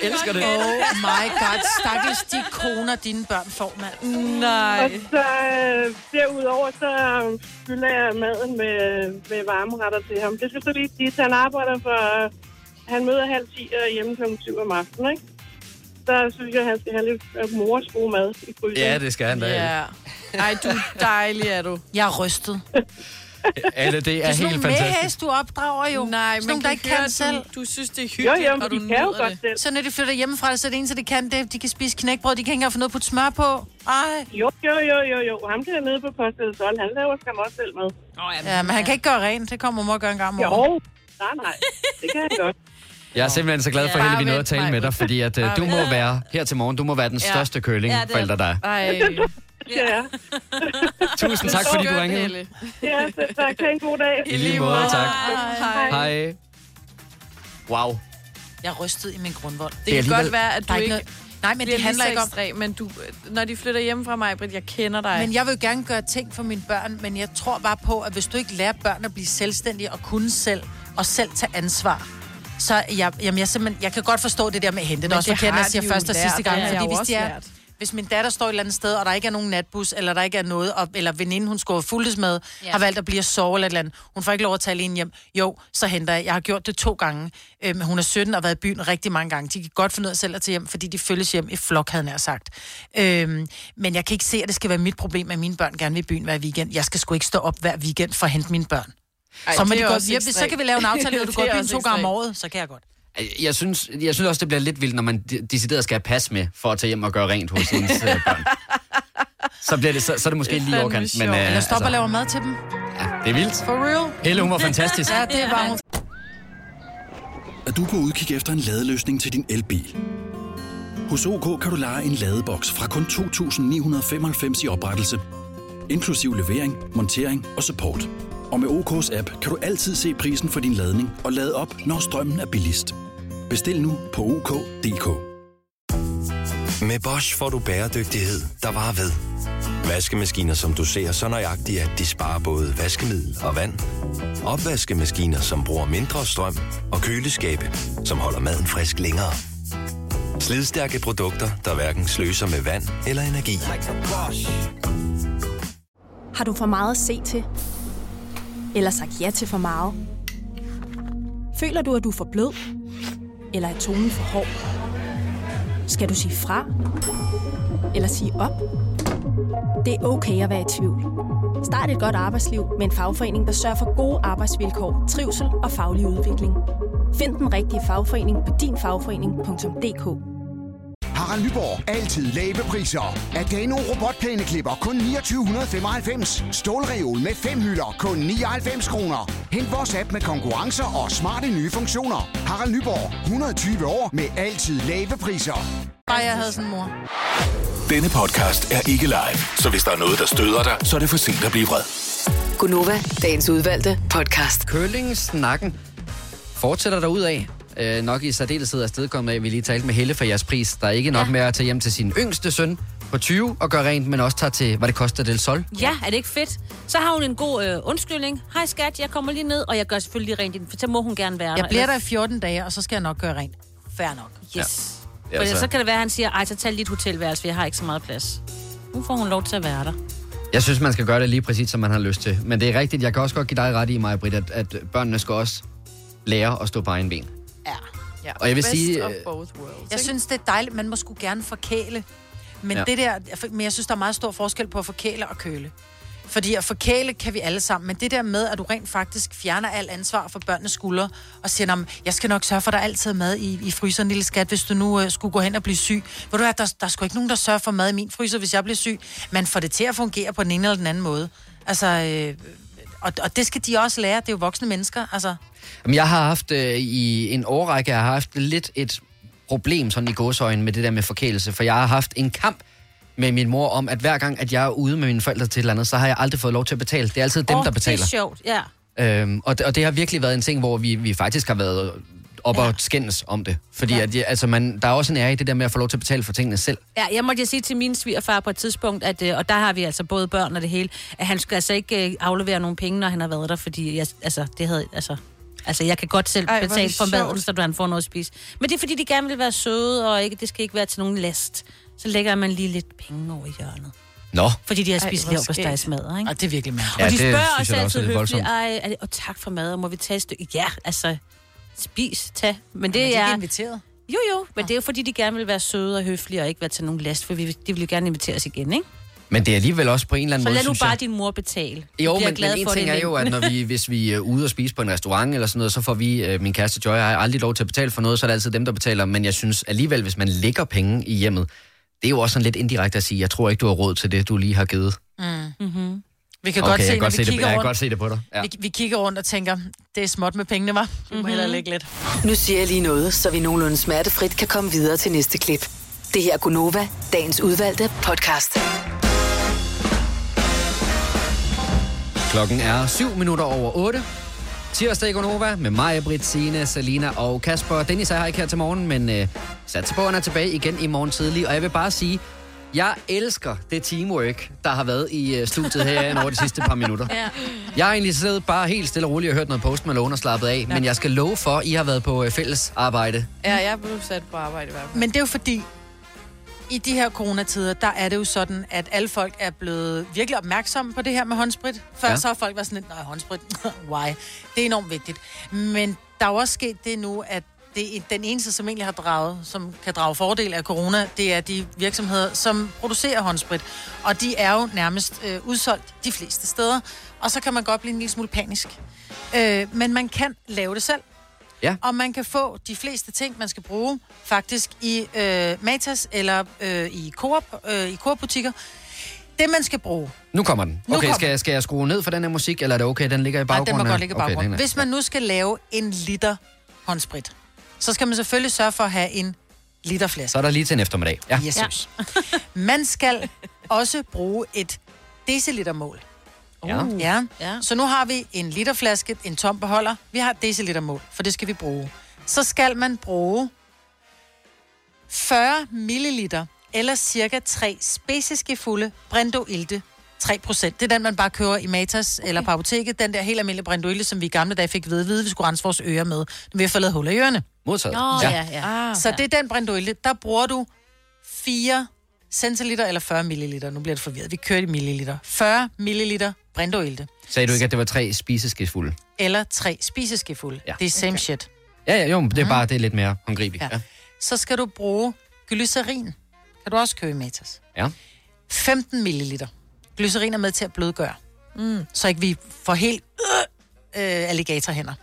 Speaker 5: elsker det.
Speaker 2: Oh my god, stakkels de koner, dine børn får, mand.
Speaker 4: Nej.
Speaker 18: Og så øh, derudover, så øh, fylder jeg maden med, med varmeretter til ham. Det skal så lige sige, at han arbejder for... Han møder halv ti og hjemme klokken syv om aftenen, ikke? Så synes jeg, at han skal have lidt øh, mors gode mad i fryseren.
Speaker 5: Ja, det skal han da.
Speaker 4: Ja. Ej, du er dejlig, er du.
Speaker 2: Jeg er rystet.
Speaker 5: Alle, det er,
Speaker 2: Det er sådan
Speaker 5: helt
Speaker 2: nogle
Speaker 5: fantastisk.
Speaker 2: medhæs, du opdrager jo.
Speaker 4: Nej,
Speaker 2: sådan
Speaker 4: men
Speaker 2: nogle, der ikke kan
Speaker 4: du,
Speaker 2: selv.
Speaker 4: Du synes, det er
Speaker 18: Jo,
Speaker 4: hyggeligt,
Speaker 18: jo,
Speaker 4: og
Speaker 18: men
Speaker 4: du
Speaker 18: de kan jo
Speaker 4: nyder
Speaker 18: godt
Speaker 4: det.
Speaker 18: selv.
Speaker 2: Så når de flytter hjemmefra, så er det eneste, de kan, det de kan spise knækbrød. De kan ikke engang få noget at putte smør på. Ej.
Speaker 18: Jo, jo, jo, jo, jo. Ham der nede på Postel Sol, han laver skam også selv med.
Speaker 2: Oh, ja, men han kan ikke gøre rent. Det kommer mor at gøre en gang om året.
Speaker 18: Jo, nej, nej. Det kan han godt.
Speaker 5: Jeg er simpelthen så glad for,
Speaker 4: Ja,
Speaker 5: at vi
Speaker 4: bare
Speaker 5: nåede at
Speaker 4: vent,
Speaker 5: tale med
Speaker 4: Maja.
Speaker 5: dig, fordi at, uh,
Speaker 4: Bare
Speaker 5: du må
Speaker 4: vent.
Speaker 5: være her til morgen. Du må være den
Speaker 4: Ja.
Speaker 5: største køling,
Speaker 3: Ja, det er-
Speaker 5: forælder der.
Speaker 4: Ej.
Speaker 18: Ja,
Speaker 5: Tusind tak, fordi du
Speaker 4: Skønt,
Speaker 5: ringede.
Speaker 4: Helle.
Speaker 18: ja så tak. Ha' en god dag.
Speaker 5: I lige måde, tak.
Speaker 4: Hej.
Speaker 5: Hej. Wow.
Speaker 2: Jeg er rystet i min grundvold.
Speaker 4: Det
Speaker 5: Det er
Speaker 4: kan godt
Speaker 5: alligevel-
Speaker 4: være, at
Speaker 2: Der
Speaker 4: du
Speaker 2: er ikke
Speaker 4: ikke
Speaker 2: noget- Nej, men
Speaker 4: bliver
Speaker 2: det handler
Speaker 4: lige
Speaker 2: ikke
Speaker 4: så
Speaker 2: om...
Speaker 4: ekstrem, men du, når de flytter hjem fra mig, Britt, jeg kender dig.
Speaker 2: Men jeg vil gerne gøre ting for mine børn, men jeg tror bare på, at hvis du ikke lærer børn at blive selvstændige og kunne selv, og selv tage ansvar, så jeg, jamen jeg, simpelthen, jeg kan godt forstå det der med at hente. Det
Speaker 4: Men
Speaker 2: er også
Speaker 4: det
Speaker 2: forkert,
Speaker 4: har
Speaker 2: at jeg siger
Speaker 4: de jo
Speaker 2: først og
Speaker 4: lært,
Speaker 2: sidste
Speaker 4: det
Speaker 2: gang.
Speaker 4: har jeg
Speaker 2: Fordi
Speaker 4: jo
Speaker 2: hvis,
Speaker 4: også
Speaker 2: de er,
Speaker 4: lært.
Speaker 2: hvis min datter står et eller andet sted, og der ikke er nogen natbus, eller der ikke er noget, og, eller veninde, hun skulle fuldes med,
Speaker 3: Ja.
Speaker 2: har valgt at blive at sove eller et eller andet. Hun får ikke lov at tage alene hjem. Jo, så henter jeg. Jeg har gjort det to gange. Øhm, hun er sytten og har været i byen rigtig mange gange. De kan godt finde ud af selv at tage hjem, fordi de følges hjem i flok, havde jeg nær sagt. Øhm, men jeg kan ikke se, at det skal være mit problem, at mine børn gerne vil i byen hver weekend. Jeg skal sgu ikke stå op hver weekend for at hente mine børn.
Speaker 4: Ej,
Speaker 2: så, må
Speaker 4: det
Speaker 2: de
Speaker 4: er
Speaker 2: gå,
Speaker 4: også
Speaker 2: ja,
Speaker 4: ekstremt.
Speaker 2: så kan vi lave en aftale, at du
Speaker 4: Det
Speaker 2: går i
Speaker 4: er
Speaker 2: byen
Speaker 4: også
Speaker 2: to gange om
Speaker 4: ekstremt.
Speaker 2: året, så kan jeg godt.
Speaker 5: Jeg synes, jeg synes også, det bliver lidt vildt, når man de- decideret skal have pas med, for at tage hjem og gøre rent hos ens øh, børn. Så, bliver det, så, så er det måske
Speaker 4: Det er
Speaker 5: lige
Speaker 4: fandme
Speaker 5: overkant. Men,
Speaker 4: sjovt.
Speaker 5: øh,
Speaker 2: Eller stop og lave mad til dem.
Speaker 5: ja, det er vildt.
Speaker 2: For real.
Speaker 5: Helle, hun var fantastisk.
Speaker 2: Ja, det var hun.
Speaker 12: Er du på udkig efter en ladeløsning til din elbil? Hos OK kan du leje en ladeboks fra kun to tusind ni hundrede femoghalvfems i oprettelse, inklusiv levering, montering og support. Og med O K's app kan du altid se prisen for din ladning og lade op, når strømmen er billigst. Bestil nu på O K punktum D K.
Speaker 19: Med Bosch får du bæredygtighed, der varer ved. Vaskemaskiner, som du ser så nøjagtigt, at de sparer både vaskemiddel og vand. Opvaskemaskiner, som bruger mindre strøm. Og køleskabe, som holder maden frisk længere. Slidstærke produkter, der hverken sløser med vand eller energi.
Speaker 20: Har du for meget at se til? Eller sagt ja til for meget? Føler du, at du er for blød? Eller er tonen for hård? Skal du sige fra? Eller sige op? Det er okay at være i tvivl. Start et godt arbejdsliv med en fagforening, der sørger for gode arbejdsvilkår, trivsel og faglig udvikling. Find den rigtige fagforening på din fagforening punktum d k.
Speaker 21: Harald Nyborg. Altid lave priser. Adano robotplæneklipper kun niogtyve femoghalvfems. Stålreol med fem hylder kun nioghalvfems kroner. Hent vores app med konkurrencer og smarte nye funktioner. Harald Nyborg. hundrede og tyve år med altid lave priser.
Speaker 2: Bare jeg havde sådan en mor.
Speaker 6: Denne podcast er ikke live, så hvis der er noget, der støder dig, så er det for sent at blive vred.
Speaker 7: Gunova, dagens udvalgte podcast.
Speaker 5: Curling-snakken fortsætter derudad. Øh, nok i særdeleshed afstedkommet af, at vi lige talte med Helle for jeres pris. Der er ikke nok ja. med at tage hjem til sin yngste søn på tyve og gøre rent, men også tage til, hvad det koster del Sol.
Speaker 3: Ja, er det ikke fedt? Så har hun en god øh, undskyldning. Hej skat, jeg kommer lige ned, og jeg gør selvfølgelig lige rent. For så må hun gerne være der.
Speaker 2: Jeg bliver der
Speaker 3: ellers-
Speaker 2: i fjorten dage, og så skal jeg nok gøre rent. Fair nok.
Speaker 3: Yes.
Speaker 5: Ja.
Speaker 3: For
Speaker 5: Altså-
Speaker 3: så kan det være, at han siger, ej, så tag lige et hotelværelse, for jeg har ikke så meget plads. Nu får hun lov til at være der.
Speaker 5: Jeg synes, man skal gøre det lige præcis, som man har lyst til. Men det er rigtigt, jeg kan også godt give dig ret i mig, Britt, at, at børnene skal også lære at stå på egen ben.
Speaker 2: Ja.
Speaker 4: Ja,
Speaker 5: Og jeg vil
Speaker 4: best
Speaker 5: sige,
Speaker 4: of
Speaker 5: øh,
Speaker 4: both worlds,
Speaker 2: Jeg
Speaker 4: ikke?
Speaker 2: synes, det er dejligt. Man må sgu gerne forkæle. Men,
Speaker 5: Ja.
Speaker 2: det der, men jeg synes, der er meget stor forskel på at forkæle og køle. Fordi at forkæle kan vi alle sammen, men det der med, at du rent faktisk fjerner alt ansvar for børnenes skuldre, og siger, "Nå, jeg skal nok sørge for, at der er altid mad i, i fryseren, lille skat, hvis du nu uh, skulle gå hen og blive syg. Ved du hvad, der, der er sgu ikke nogen, der sørger for mad i min fryser, hvis jeg bliver syg. Man får det til at fungere på den ene eller den anden måde. Altså, øh, og, og det skal de også lære, det er jo voksne mennesker, altså.
Speaker 5: Jamen, jeg har haft øh, i en årrække, jeg har haft lidt et problem sådan i gåseøjne med det der med forkælelse, for jeg har haft en kamp med min mor om, at hver gang, at jeg er ude med mine forældre til et eller andet, så har jeg aldrig fået lov til at betale. Det er altid dem,
Speaker 3: Åh,
Speaker 5: der betaler.
Speaker 3: det er sjovt, ja.
Speaker 5: Øhm, og, det, og det har virkelig været en ting, hvor vi, vi faktisk har været op ja. og skændes om det. Fordi
Speaker 3: Ja.
Speaker 5: at, ja, altså man, der er også en ære i det der med at få lov til at betale for tingene selv.
Speaker 3: Ja, jeg måtte jeg sige til min svigerfar på et tidspunkt, at, øh, og der har vi altså både børn og det hele, at han skal altså ikke øh, aflevere nogen penge, når han har været der, fordi jeg, altså, det havde, altså... Altså, jeg kan godt selv
Speaker 4: Ej,
Speaker 3: betale for
Speaker 4: sjovt.
Speaker 3: maden, så du han får noget at spise. Men det er, fordi de gerne vil være søde, og ikke, det skal ikke være til nogen last. Så lægger man lige lidt penge over i hjørnet.
Speaker 5: Nå.
Speaker 3: Fordi de har
Speaker 4: Ej,
Speaker 3: spist
Speaker 4: hvor
Speaker 3: leverpostejsmadder, ikke?
Speaker 2: Og det er virkelig mærkeligt.
Speaker 5: Ja,
Speaker 3: Og de
Speaker 5: det
Speaker 3: spørger
Speaker 5: synes
Speaker 3: os
Speaker 5: jeg da også er
Speaker 3: altid
Speaker 5: lidt
Speaker 3: høfligt,
Speaker 5: voldsomt.
Speaker 3: ej, er det, og tak for mad, og må vi tage et stykke? Ja, altså, spis, tag. Men det
Speaker 2: Men de er
Speaker 3: er...
Speaker 2: ikke inviteret.
Speaker 3: Jo, jo, men det er jo fordi, de gerne vil være søde og høflige og ikke være til nogen last, for vi, de vil jo gerne invitere os igen, ikke?
Speaker 5: Men det er alligevel også på en eller anden
Speaker 3: Så
Speaker 5: måde,
Speaker 3: lad nu
Speaker 5: synes
Speaker 3: bare
Speaker 5: jeg...
Speaker 3: din mor betale.
Speaker 5: Jo,
Speaker 3: Du bliver
Speaker 5: men,
Speaker 3: glad
Speaker 5: men en
Speaker 3: for
Speaker 5: ting
Speaker 3: det
Speaker 5: er jo, at når vi, hvis vi er ude og spise på en restaurant eller sådan noget, så får vi, øh, min kæreste Joy og jeg, aldrig lov til at betale for noget, så er det altid dem, der betaler. Men jeg synes alligevel, hvis man lægger penge i hjemmet, det er jo også sådan lidt indirekte at sige, jeg tror ikke, du har råd til det, du lige har givet.
Speaker 2: Mm. Mm-hmm. Vi kan
Speaker 5: Okay,
Speaker 2: godt se,
Speaker 5: jeg kan
Speaker 2: når
Speaker 5: godt
Speaker 2: vi
Speaker 5: se det-
Speaker 2: kigger
Speaker 5: jeg kan
Speaker 2: rundt,
Speaker 5: godt se det på dig. Ja.
Speaker 2: vi, vi kigger rundt og tænker, det er småt med pengene, var. Vi må
Speaker 7: Mhm.
Speaker 2: hellere lægge lidt.
Speaker 7: Nu siger jeg lige noget, så vi nogenlunde smertefrit kan komme videre til næste klip. Det her er Gunova, dagens udvalgte podcast.
Speaker 5: Klokken er syv minutter over otte. Tirsdag i Gonova med mig, Britt, Signe, Selina og Kasper. Dennis er her ikke her til morgen, men øh, satser på, at han er tilbage igen i morgen tidlig. Og jeg vil bare sige, jeg elsker det teamwork, der har været i øh, studiet her over de sidste par minutter.
Speaker 3: Ja.
Speaker 5: Jeg har egentlig siddet bare helt stille og roligt og hørt noget Post Malone og slappet af, ja. Men jeg skal love for, at I har været på øh, fælles arbejde.
Speaker 4: Ja, jeg blev sat på arbejde i hvert fald.
Speaker 2: Men det er jo fordi, i de her coronatider, der er det jo sådan, at alle folk er blevet virkelig opmærksomme på det her med håndsprit. Før
Speaker 5: Ja.
Speaker 2: ja. så har folk været sådan lidt, nej, håndsprit, why? Det er enormt vigtigt. Men der er jo også sket det nu, at det er den eneste, som egentlig har draget, som kan drage fordel af corona, det er de virksomheder, som producerer håndsprit. Og de er jo nærmest øh, udsolgt de fleste steder. Og så kan man godt blive en lille smule panisk. Øh, men man kan lave det selv.
Speaker 5: Ja.
Speaker 2: Og man kan få de fleste ting, man skal bruge, faktisk i øh, Matas eller øh, i Coop, øh, i Coop-butikker. Det, man skal bruge.
Speaker 5: Nu kommer den.
Speaker 2: Nu
Speaker 5: Okay,
Speaker 2: kommer
Speaker 5: skal, jeg, skal jeg skrue ned for den her musik, eller er det okay, den ligger i
Speaker 2: Nej,
Speaker 5: baggrunden?
Speaker 2: den må
Speaker 5: her?
Speaker 2: godt ligge i baggrunden.
Speaker 5: Okay,
Speaker 2: Okay, Hvis man nu skal lave en liter håndsprit, så skal man selvfølgelig sørge for at have en literflaske.
Speaker 5: Så er der lige til en eftermiddag. Ja.
Speaker 2: Jesus. Man skal også bruge et decilitermål.
Speaker 5: Ja.
Speaker 2: Ja. ja. Så nu har vi en literflaske, en tom beholder. Vi har et decilitermål, for det skal vi bruge. Så skal man bruge fyrre milliliter, eller cirka tre speceskefulde Brendo Ilte. tre procent. Det er den, man bare kører i Matas okay. eller på apoteket. Den der helt almindelige Brendo Ilte, som vi i gamle dage fik ved at vide, vi skulle rense vores ører med, når vi har fået lavet huller i ørerne.
Speaker 5: Modtaget.
Speaker 3: Åh, ja, ja.
Speaker 2: Ah, så det er den Brendo Ilte. Der bruger du fire centiliter eller fyrre milliliter. Nu bliver det forvirret. Vi kører i milliliter. fyrre milliliter Brendo Ilte.
Speaker 5: Sagde du ikke, at det var tre spiseskefulde?
Speaker 2: Eller tre spiseskefulde. Ja. Det er same okay. shit.
Speaker 5: Ja, ja, jo, men det er bare det er lidt mere håndgribeligt.
Speaker 2: Ja.
Speaker 5: Ja.
Speaker 2: Så skal du bruge glycerin. Kan du også købe i Matas.
Speaker 5: Ja.
Speaker 2: femten milliliter. Glycerin er med til at blødgøre. Mm. Så ikke vi får helt øh, øh, alligatorhænder.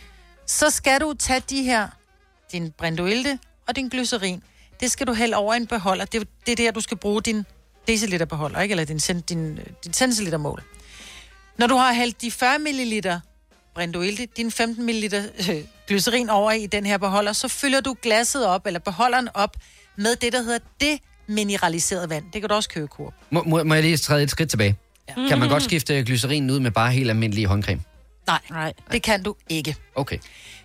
Speaker 2: Så skal du tage de her, din Brendo Ilte og din glycerin. Det skal du hælde over en beholder. Det er, det er der, du skal bruge din deciliterbeholder, ikke? Eller din, din, din, din centilitermål. Når du har hældt de fyrre milliliter Brendo Ilte, din femten milliliter øh, glycerin over i den her beholder, så fylder du glasset op, eller beholderen op, med det, der hedder demineraliseret vand. Det kan du også købe i Coop.
Speaker 5: Må, må, må jeg lige træde et skridt tilbage? Ja. Kan man godt skifte glycerinen ud med bare helt almindelig håndcreme?
Speaker 2: Nej, Nej, det kan du ikke.
Speaker 5: Okay.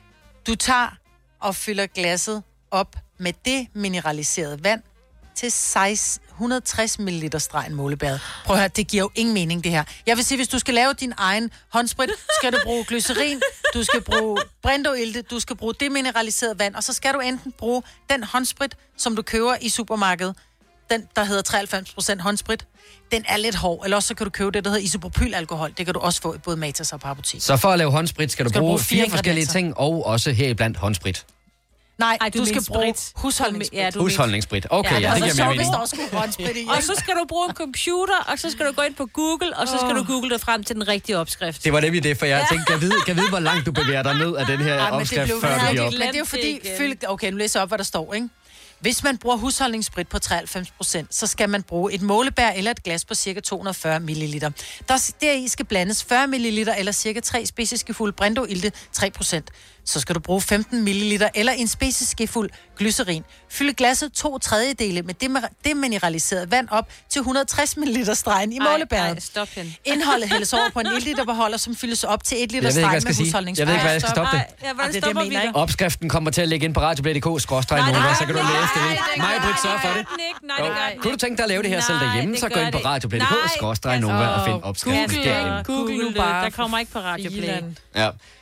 Speaker 2: Du tager og fylder glasset op med demineraliseret vand til seksten hundrede og tres milliliter stregen målebad. Prøv at høre, det giver jo ingen mening, det her. Jeg vil sige, hvis du skal lave din egen håndsprit, skal du bruge glycerin, du skal bruge Brendo Ilte, du skal bruge demineraliseret vand, og så skal du enten bruge den håndsprit, som du køber i supermarkedet, den, der hedder treoghalvfems procent håndsprit. Den er lidt hård, eller også så kan du købe det, der hedder isopropylalkohol. Det kan du også få i både Matas og på apotek.
Speaker 5: Så for at lave håndsprit skal du,
Speaker 2: skal
Speaker 5: bruge,
Speaker 2: bruge
Speaker 5: fire,
Speaker 2: fire
Speaker 5: forskellige ting, og også heriblandt håndsprit.
Speaker 2: Nej,
Speaker 3: Ej,
Speaker 2: du,
Speaker 3: du
Speaker 2: skal bruge
Speaker 3: sprit.
Speaker 2: husholdningssprit.
Speaker 3: Ja, du
Speaker 5: Husholdningssprit. Okay, ja, ja, det giver mere mening.
Speaker 2: Og så skal du håndsprit i.
Speaker 3: Og så skal du bruge en computer, og så skal du gå ind på Google, og så skal du google dig frem til den rigtige opskrift.
Speaker 5: Det var det, vi det, for jeg tænkte, kan vide, kan vide, hvor langt du bevæger dig ned af den her
Speaker 2: Ej,
Speaker 5: opskrift,
Speaker 2: det
Speaker 5: før vi er op.
Speaker 2: Men det er jo fordi, fyld, okay, nu læser jeg op, hvad der står, ikke? Hvis man bruger husholdningssprit på treoghalvfems procent, så skal man bruge et målebær eller et glas på cirka to hundrede og fyrre milliliter. Der, deri skal blandes fyrre milliliter eller cirka tre speceskefulde Brendo Ilte, tre procent. Så skal du bruge femten milliliter eller en speceskefuld glycerin. Fylde glasset to tredjedele med demineraliseret vand op til et hundrede og tres milliliter stregen i målebæret.
Speaker 3: Ej, stop hende.
Speaker 2: Indholdet hældes over på en et liter beholder, som fyldes op til et liter stregen med husholdningssprit.
Speaker 5: Jeg ved ikke, hvad jeg skal stoppe det.
Speaker 3: Ja, hvordan
Speaker 2: det,
Speaker 3: stopper
Speaker 2: det,
Speaker 3: vi
Speaker 2: mener,
Speaker 3: det?
Speaker 5: Opskriften kommer til at ligge ind på radioblad punktum d k skråstreg Nova, så kan du læse det. Mig, Britt, sørg for det.
Speaker 3: Nej,
Speaker 5: Kunne du tænke dig at lave det her selv derhjemme, så gå ind på radioblad punktum d k skråstreg Nova og find opskriften derinde.
Speaker 3: Google, Google nu bare. Der kommer ikke på radioplay.
Speaker 5: Ja.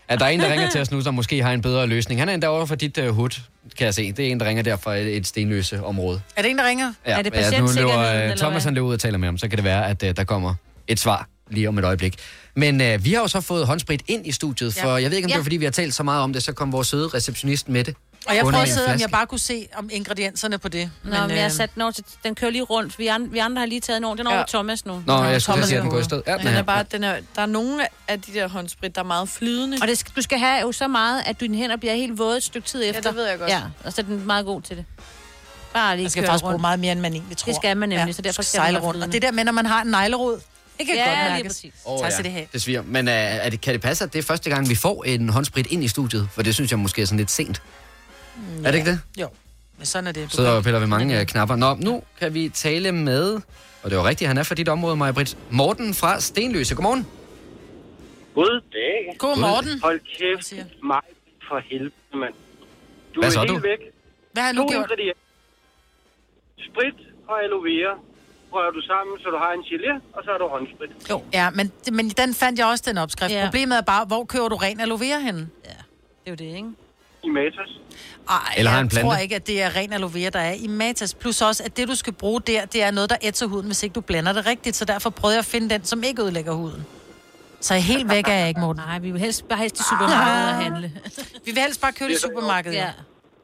Speaker 5: at der er en, der ringer til os nu, som måske har en bedre løsning. Han er endda over for dit uh, hud, kan jeg se. Det er en, der ringer der fra et, et stenløse område.
Speaker 2: Er det en, der ringer?
Speaker 5: Ja,
Speaker 2: er det
Speaker 5: ja, nu løber uh, Thomas, han løber ud og taler med ham, så kan det være, at uh, der kommer et svar lige om et øjeblik. Men uh, vi har jo så fået håndsprit ind i studiet, for ja. jeg ved ikke, om det
Speaker 2: ja.
Speaker 5: var, fordi vi har talt så meget om det, så kom vores søde receptionist med det.
Speaker 2: Og jeg prøvede at sidde, om jeg bare kunne se om ingredienserne på det.
Speaker 3: Nå, men, men jeg har sat den over til, den kører lige rundt. Vi andre, vi andre har lige taget den over. Den er
Speaker 4: ja.
Speaker 3: over Thomas nu.
Speaker 5: Nå, jeg skulle sige, at den går i sted.
Speaker 4: Ja, den er bare, den er, der er nogle af de der håndsprit, der er meget flydende.
Speaker 3: Og det skal, du skal have jo så meget, at dine hænder bliver helt våde et stykke tid efter.
Speaker 4: Ja, det ved jeg godt.
Speaker 3: Ja, og så er den meget god til det. Bare lige
Speaker 2: jeg skal faktisk bruge meget mere, end man egentlig tror.
Speaker 3: Det skal man nemlig,
Speaker 2: ja,
Speaker 3: så derfor skal
Speaker 2: sejle rundt. Og det der med, når man har en neglerod, det kan
Speaker 3: ja,
Speaker 2: godt mærkes.
Speaker 5: Oh, ja. det, det sviger. Men uh, er det, kan det passe, at det er første gang, vi får en håndsprit ind i studiet? For det synes jeg måske er sådan lidt sent. Ja. Er det ikke det?
Speaker 2: Jo, men sådan er det.
Speaker 5: Så der piller vi mange uh, knapper. Nå, nu kan vi tale med, og det var rigtigt, han er fra dit område, Maja-Britt. Morten fra Stenløse. Godmorgen.
Speaker 1: Goddag.
Speaker 2: God Morten.
Speaker 1: Hold kæft, mig for helvede, mand. Du
Speaker 5: Hvad
Speaker 1: er
Speaker 5: så,
Speaker 1: helt
Speaker 5: du?
Speaker 1: væk.
Speaker 2: Hvad har du gjort?
Speaker 1: Sprit og aloe vera rører du sammen, så du har en gelé, og så har du håndsprit.
Speaker 2: Jo, ja, men, men den fandt jeg også, den opskrift. Ja. Problemet er bare, hvor køber du ren aloe vera henne?
Speaker 3: Ja, det er jo det, ikke?
Speaker 1: I Matas.
Speaker 2: Ej,
Speaker 5: Eller har en
Speaker 2: jeg
Speaker 5: plante?
Speaker 2: tror ikke, at det er ren aloe vera, der er i Matas. Plus også, at det, du skal bruge der, det er noget, der ætser huden, hvis ikke du blander det rigtigt. Så derfor prøvede jeg at finde den, som ikke ødelægger huden. Så jeg helt væk er jeg ikke, Morten.
Speaker 3: Nej, vi vil helst bare helst i supermarkedet og handle.
Speaker 2: Vi vil helst bare købe i supermarkedet.
Speaker 3: Ja.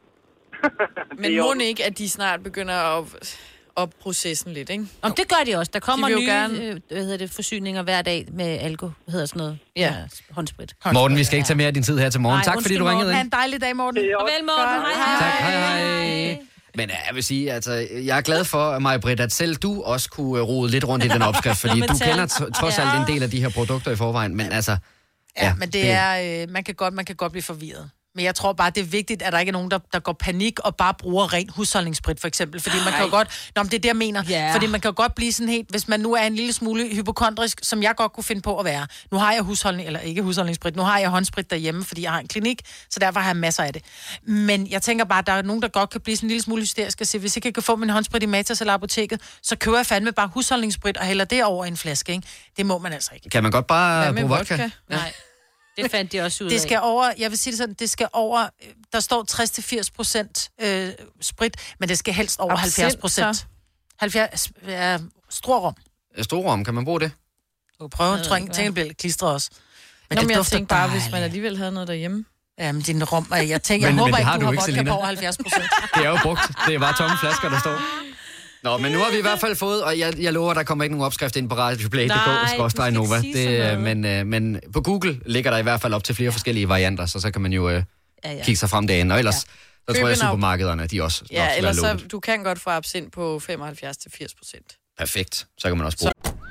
Speaker 4: Men må ikke, at de snart begynder at op processen lidt, ikke?
Speaker 3: Om det gør de også. Der kommer
Speaker 4: de
Speaker 3: nye
Speaker 4: gerne...
Speaker 3: øh, hvad hedder det, forsyninger hver dag med alko, hvad hedder sådan noget.
Speaker 4: Ja.
Speaker 3: Ja, håndsprit.
Speaker 5: Morten, vi skal ikke tage mere af din tid her til morgen.
Speaker 3: Nej,
Speaker 5: tak fordi du ringede ind.
Speaker 2: Ha' en dejlig dag, Morten.
Speaker 3: Farvel, Morten. Hej, hej.
Speaker 5: Tak, hej, hej. Men jeg vil sige, altså, jeg er glad for, Maja-Britt, at selv du også kunne rode lidt rundt i den opskrift, fordi du kender t- trods alt en del af de her produkter i forvejen, men altså...
Speaker 2: Ja, ja men det, det er... Øh, man, kan godt, man kan godt blive forvirret. Men jeg tror bare, det er vigtigt, at der ikke er nogen, der, der går panik og bare bruger ren husholdningssprit, for eksempel. Fordi man kan jo godt... Nå, men det er det, jeg mener. Yeah. Fordi man kan jo godt blive sådan helt... Hvis man nu er en lille smule hypokondrisk, som jeg godt kunne finde på at være. Nu har jeg husholdning... Eller ikke husholdningssprit. Nu har jeg håndsprit derhjemme, fordi jeg har en klinik. Så derfor har jeg masser af det. Men jeg tænker bare, at der er nogen, der godt kan blive sådan en lille smule hysterisk og sige, hvis ikke jeg kan få min håndsprit i Matas eller apoteket, så køber jeg fandme bare husholdningssprit og hælder det over i en flaske, ikke? Det må man altså ikke.
Speaker 5: Kan man godt bare bruge vodka?
Speaker 3: vodka? Ja. Nej. Det fandt de også ud af.
Speaker 2: Det skal over, jeg vil sige det sådan, det skal over, der står tres til firs procent øh, sprit, men det skal helst over
Speaker 4: Absint,
Speaker 2: halvfjerds procent. halvfjerds, ja, storrum.
Speaker 5: Storrum, kan man bruge det?
Speaker 2: Du kan prøve, jeg tror jeg, tænker, det bliver klistret også.
Speaker 4: Men Nå, det men jeg tænker bare, hvis man alligevel havde noget derhjemme.
Speaker 2: Ja, men din rom, jeg tænker, jeg
Speaker 5: men,
Speaker 2: håber
Speaker 5: men
Speaker 2: ikke,
Speaker 5: har
Speaker 2: du har
Speaker 5: ikke,
Speaker 2: vodka
Speaker 5: Selina.
Speaker 2: på over halvfjerds procent.
Speaker 5: Det er jo brugt. Det er bare tomme flasker, der står. Nå, men nu har vi i hvert fald fået, og jeg, jeg lover, der kommer ikke nogen opskrift ind på radioplay punktum d k skråstreg nova. Det, men, øh, men på Google ligger der i hvert fald op til flere forskellige varianter, så så kan man jo øh, ja, ja. kigge sig frem derinde. Og ellers, ja. så tror jeg, at supermarkederne, de også
Speaker 4: ja, ellers så, du kan godt få absint på femoghalvfjerds til firs procent.
Speaker 5: Perfekt. Så kan man også bruge. Så...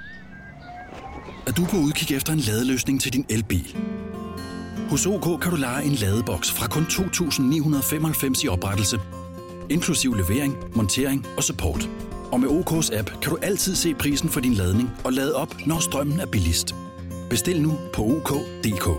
Speaker 12: Er du på udkig efter en ladeløsning til din elbil? Hos O K kan du leje en ladeboks fra kun to tusind ni hundrede femoghalvfems i oprettelse, inklusiv levering, montering og support. Og med O K's app kan du altid se prisen for din ladning og lade op, når strømmen er billigst. Bestil nu på O K punktum d k.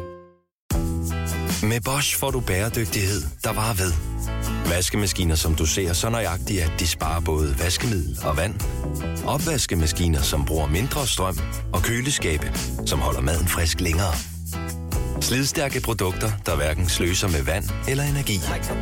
Speaker 19: Med Bosch får du bæredygtighed, der varer ved. Vaskemaskiner, som du ser så nøjagtigt, at de sparer både vaskemiddel og vand. Opvaskemaskiner, som bruger mindre strøm. Og køleskabe, som holder maden frisk længere. Slidstærke produkter, der hverken sløser med vand eller energi.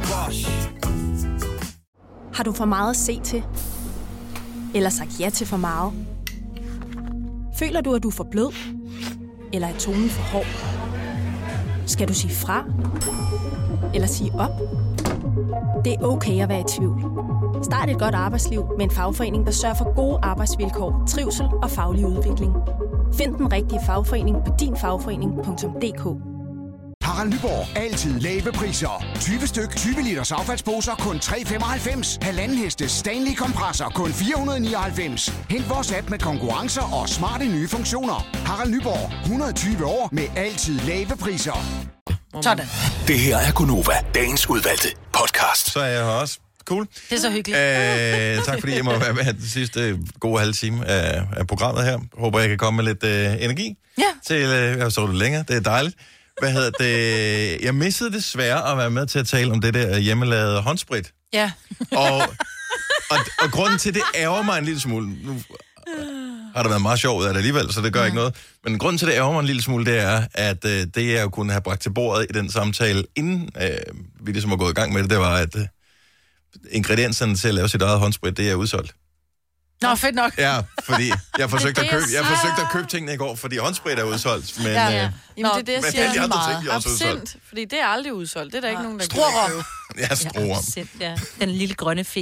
Speaker 20: Har du for meget at se til? Eller sagt ja til for meget? Føler du, at du er for blød? Eller er tonen for hård? Skal du sige fra? Eller sige op? Det er okay at være i tvivl. Start et godt arbejdsliv med en fagforening, der sørger for gode arbejdsvilkår, trivsel og faglig udvikling. Find den rigtige fagforening på din fagforening punktum d k.
Speaker 21: Harald Nyborg. Altid lave priser. tyve styk, tyve liters affaldsposer kun tre komma femoghalvfems. Halvanden hestes Stanley kompresser kun fire hundrede og nioghalvfems. Hent vores app med konkurrencer og smarte nye funktioner. Harald Nyborg. hundrede og tyve år med altid lave priser.
Speaker 2: Sådan.
Speaker 6: Det her er Gonova, dagens udvalgte podcast.
Speaker 22: Så er jeg her også. Cool.
Speaker 2: Det er så hyggeligt.
Speaker 22: Æh, tak fordi jeg må være med den sidste gode halve time af, af programmet her. Håber, jeg kan komme med lidt øh, energi
Speaker 2: ja.
Speaker 22: til, øh, jeg så det længere. Det er dejligt. Hvad hedder det? Jeg missede desværre at være med til at tale om det der hjemmelavede håndsprit.
Speaker 2: Ja.
Speaker 22: Og, og, og grunden til det ærger mig en lille smule. Nu, har der været meget sjovt af det alligevel, så det gør mm. ikke noget. Men grunden til, det ærger mig en lille smule, det er, at øh, det, jeg jo kunne have bragt til bordet i den samtale, inden øh, vi ligesom var gået i gang med det, det var, at øh, ingredienserne til at lave sit eget håndsprit, det er udsolgt.
Speaker 2: Nå, fedt nok.
Speaker 22: Ja, fordi jeg forsøgte,
Speaker 2: det,
Speaker 22: at, købe, jeg forsøgte at købe tingene i går, fordi håndsprit er udsolgt. Men,
Speaker 4: ja, ja.
Speaker 22: Øh,
Speaker 4: Jamen, det er det, jeg
Speaker 22: men
Speaker 4: siger.
Speaker 22: alle de andre ting, de er også udsolgt.
Speaker 4: Absint, fordi det er aldrig udsolgt. Det er der ikke nogen, der
Speaker 2: Strorum.
Speaker 4: købe.
Speaker 22: Ja, strorum.
Speaker 3: Ja, den lille grønne fe.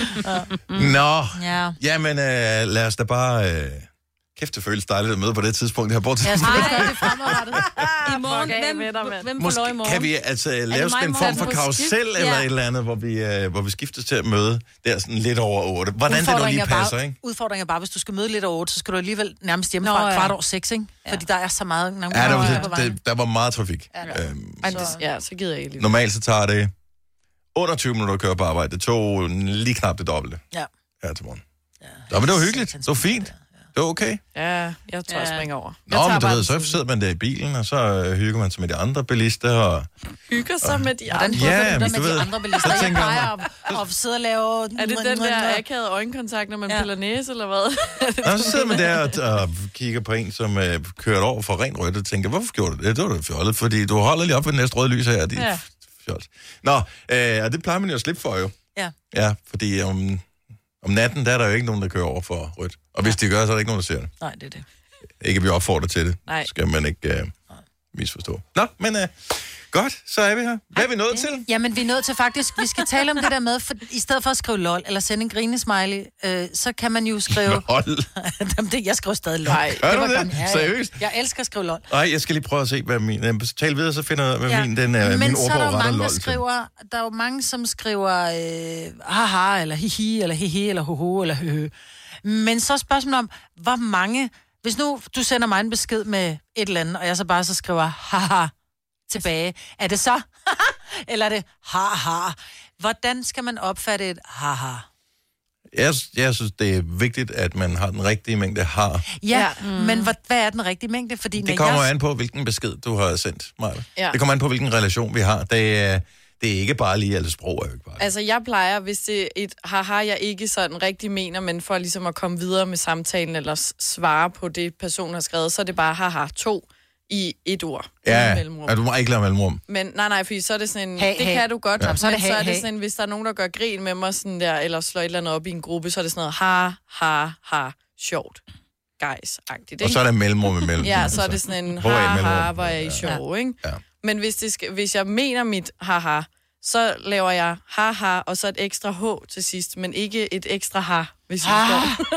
Speaker 22: Nå,
Speaker 3: ja.
Speaker 22: jamen øh, lad os da bare... Øh, kæft, det føles dejligt at møde på det tidspunkt her. Bort til.
Speaker 2: Jeg skal ikke gøre det fremadrettet.
Speaker 3: I morgen, hvem, hvem får lov i morgen?
Speaker 22: Kan vi altså lave sådan en form for karusel eller ja. et eller andet, hvor vi, øh, hvor vi skiftes til at møde der sådan lidt over otte? Hvordan det nu lige passer,
Speaker 2: bare,
Speaker 22: ikke?
Speaker 2: Udfordringen er bare, hvis du skal møde lidt over otte, så skal du alligevel nærmest hjemme fra
Speaker 3: ja.
Speaker 2: kvart over seks, ikke? Ja. Fordi der er så meget...
Speaker 22: Ja, der var, det, det, der var meget trafik.
Speaker 4: Ja, øhm, så, ja så gider jeg ikke.
Speaker 22: Normalt så tager det under tyve minutter at køre på arbejde. Det tog lige knap det dobbelte.
Speaker 2: Ja.
Speaker 22: Her til morgen. Ja. Nå, men det var hyggeligt. Det var fint. Det var okay.
Speaker 4: Ja, jeg tror, jeg springer over.
Speaker 22: Nå, men du ved, så sidder man der i bilen, og så øh, hygger man sig med de andre bilister. Og,
Speaker 4: hygger sig og, med de andre?
Speaker 22: Ja,
Speaker 2: men
Speaker 22: med
Speaker 2: de
Speaker 22: ved,
Speaker 2: andre bilister. Jeg plejer at, at sidde og lave...
Speaker 4: Er det den der akavede øjenkontakt, når man ja. piller næse, eller hvad?
Speaker 22: Nå, så sidder man der og, og kigger på en, som øh, kører over for rent rødt, og tænker, hvorfor gjorde du det? Det var da fjollet, fordi du holder lige op ved den næste røde lys her, og de ja. fjollet. Nå, øh, og det plejer man jo at slippe for, jo.
Speaker 2: Ja.
Speaker 22: Ja, fordi om... Um, Om natten, der er der jo ikke nogen, der kører over for rødt. Og hvis de gør, så er der ikke nogen, der ser det.
Speaker 2: Nej, det er det.
Speaker 22: Ikke at vi opfordrer til det.
Speaker 2: Nej.
Speaker 22: Skal man ikke uh, misforstå. Nå, men uh, godt, så er vi her. Hvad er vi nået til?
Speaker 2: Jamen, vi er nået til faktisk, vi skal tale om det der med, for i stedet for at skrive lol, eller sende en grinesmiley, øh, så kan man jo skrive...
Speaker 22: Lol?
Speaker 2: Jamen, det, jeg skriver stadig lol.
Speaker 22: Nej, gør du det?
Speaker 2: Gammel, ja,
Speaker 22: Seriøst?
Speaker 2: Jeg elsker at skrive lol.
Speaker 22: Nej, jeg skal lige prøve at se, hvad min... Uh, tal videre, så finder jeg, hvad ja. min, den, uh,
Speaker 2: Men
Speaker 22: min
Speaker 2: så er der
Speaker 22: ordbog
Speaker 2: jo
Speaker 22: retter
Speaker 2: mange,
Speaker 22: lol
Speaker 2: der skriver, der er jo mange, som skriver øh, haha, eller hihi, eller hihi, eller hoho, eller høhø. Men så er spørgsmålet om, hvor mange... Hvis nu du sender mig en besked med et eller andet, og jeg så bare så skriver haha tilbage, er det så eller er det haha? Hvordan skal man opfatte et haha?
Speaker 22: Jeg, jeg synes, det er vigtigt, at man har den rigtige mængde har.
Speaker 2: Ja, mm. men hvad, hvad er den rigtige mængde? Fordi
Speaker 22: Det kommer
Speaker 2: jeg...
Speaker 22: an på, hvilken besked du har sendt, Maja.
Speaker 4: Ja.
Speaker 22: Det kommer an på, hvilken relation vi har. Det er, det er ikke bare lige, altså sprog er jo ikke bare.
Speaker 4: Altså, jeg plejer, hvis det er et haha, jeg ikke sådan rigtig mener, men for ligesom at komme videre med samtalen, eller svare på det, personen har skrevet, så er det bare haha to i et ord.
Speaker 22: Ja, ja, du må ikke lade mellemrum.
Speaker 4: Men nej, nej, fordi så er det sådan en,
Speaker 2: hey,
Speaker 4: det
Speaker 2: hey.
Speaker 4: kan du godt,
Speaker 22: Ja.
Speaker 4: ja.
Speaker 2: Så er det
Speaker 4: men så er
Speaker 2: hey,
Speaker 4: det
Speaker 2: hey.
Speaker 4: sådan, hvis der er nogen, der gør grin med mig, sådan der, eller slår et eller andet op i en gruppe, så er det sådan noget ha, ha, ha, sjovt, guys-agtigt,
Speaker 22: Og så er der mellemrum imellem.
Speaker 4: Ja, så er det sådan en
Speaker 22: Hvor er
Speaker 4: ha,
Speaker 22: mellemrum?
Speaker 4: ha, hvor er I sjov,
Speaker 22: Ja.
Speaker 4: ikke?
Speaker 22: Ja.
Speaker 4: Men hvis, det skal, hvis jeg mener mit haha, så laver jeg haha, og så et ekstra h til sidst, men ikke et ekstra ha, hvis I forstår.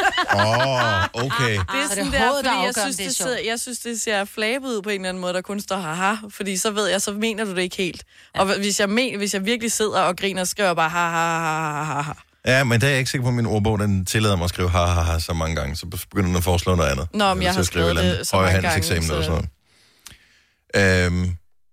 Speaker 22: Åh, oh, okay.
Speaker 4: Det er
Speaker 2: Så
Speaker 4: sådan
Speaker 2: det
Speaker 4: der,
Speaker 2: er hovedet, der
Speaker 4: fordi jeg
Speaker 2: afgør, om
Speaker 4: synes,
Speaker 2: det er
Speaker 4: det
Speaker 2: sjovt.
Speaker 4: sidder, jeg synes, det ser flabet ud på en eller anden måde, der kun står haha, fordi så ved jeg, så mener du det ikke helt. Og hvis jeg, men, hvis jeg virkelig sidder og griner og skriver bare ha, ha, ha, ha, ha.
Speaker 22: Ja, men der er jeg ikke sikker på, at min ordbog, den tillader mig at skrive ha, ha, ha så mange gange, så begynder den at foreslå noget andet.
Speaker 4: Nå, men jeg har skrevet det så mange gange.
Speaker 22: Højrehandelseksamen eller sådan noget. Øhm,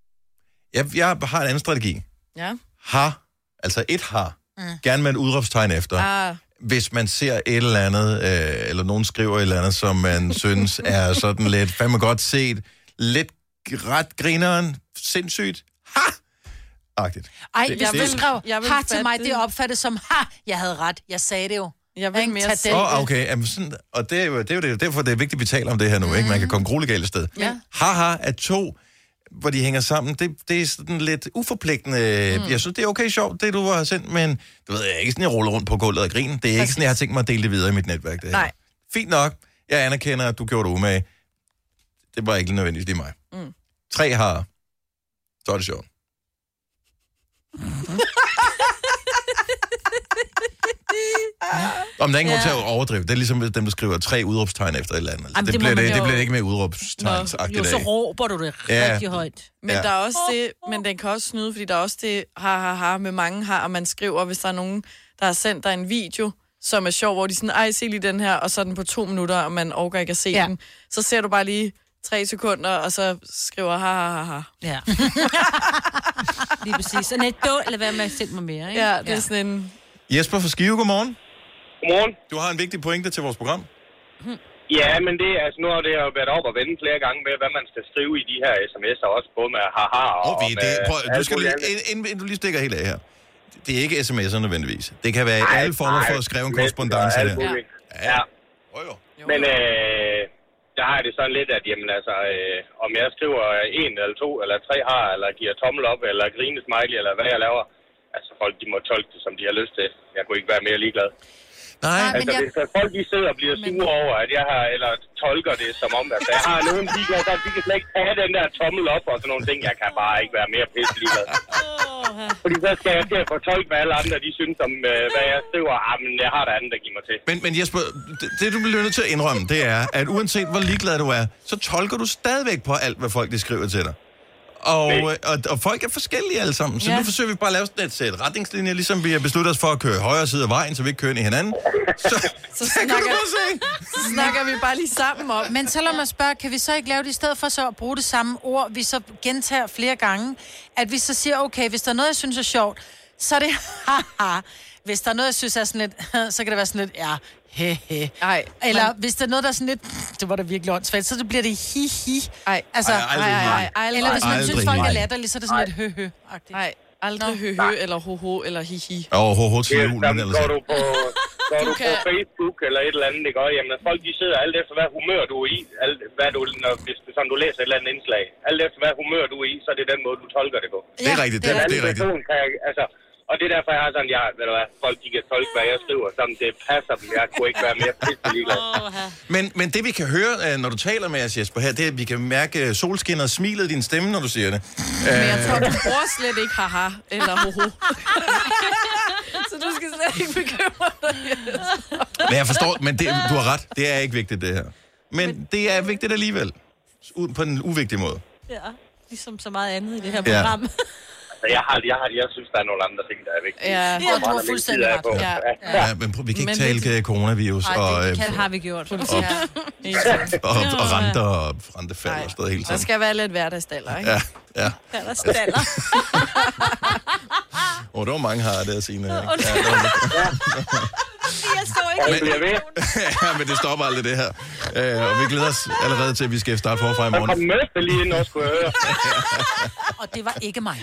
Speaker 22: jeg, jeg har en anden strategi.
Speaker 4: Ja.
Speaker 22: Har, altså et har, mm. gerne med et udråbstegn efter.
Speaker 4: Ah.
Speaker 22: Hvis man ser et eller andet, øh, eller nogen skriver et eller andet, som man synes er sådan lidt, fandme godt set, lidt ret grineren, sindssygt, ha! Agtigt.
Speaker 2: Ej,
Speaker 22: Det-
Speaker 2: hvis
Speaker 22: det-
Speaker 2: du skrev
Speaker 4: Jeg vil
Speaker 2: ha til
Speaker 4: fatte
Speaker 2: mig,
Speaker 4: det.
Speaker 2: det opfattes som ha, jeg havde ret. Jeg sagde det jo.
Speaker 4: Jeg vil
Speaker 2: Ikke?
Speaker 4: mere
Speaker 2: Tag
Speaker 4: se
Speaker 2: den.
Speaker 22: Åh, oh, okay. Jamen, sådan, og det er, jo, det er jo det, derfor, det er vigtigt, at vi taler om det her nu, mm. ikke? Man kan komme grueligt galt sted.
Speaker 2: Ja.
Speaker 22: Haha er to, hvor de hænger sammen. Det, det er sådan lidt uforpligtende. Mm. Jeg synes, det er okay sjovt, det du har sendt, men du ved, jeg er ikke sådan, jeg ruller rundt på gulvet og griner. Det er ikke sådan, jeg har tænkt mig at dele det videre i mit netværk. Det her.
Speaker 4: Nej.
Speaker 22: Fint nok. Jeg anerkender, at du gjorde det umage. Det var ikke lige nødvendigt, det er mig.
Speaker 4: Mm.
Speaker 22: Tre har. Så er det sjovt. Om der er ingen grund til at overdrive. Det er ligesom dem, der skriver tre udråbstegn efter et eller andet. Altså,
Speaker 3: Jamen,
Speaker 22: det,
Speaker 3: det
Speaker 22: det,
Speaker 3: må
Speaker 22: bliver
Speaker 3: man
Speaker 22: det, det
Speaker 3: jo-
Speaker 22: bliver ikke med udråbstegnsagtigt.
Speaker 3: Jo, så råber du det
Speaker 22: Ja.
Speaker 3: rigtig højt.
Speaker 4: Men
Speaker 22: Ja.
Speaker 4: ja. der er også det, men den kan også snyde, fordi der er også det ha, ha, ha, med mange har, og man skriver, hvis der er nogen, der har sendt dig en video, som er sjov, hvor de sådan, ej, se lige den her, og så er den på to minutter, og man overgår ikke at se
Speaker 2: Ja.
Speaker 4: ja. den. Så ser du bare lige tre sekunder, og så skriver ha, ha, ha, ha.
Speaker 3: Ja. Lige præcis. Og net dål, eller hvad med at sende mig mere, ikke?
Speaker 4: Ja, det er sådan en...
Speaker 22: Jesper fra Skive, godmorgen.
Speaker 17: Godmorgen.
Speaker 22: Du har en vigtig pointe til vores program.
Speaker 17: Ja, men det, altså, nu har det jo været op og vende flere gange med, hvad man skal skrive i de her sms'er, også både med haha og,
Speaker 22: Og vi,
Speaker 17: med
Speaker 22: det, prøv, du
Speaker 17: alt
Speaker 22: skal
Speaker 17: muligt
Speaker 22: lige,
Speaker 17: andet.
Speaker 22: inden, inden du lige stikker helt af her. Det er ikke sms'er nødvendigvis. Det kan være i
Speaker 17: Nej,
Speaker 22: alle former
Speaker 17: nej,
Speaker 22: for at skrive en
Speaker 17: Messenger og
Speaker 22: korrespondance
Speaker 17: alt
Speaker 22: her.
Speaker 17: muligt.
Speaker 22: Ja.
Speaker 17: Ja.
Speaker 22: Jo, jo.
Speaker 10: Men øh, der har det sådan lidt, at jamen, altså, øh, om jeg skriver en eller to eller tre har, eller giver tommel op, eller grine smiley, eller hvad jeg laver, altså folk de må tolke det, som de har lyst til. Jeg kunne ikke være mere ligeglad.
Speaker 22: Nej,
Speaker 10: altså,
Speaker 22: men jeg...
Speaker 10: hvis folk de sidder og bliver sure over, at jeg har, eller tolker det som om, at jeg har nogen ligeglad, så de kan slet ikke tage den der tommel op og sådan nogle ting. Jeg kan bare ikke være mere pisse ligeglad. Fordi så skal jeg til at fortolke, hvad alle andre de synes om, øh, hvad jeg skriver. Ah, men jeg har der andet, der giver mig til.
Speaker 22: Men, men Jesper, det, det du bliver nødt til at indrømme, det er, at uanset hvor ligeglad du er, så tolker du stadigvæk på alt, hvad folk de skriver til dig. Og, og, og folk er forskellige alle sammen, så ja. Nu forsøger vi bare at lave sådan et sæt retningslinjer, ligesom vi har besluttet os for at køre højre side af vejen, så vi ikke kører ind i hinanden. Så,
Speaker 4: så, så, snakker, så snakker vi bare lige sammen om.
Speaker 2: Men så lad mig spørge, kan vi så ikke lave det i stedet for så at bruge det samme ord, vi så gentager flere gange, at vi så siger, okay, hvis der er noget, jeg synes er sjovt, så er det haha. Hvis der er noget, jeg synes er sådan lidt, så kan det være sådan lidt, ja, he-he.
Speaker 4: Ej,
Speaker 2: eller
Speaker 4: man...
Speaker 2: hvis der er noget, der er sådan lidt, det var da virkelig åndssvagt, så det bliver det hi-hi.
Speaker 4: Ej,
Speaker 2: altså,
Speaker 22: ej, aldrig,
Speaker 2: ej, ej, ej, eller hvis man
Speaker 22: aldrig,
Speaker 2: synes, folk
Speaker 22: ej.
Speaker 2: er latterlige, så er det sådan lidt hø-hø-agtigt.
Speaker 4: Nej, aldrig hø-hø, eller ho-ho, eller hi-hi.
Speaker 22: Åh, ho-ho til julen, eller
Speaker 10: så. Går du på, går
Speaker 4: du
Speaker 10: du
Speaker 4: kan...
Speaker 10: på Facebook eller et eller andet, det gør, jamen folk de sidder alt efter, hvad humør du er i, alt, hvad du, når, hvis sådan, du læser et eller andet indslag, alt efter, hvad humør du er i, så er det den måde, du tolker det på.
Speaker 22: Det er rigtigt, det er, det er rigtigt.
Speaker 10: Kan jeg, altså, og det er derfor, jeg har sådan, jeg, ved du hvad, folk de kan tolke, hvad jeg skriver, sådan det passer dem. Jeg kunne ikke være mere pisse ligeglad.
Speaker 22: Men, men det vi kan høre, når du taler med os, Jesper, her, det er, at vi kan mærke solskinnet og smilet i din stemme, når du siger det.
Speaker 4: Men jeg tror, du bruger slet ikke haha eller hoho. Så du skal slet ikke bekymre dig.
Speaker 22: Men jeg forstår, men det, du har ret. Det er ikke vigtigt, det her. Men, men det er vigtigt alligevel. På en uvigtig måde.
Speaker 3: Ja, ligesom så meget andet i det her program. Ja.
Speaker 10: Jeg, har, jeg, har, jeg synes, der er nogle andre ting, der er vigtige.
Speaker 2: Ja, ja du har fuldstændig ret. Ja,
Speaker 22: ja. ja, men vi kan ikke men tale det... coronavirus.
Speaker 3: Nej,
Speaker 22: og,
Speaker 3: det kan, har vi gjort.
Speaker 22: Og, og, og, og renter og rentefald og stået hele tiden.
Speaker 4: Der skal være lidt hverdagsdaller, ikke?
Speaker 22: Ja, ja.
Speaker 3: Hverdagsdaller.
Speaker 22: Åh, oh, det var mange har det at sige. Ja,
Speaker 3: jeg står ikke
Speaker 22: men, ja, men det stopper aldrig det her. Uh, og vi glæder os allerede til, at vi skal starte forfra i morgen.
Speaker 10: Der kom møfte lige ind og skulle høre.
Speaker 2: Og det var ikke mig.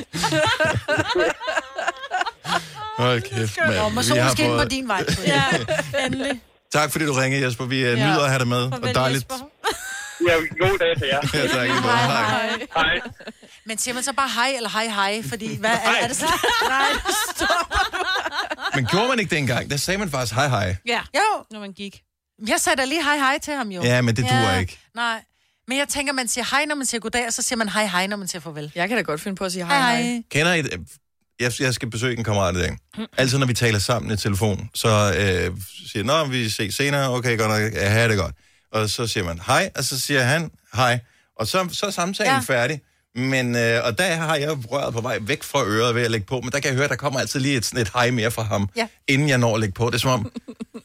Speaker 22: Hold kæft, mand.
Speaker 2: Og må solen skinne på din vej.
Speaker 3: Ja, endelig.
Speaker 22: Tak fordi du ringede, Jesper. Vi ja. nyder at have dig med.
Speaker 3: Farvel,
Speaker 22: og dejligt.
Speaker 10: Ja, god dag til jer.
Speaker 22: Ja, tak. Hej,
Speaker 10: hej. Hej.
Speaker 2: Men siger man så bare hej eller hej hej? Fordi hvad er, er det så? Nej, stop.
Speaker 22: Men gjorde man ikke det engang? Der sagde man faktisk hej hej.
Speaker 2: Ja, jo.
Speaker 3: Når man gik.
Speaker 2: Jeg sagde da lige hej hej til ham jo.
Speaker 22: Ja, men det duer
Speaker 2: ja,
Speaker 22: ikke.
Speaker 2: Nej. Men jeg tænker, man siger hej, når man siger goddag, og så siger man hej hej, når man siger farvel.
Speaker 4: Jeg kan da godt finde på at sige hej hej. hej.
Speaker 22: Kender I det? Jeg, jeg skal besøge en kammerat i dag. Altid når vi taler sammen i telefon, så øh, siger nå, vi ses senere, okay, godt nok, ja, have det godt. Og så siger man hej, og så siger han hej. Og så, så er samtalen ja. færdig. Men, øh, og der har jeg røret på vej væk fra øret ved at lægge på, men der kan jeg høre, at der kommer altid lige et, et hej mere fra ham, ja. inden jeg når at lægge på. Det er som om...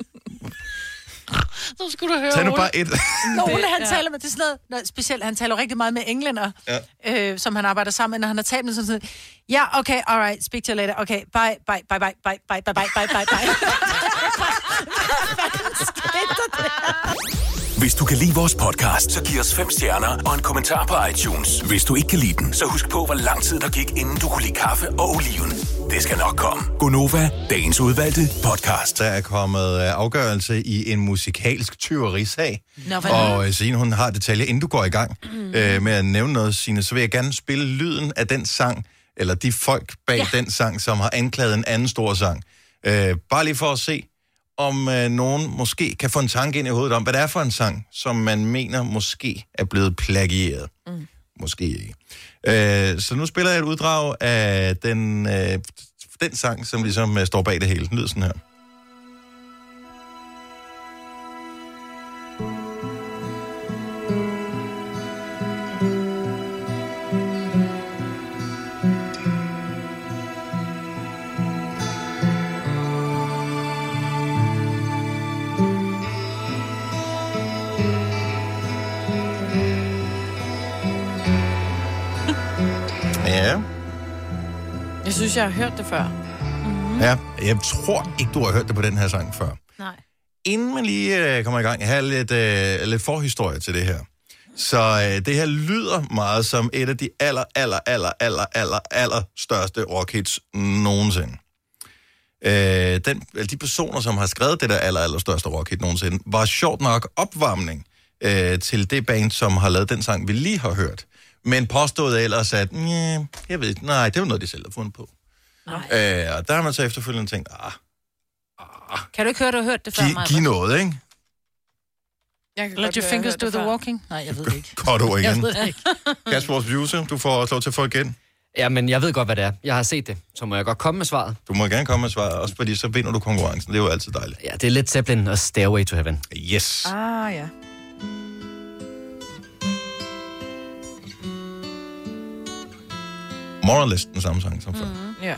Speaker 2: Så skulle du høre
Speaker 22: Tag nu bare et.
Speaker 2: Nå, Ole, han ja. taler med det sådan noget, specielt, han taler rigtig meget med englænder, ja. øh, som han arbejder sammen med, når han har talt med sådan noget. Ja, okay, alright, speak to you later. Okay, bye, bye, bye, bye, bye, bye, bye, bye, bye, bye, bye.
Speaker 6: Hvis du kan lide vores podcast, så giv os fem stjerner og en kommentar på iTunes. Hvis du ikke kan lide den, så husk på, hvor lang tid der gik, inden du kunne lide kaffe og oliven. Det skal nok komme. Gonova, dagens udvalgte podcast.
Speaker 22: Der er kommet afgørelse i en musikalsk tyverisag.
Speaker 2: Nå,
Speaker 22: og Signe, hun har detaljer, inden du går i gang mm. øh, med at nævne noget, Signe, så vil jeg gerne spille lyden af den sang, eller de folk bag ja. den sang, som har anklaget en anden stor sang. Øh, bare lige for at se, om øh, nogen måske kan få en tanke ind i hovedet om, hvad det er for en sang, som man mener måske er blevet plagieret. Mm. Måske ikke. Øh, så nu spiller jeg et uddrag af den, øh, den sang, som ligesom øh, står bag det hele. Den lyder sådan her. Ja.
Speaker 4: Jeg synes, jeg har hørt det før.
Speaker 22: Mm-hmm. Ja, jeg tror ikke, du har hørt det på den her sang før.
Speaker 3: Nej.
Speaker 22: Inden man lige øh, kommer i gang, jeg har lidt, øh, lidt forhistorie til det her. Så øh, det her lyder meget som et af de aller, aller, aller, aller, aller, aller største rockhits nogensinde. øh, den, de personer, som har skrevet det der aller, aller største rockhit nogensinde, var sjovt nok opvarmning øh, til det band, som har lavet den sang, vi lige har hørt. Men påstået ellers, at jeg ved ikke, nej, det var noget, de selv har fundet på. Øh, og der har man så efterfølgende tænkt, ah, ah.
Speaker 3: Kan du ikke høre, du har hørt det før,
Speaker 22: Giv, giv noget, ikke?
Speaker 2: Let your fingers do the walking. Nej, jeg ved det ikke.
Speaker 22: Godt ord igen.
Speaker 2: Jeg ved det ikke.
Speaker 22: Kasper, vores producer, du får også lov til at få igen.
Speaker 5: Ja, men jeg ved godt, hvad det er. Jeg har set det, så må jeg godt komme med svaret.
Speaker 22: Du må gerne komme med svaret, også fordi så vinder du konkurrencen. Det er jo altid dejligt.
Speaker 5: Ja, det er Led Zeppelin og Stairway to Heaven.
Speaker 22: Yes.
Speaker 4: Ah, ja.
Speaker 22: More or less den samme sang som før.
Speaker 4: Mm, ja.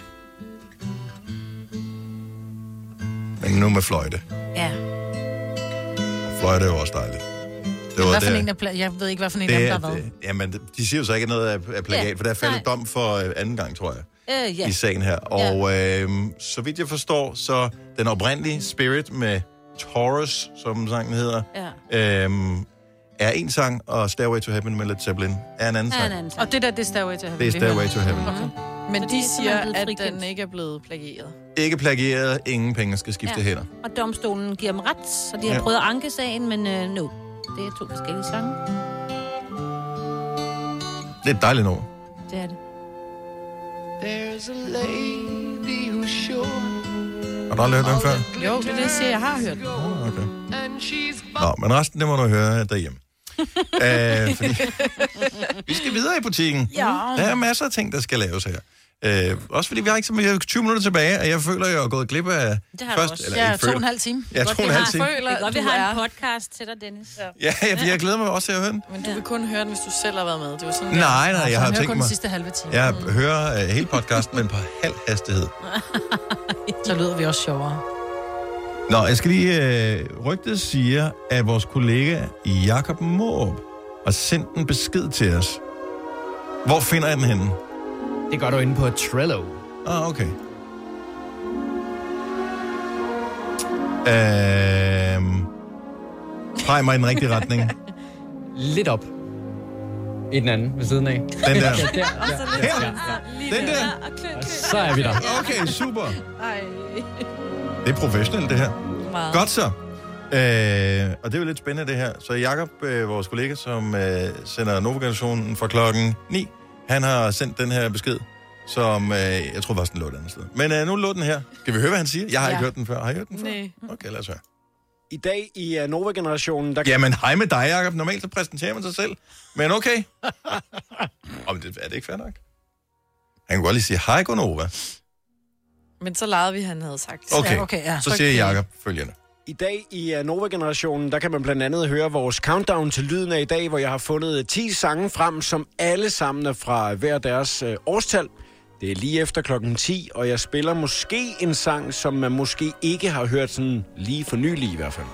Speaker 22: Men nu med fløjte.
Speaker 3: Ja.
Speaker 22: Fløjte er jo også dejligt. Det
Speaker 2: Hvad for en af pla- jeg ved ikke, hvad for en af dem, der har været.
Speaker 22: Jamen, de siger jo så ikke noget af, af plagiat,
Speaker 3: Ja,
Speaker 22: for der er faldet
Speaker 3: nej.
Speaker 22: dom for øh, anden gang, tror jeg,
Speaker 3: Øh, ja.
Speaker 22: i sagen her. Og øh, så vidt jeg forstår, så den oprindelige Spirit med Taurus, som sangen hedder,
Speaker 3: Ja.
Speaker 22: øh, er en sang, og Stairway to Heaven med Led Zeppelin er en anden
Speaker 2: Ja,
Speaker 22: sang.
Speaker 2: en anden sang. Og det der, det er Stairway to Heaven.
Speaker 22: Det er
Speaker 2: vi
Speaker 22: Stairway
Speaker 2: hører.
Speaker 22: to Heaven.
Speaker 2: Okay.
Speaker 4: Men
Speaker 3: Så
Speaker 4: de
Speaker 3: det er
Speaker 4: siger,
Speaker 3: simpelthen
Speaker 4: at
Speaker 3: blevet frikendt.
Speaker 4: den ikke er blevet plagieret.
Speaker 22: Ikke plagieret, ingen penge skal skifte
Speaker 3: Ja.
Speaker 22: hænder.
Speaker 3: Og domstolen giver dem ret, så de har
Speaker 22: Ja.
Speaker 3: prøvet at anke sagen, men øh, no. Det er to forskellige sange.
Speaker 22: Det er et dejligt nummer.
Speaker 3: Det er det.
Speaker 13: There's a lady who's sure.
Speaker 22: Har du aldrig hørt den før?
Speaker 4: Jo, det er det, jeg siger, jeg har hørt.
Speaker 22: Oh, okay. Nå, men resten, det må du høre derhjemme. Æh, fordi... Vi skal videre i butikken.
Speaker 2: Ja.
Speaker 22: Der er masser af ting, der skal laves her. Øh, også fordi vi har ikke så meget tyve minutter tilbage, og jeg føler, at jeg har gået glip af
Speaker 3: Det har
Speaker 22: først,
Speaker 3: du også.
Speaker 22: eller
Speaker 2: Ja,
Speaker 22: ikke
Speaker 2: to og en
Speaker 22: føler.
Speaker 2: halv time.
Speaker 22: Ja, to og en halv time.
Speaker 3: Det er godt, vi
Speaker 4: du
Speaker 3: har en
Speaker 4: er-
Speaker 3: podcast til dig, Dennis. Ja.
Speaker 22: Ja, jeg, jeg glæder mig også til at høre den.
Speaker 4: Men du vil kun høre den, hvis du selv har været med. Det var sådan,
Speaker 22: Nej, nej, jeg har
Speaker 2: Han hører
Speaker 22: tænkt
Speaker 2: kun
Speaker 22: mig...
Speaker 2: den sidste halve time.
Speaker 22: Jeg hører uh, hele podcasten, men på halv hastighed.
Speaker 2: Så lyder vi også sjovere.
Speaker 22: Nå, jeg skal lige... Øh, rygtet siger, at vores kollega Jakob Måb har sendt en besked til os. Hvor finder jeg den henne?
Speaker 5: Det gør du inde på Trello.
Speaker 22: Ah, okay. Øhm... Peg mig i den rigtige retning.
Speaker 5: Lidt op. I den anden, ved siden af.
Speaker 22: Den der.
Speaker 5: Ja, der,
Speaker 4: Og så
Speaker 5: der.
Speaker 4: lidt
Speaker 5: Ja, ja.
Speaker 22: Den der.
Speaker 4: Og klø, klø.
Speaker 5: Så er vi der.
Speaker 22: Okay, super.
Speaker 4: Ej.
Speaker 22: Det er professionelt, det her.
Speaker 4: Meget.
Speaker 22: Godt så. Øh, og det er jo lidt spændende, det her. Så Jakob, øh, vores kollega, som øh, sender Nova-generationen fra klokken ni, han har sendt den her besked, som øh, jeg tror faktisk, den lå et andet sted. Men øh, nu lå den her. Skal vi høre, hvad han siger? Jeg har
Speaker 4: Ja.
Speaker 22: ikke hørt den før. Har I hørt den før?
Speaker 4: Nej.
Speaker 22: Okay, lad os høre.
Speaker 9: I dag i uh, Nova-generationen, der...
Speaker 22: Jamen, hej med dig, Jacob. Normalt så præsenterer man sig selv. Men okay. Om det, er det ikke fair nok? Han kan godt lige sige, hej Gonova.
Speaker 4: Men så legede vi, han havde sagt.
Speaker 22: Okay,
Speaker 2: Ja, okay, ja.
Speaker 22: så siger Jacob følgende.
Speaker 9: I dag i uh, Nova-generationen, der kan man blandt andet høre vores countdown til lyden af i dag, hvor jeg har fundet ti sange frem, som alle sammen er fra hver deres uh, årstal. Det er lige efter klokken ti, og jeg spiller måske en sang, som man måske ikke har hørt sådan lige for nylig i hvert fald.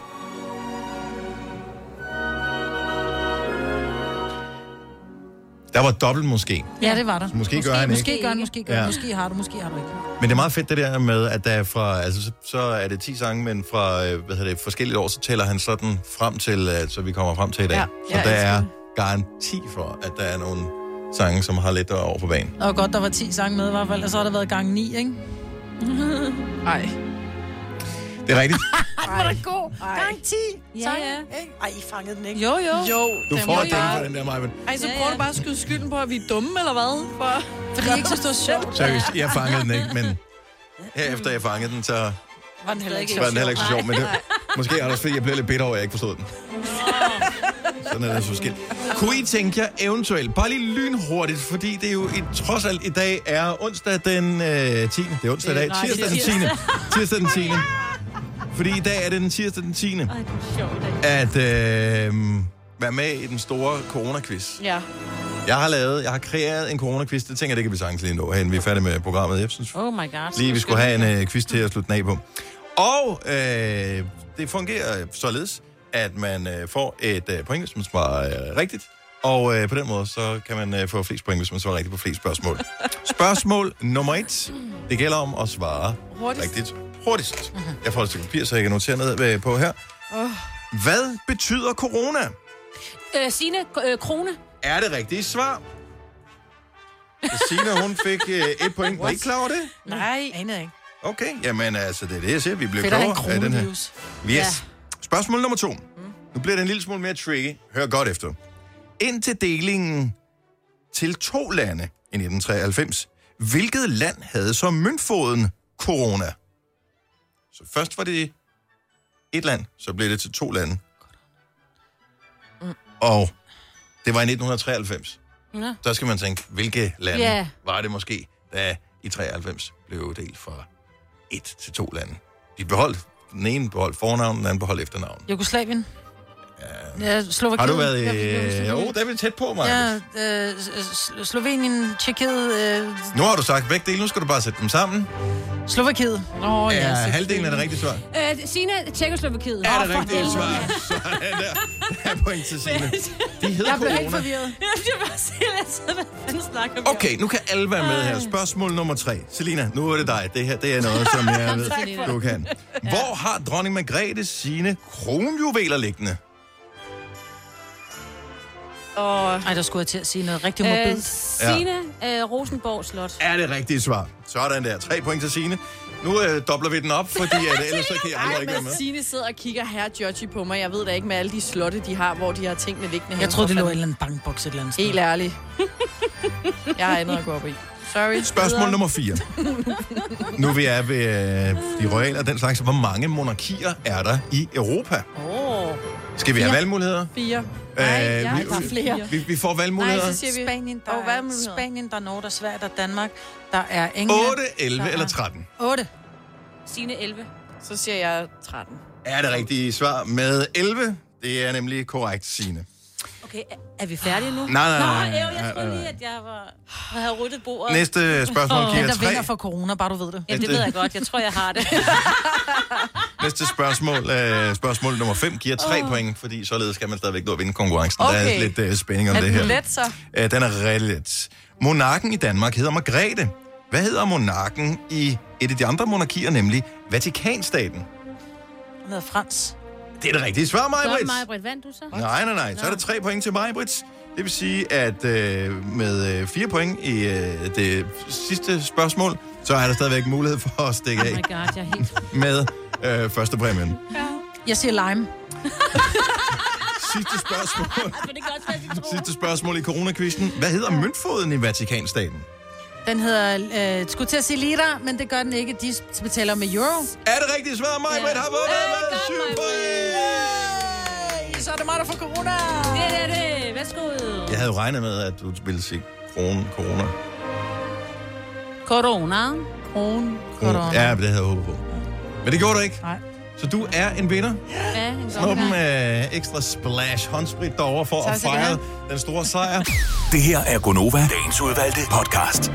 Speaker 22: Der var dobbelt måske.
Speaker 2: Ja, det var der.
Speaker 22: Så måske gør han
Speaker 2: måske
Speaker 22: ikke.
Speaker 2: Gør han, måske gør
Speaker 22: Ja.
Speaker 2: han, måske har du, måske har du ikke.
Speaker 22: Men det er meget fedt det der med, at der er fra, altså så, så er det ti sange, men fra, øh, hvad hedder det, forskellige år, så tæller han sådan frem til, at, så vi kommer frem til i dag.
Speaker 4: Ja,
Speaker 22: så
Speaker 4: jeg
Speaker 22: der
Speaker 4: elsker
Speaker 22: er
Speaker 4: det.
Speaker 22: garanti for, at der er nogle sange, som har lidt over på banen.
Speaker 2: Det var godt, der var ti sange med i hvert fald, og så har der været gang ni, ikke?
Speaker 4: Ej.
Speaker 22: Det er rigtigt.
Speaker 2: Ej, var det god. Gang ti.
Speaker 3: Ja,
Speaker 2: sange,
Speaker 3: ja.
Speaker 2: ikke? Ej, I fangede den ikke.
Speaker 3: Jo, jo.
Speaker 4: Jo.
Speaker 22: Du
Speaker 4: den
Speaker 22: får
Speaker 4: var
Speaker 22: et ding
Speaker 4: bare-
Speaker 22: for den der, Marvin.
Speaker 4: Ej, så
Speaker 3: Ja,
Speaker 4: prøver
Speaker 3: ja.
Speaker 4: du bare at skyde skylden på, at vi er dumme, eller hvad? For...
Speaker 2: Fordi jeg ikke synes, det var sjovt.
Speaker 22: Seriøst, jeg fangede den ikke, men herefter jeg fangede den, så
Speaker 2: Var den heller ikke
Speaker 22: så var den heller ikke så sjov. Men det, måske er det også, fordi jeg blev lidt bitter over, at jeg ikke forstod den. Sådan er det så skidt. Kunne I tænke jer eventuelt, bare lige lynhurtigt, fordi det er jo i, trods alt i dag er onsdag den øh, tiende. Det er onsdag i dag.
Speaker 3: Nej,
Speaker 22: Tirsdag den
Speaker 3: tirsdag.
Speaker 22: tiende. Tirsdag den tiende. Fordi i dag er det den tirsdag den tiende.
Speaker 3: Ej, det er sjovt i dag.
Speaker 22: At øh, være med i den store coronaquiz.
Speaker 4: Ja.
Speaker 22: Jeg har lavet, jeg har kreeret en coronaquiz. Det tænker jeg, det kan vi sagtens lige nå, hen vi er færdige med programmet. Jeg synes
Speaker 3: Oh my god.
Speaker 22: lige, vi skulle have en øh, quiz til at slutte den af på. Og øh, det fungerer således, at man øh, får et øh, point, hvis man svarer øh, rigtigt. Og øh, på den måde, så kan man øh, få flest point, hvis man svarer rigtigt på flest spørgsmål. Spørgsmål nummer et. Det gælder om at svare
Speaker 4: Hurtigst.
Speaker 22: rigtigt hurtigst. Jeg får et stykke papir, så jeg kan notere ned øh, på her.
Speaker 4: Oh.
Speaker 22: Hvad betyder corona?
Speaker 3: Øh, Signe, øh, krone.
Speaker 22: Er det rigtige svar? Signe, hun fik øh, et point. Var I ikke klar over det?
Speaker 4: Nej.
Speaker 2: Anede ikke.
Speaker 22: Okay, jamen altså, det er det, jeg siger. Vi bliver
Speaker 2: Fedt at have en
Speaker 22: klogere af den her.
Speaker 2: kroneviews.
Speaker 22: Yes.
Speaker 2: Ja.
Speaker 22: Spørgsmål nummer to. Nu bliver det en lille smule mere tricky. Hør godt efter. Indtil delingen til to lande i nitten treoghalvfems, hvilket land havde så møntfoden corona? Så først var det et land, så blev det til to lande. Og det var i nitten treoghalvfems.
Speaker 3: Ja.
Speaker 22: Der skal man tænke, hvilke lande
Speaker 3: Ja.
Speaker 22: var det måske, da i treoghalvfems blev delt fra et til to lande. De beholdt, den ene beholdt fornavn, den anden beholdt efternavn.
Speaker 2: Jugoslavien. Ja, Slovakiet.
Speaker 22: Har du været i...
Speaker 2: Ja,
Speaker 22: Jo, der er vi tæt på, mig.
Speaker 2: Ja, øh, Sl- Slovenien, Tjekkiet, øh,
Speaker 22: Nu har du sagt begge dele, nu skal du bare sætte dem sammen.
Speaker 2: Slovakiet.
Speaker 3: Åh,
Speaker 22: Ja, halvdelen er det rigtige svar.
Speaker 3: Øh, Signe, Tjekkoslovakiet.
Speaker 22: Er det rigtige svar? Sådan der. Der er point til Signe. De hedder
Speaker 2: Jeg blev helt
Speaker 22: corona.
Speaker 2: forvirret.
Speaker 3: Jeg var selv, jeg sidder, hvad fanden snakker vi om?
Speaker 22: Okay, nu kan alle være med her. Spørgsmål nummer tre. Selina, nu er det dig. Det her det er noget, som jeg ved,
Speaker 3: Tak for
Speaker 22: du kan. Hvor har dronning Margrethe sine kronjuveler liggende?
Speaker 2: Og... Ej, der skulle jeg til at sige noget rigtig
Speaker 3: Øh,
Speaker 2: mobilt.
Speaker 3: Signe, øh, Rosenborg Slot.
Speaker 22: Er det rigtige svar? Sådan der. Tre point til Signe. Nu øh, dobler vi den op, fordi at, ellers så kan I andre ikke være
Speaker 4: Ej,
Speaker 22: med.
Speaker 4: men Signe sidder og kigger her judgy på mig. Jeg ved da ikke med alle de slotte, de har, hvor de har tingene liggende.
Speaker 2: Jeg troede, det lå i en eller anden bankboks et eller andet sted.
Speaker 4: Helt ærligt. Jeg har andet at gå op i. Sorry.
Speaker 22: Spørgsmål
Speaker 4: Videre.
Speaker 22: nummer fire. Nu vi er ved øh, de royale og den slags. Hvor mange monarkier er der i Europa?
Speaker 4: Åh.
Speaker 22: Skal vi have
Speaker 4: Fire.
Speaker 22: valgmuligheder?
Speaker 4: Fire.
Speaker 22: Øh,
Speaker 4: Nej, jeg
Speaker 22: vi,
Speaker 4: der er flere.
Speaker 22: Vi, vi får valgmuligheder.
Speaker 2: Nej, så siger vi Spanien, der,
Speaker 4: Åh,
Speaker 2: oh,
Speaker 4: hvad er
Speaker 2: er,
Speaker 4: muligheder?
Speaker 2: Spanien, der er Norge, der er Sverige, der er Danmark, der er England.
Speaker 22: otte, elleve
Speaker 2: der
Speaker 22: eller
Speaker 2: er-
Speaker 22: tretten?
Speaker 2: otte.
Speaker 3: Signe elleve.
Speaker 4: Så siger jeg tretten.
Speaker 22: Er det rigtige svar med elleve? Det er nemlig korrekt, Signe.
Speaker 3: Okay, er, er vi færdige nu?
Speaker 22: Nej, nej, nej,
Speaker 3: Nå,
Speaker 22: nej,
Speaker 3: jo, jeg
Speaker 22: nej,
Speaker 3: troede
Speaker 22: nej.
Speaker 3: lige, at jeg var, havde ryddet bordet.
Speaker 22: Næste spørgsmål giver
Speaker 2: Den, der
Speaker 22: tre.
Speaker 2: vinder for corona, bare du ved det.
Speaker 3: Jamen, det ved jeg godt. Jeg tror, jeg har det.
Speaker 22: Næste spørgsmål, øh, spørgsmål nummer fem, giver tre oh. point, fordi således skal man stadigvæk nå at vinde konkurrencen. Okay. Der er
Speaker 4: Okay.
Speaker 22: lidt øh, spænding om
Speaker 4: Er
Speaker 22: det
Speaker 4: den
Speaker 22: her.
Speaker 4: let, så?
Speaker 22: Øh, den er rigtig let. Monarken i Danmark hedder Margrethe. Hvad hedder monarken i et af de andre monarkier, nemlig Vatikanstaten?
Speaker 2: Den hedder Frans.
Speaker 22: Det er det rigtige svar,
Speaker 3: Så
Speaker 22: Maj-Brit.
Speaker 3: mig, Britt, vandt du så?
Speaker 22: Nej, nej, nej. Så er der tre point til Maj-Brit. Det vil sige, at øh, med øh, fire point i øh, det sidste spørgsmål, så er der stadigvæk mulighed for at stikke
Speaker 3: Oh
Speaker 22: af
Speaker 3: my god, jeg er helt...
Speaker 22: med øh, første præmien.
Speaker 2: Jeg siger lime.
Speaker 22: Sidste spørgsmål.
Speaker 3: Men det kan også være citron.
Speaker 22: Sidste spørgsmål i coronakvisten. Hvad hedder møntfoden i Vatikanstaten?
Speaker 2: Den hedder, øh, skulle til at sige liter, men det gør den ikke. De betaler med euro.
Speaker 22: Er det rigtigt svar? Maj-Brit har vundet med syv point.
Speaker 2: Så er det mig, der får corona.
Speaker 3: Det er det. Værsgo.
Speaker 22: Jeg havde jo regnet med, at du ville sige kron, corona.
Speaker 3: Corona.
Speaker 2: Kron.
Speaker 22: Corona. Ja, men det havde jeg håbet på. Men det gjorde du ikke.
Speaker 2: Nej.
Speaker 22: Så du er en vinder.
Speaker 3: Ja, en
Speaker 22: Snuppen med ekstra splash håndsprit derovre for
Speaker 2: Tak
Speaker 22: at
Speaker 2: skal du
Speaker 22: fejre
Speaker 2: have.
Speaker 22: den store sejr.
Speaker 6: Det her er Gonova, dagens udvalgte podcast.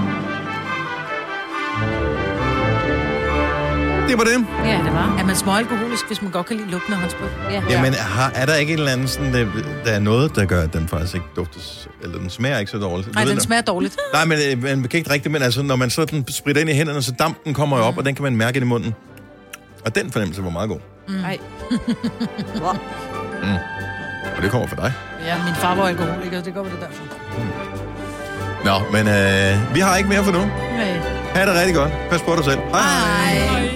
Speaker 22: Det var det.
Speaker 3: Ja, det var.
Speaker 2: Er man småalkoholisk, hvis man godt kan lide lugten af håndsprit?
Speaker 3: Ja.
Speaker 22: Jamen, har, er der ikke en eller anden sådan, der, der er noget, der gør, at den faktisk ikke dufter, eller den smager ikke så dårligt?
Speaker 2: Nej,
Speaker 22: Du ved
Speaker 2: den
Speaker 22: det.
Speaker 2: smager dårligt.
Speaker 22: Nej, men øh, man kan ikke rigtigt, men altså, når man sådan spritter ind i hænderne, så dampen kommer jo op, og den kan man mærke i munden. Og den fornemmelse var meget god.
Speaker 4: Nej.
Speaker 22: Mm. Og det kommer fra dig.
Speaker 2: Ja, min far var alkoholiker, det går det derfor.
Speaker 22: Nå, men øh, vi har ikke mere for nu.
Speaker 2: Nej.
Speaker 22: Ha' det rigtig godt. Pas på dig selv. Hej.
Speaker 2: Hej.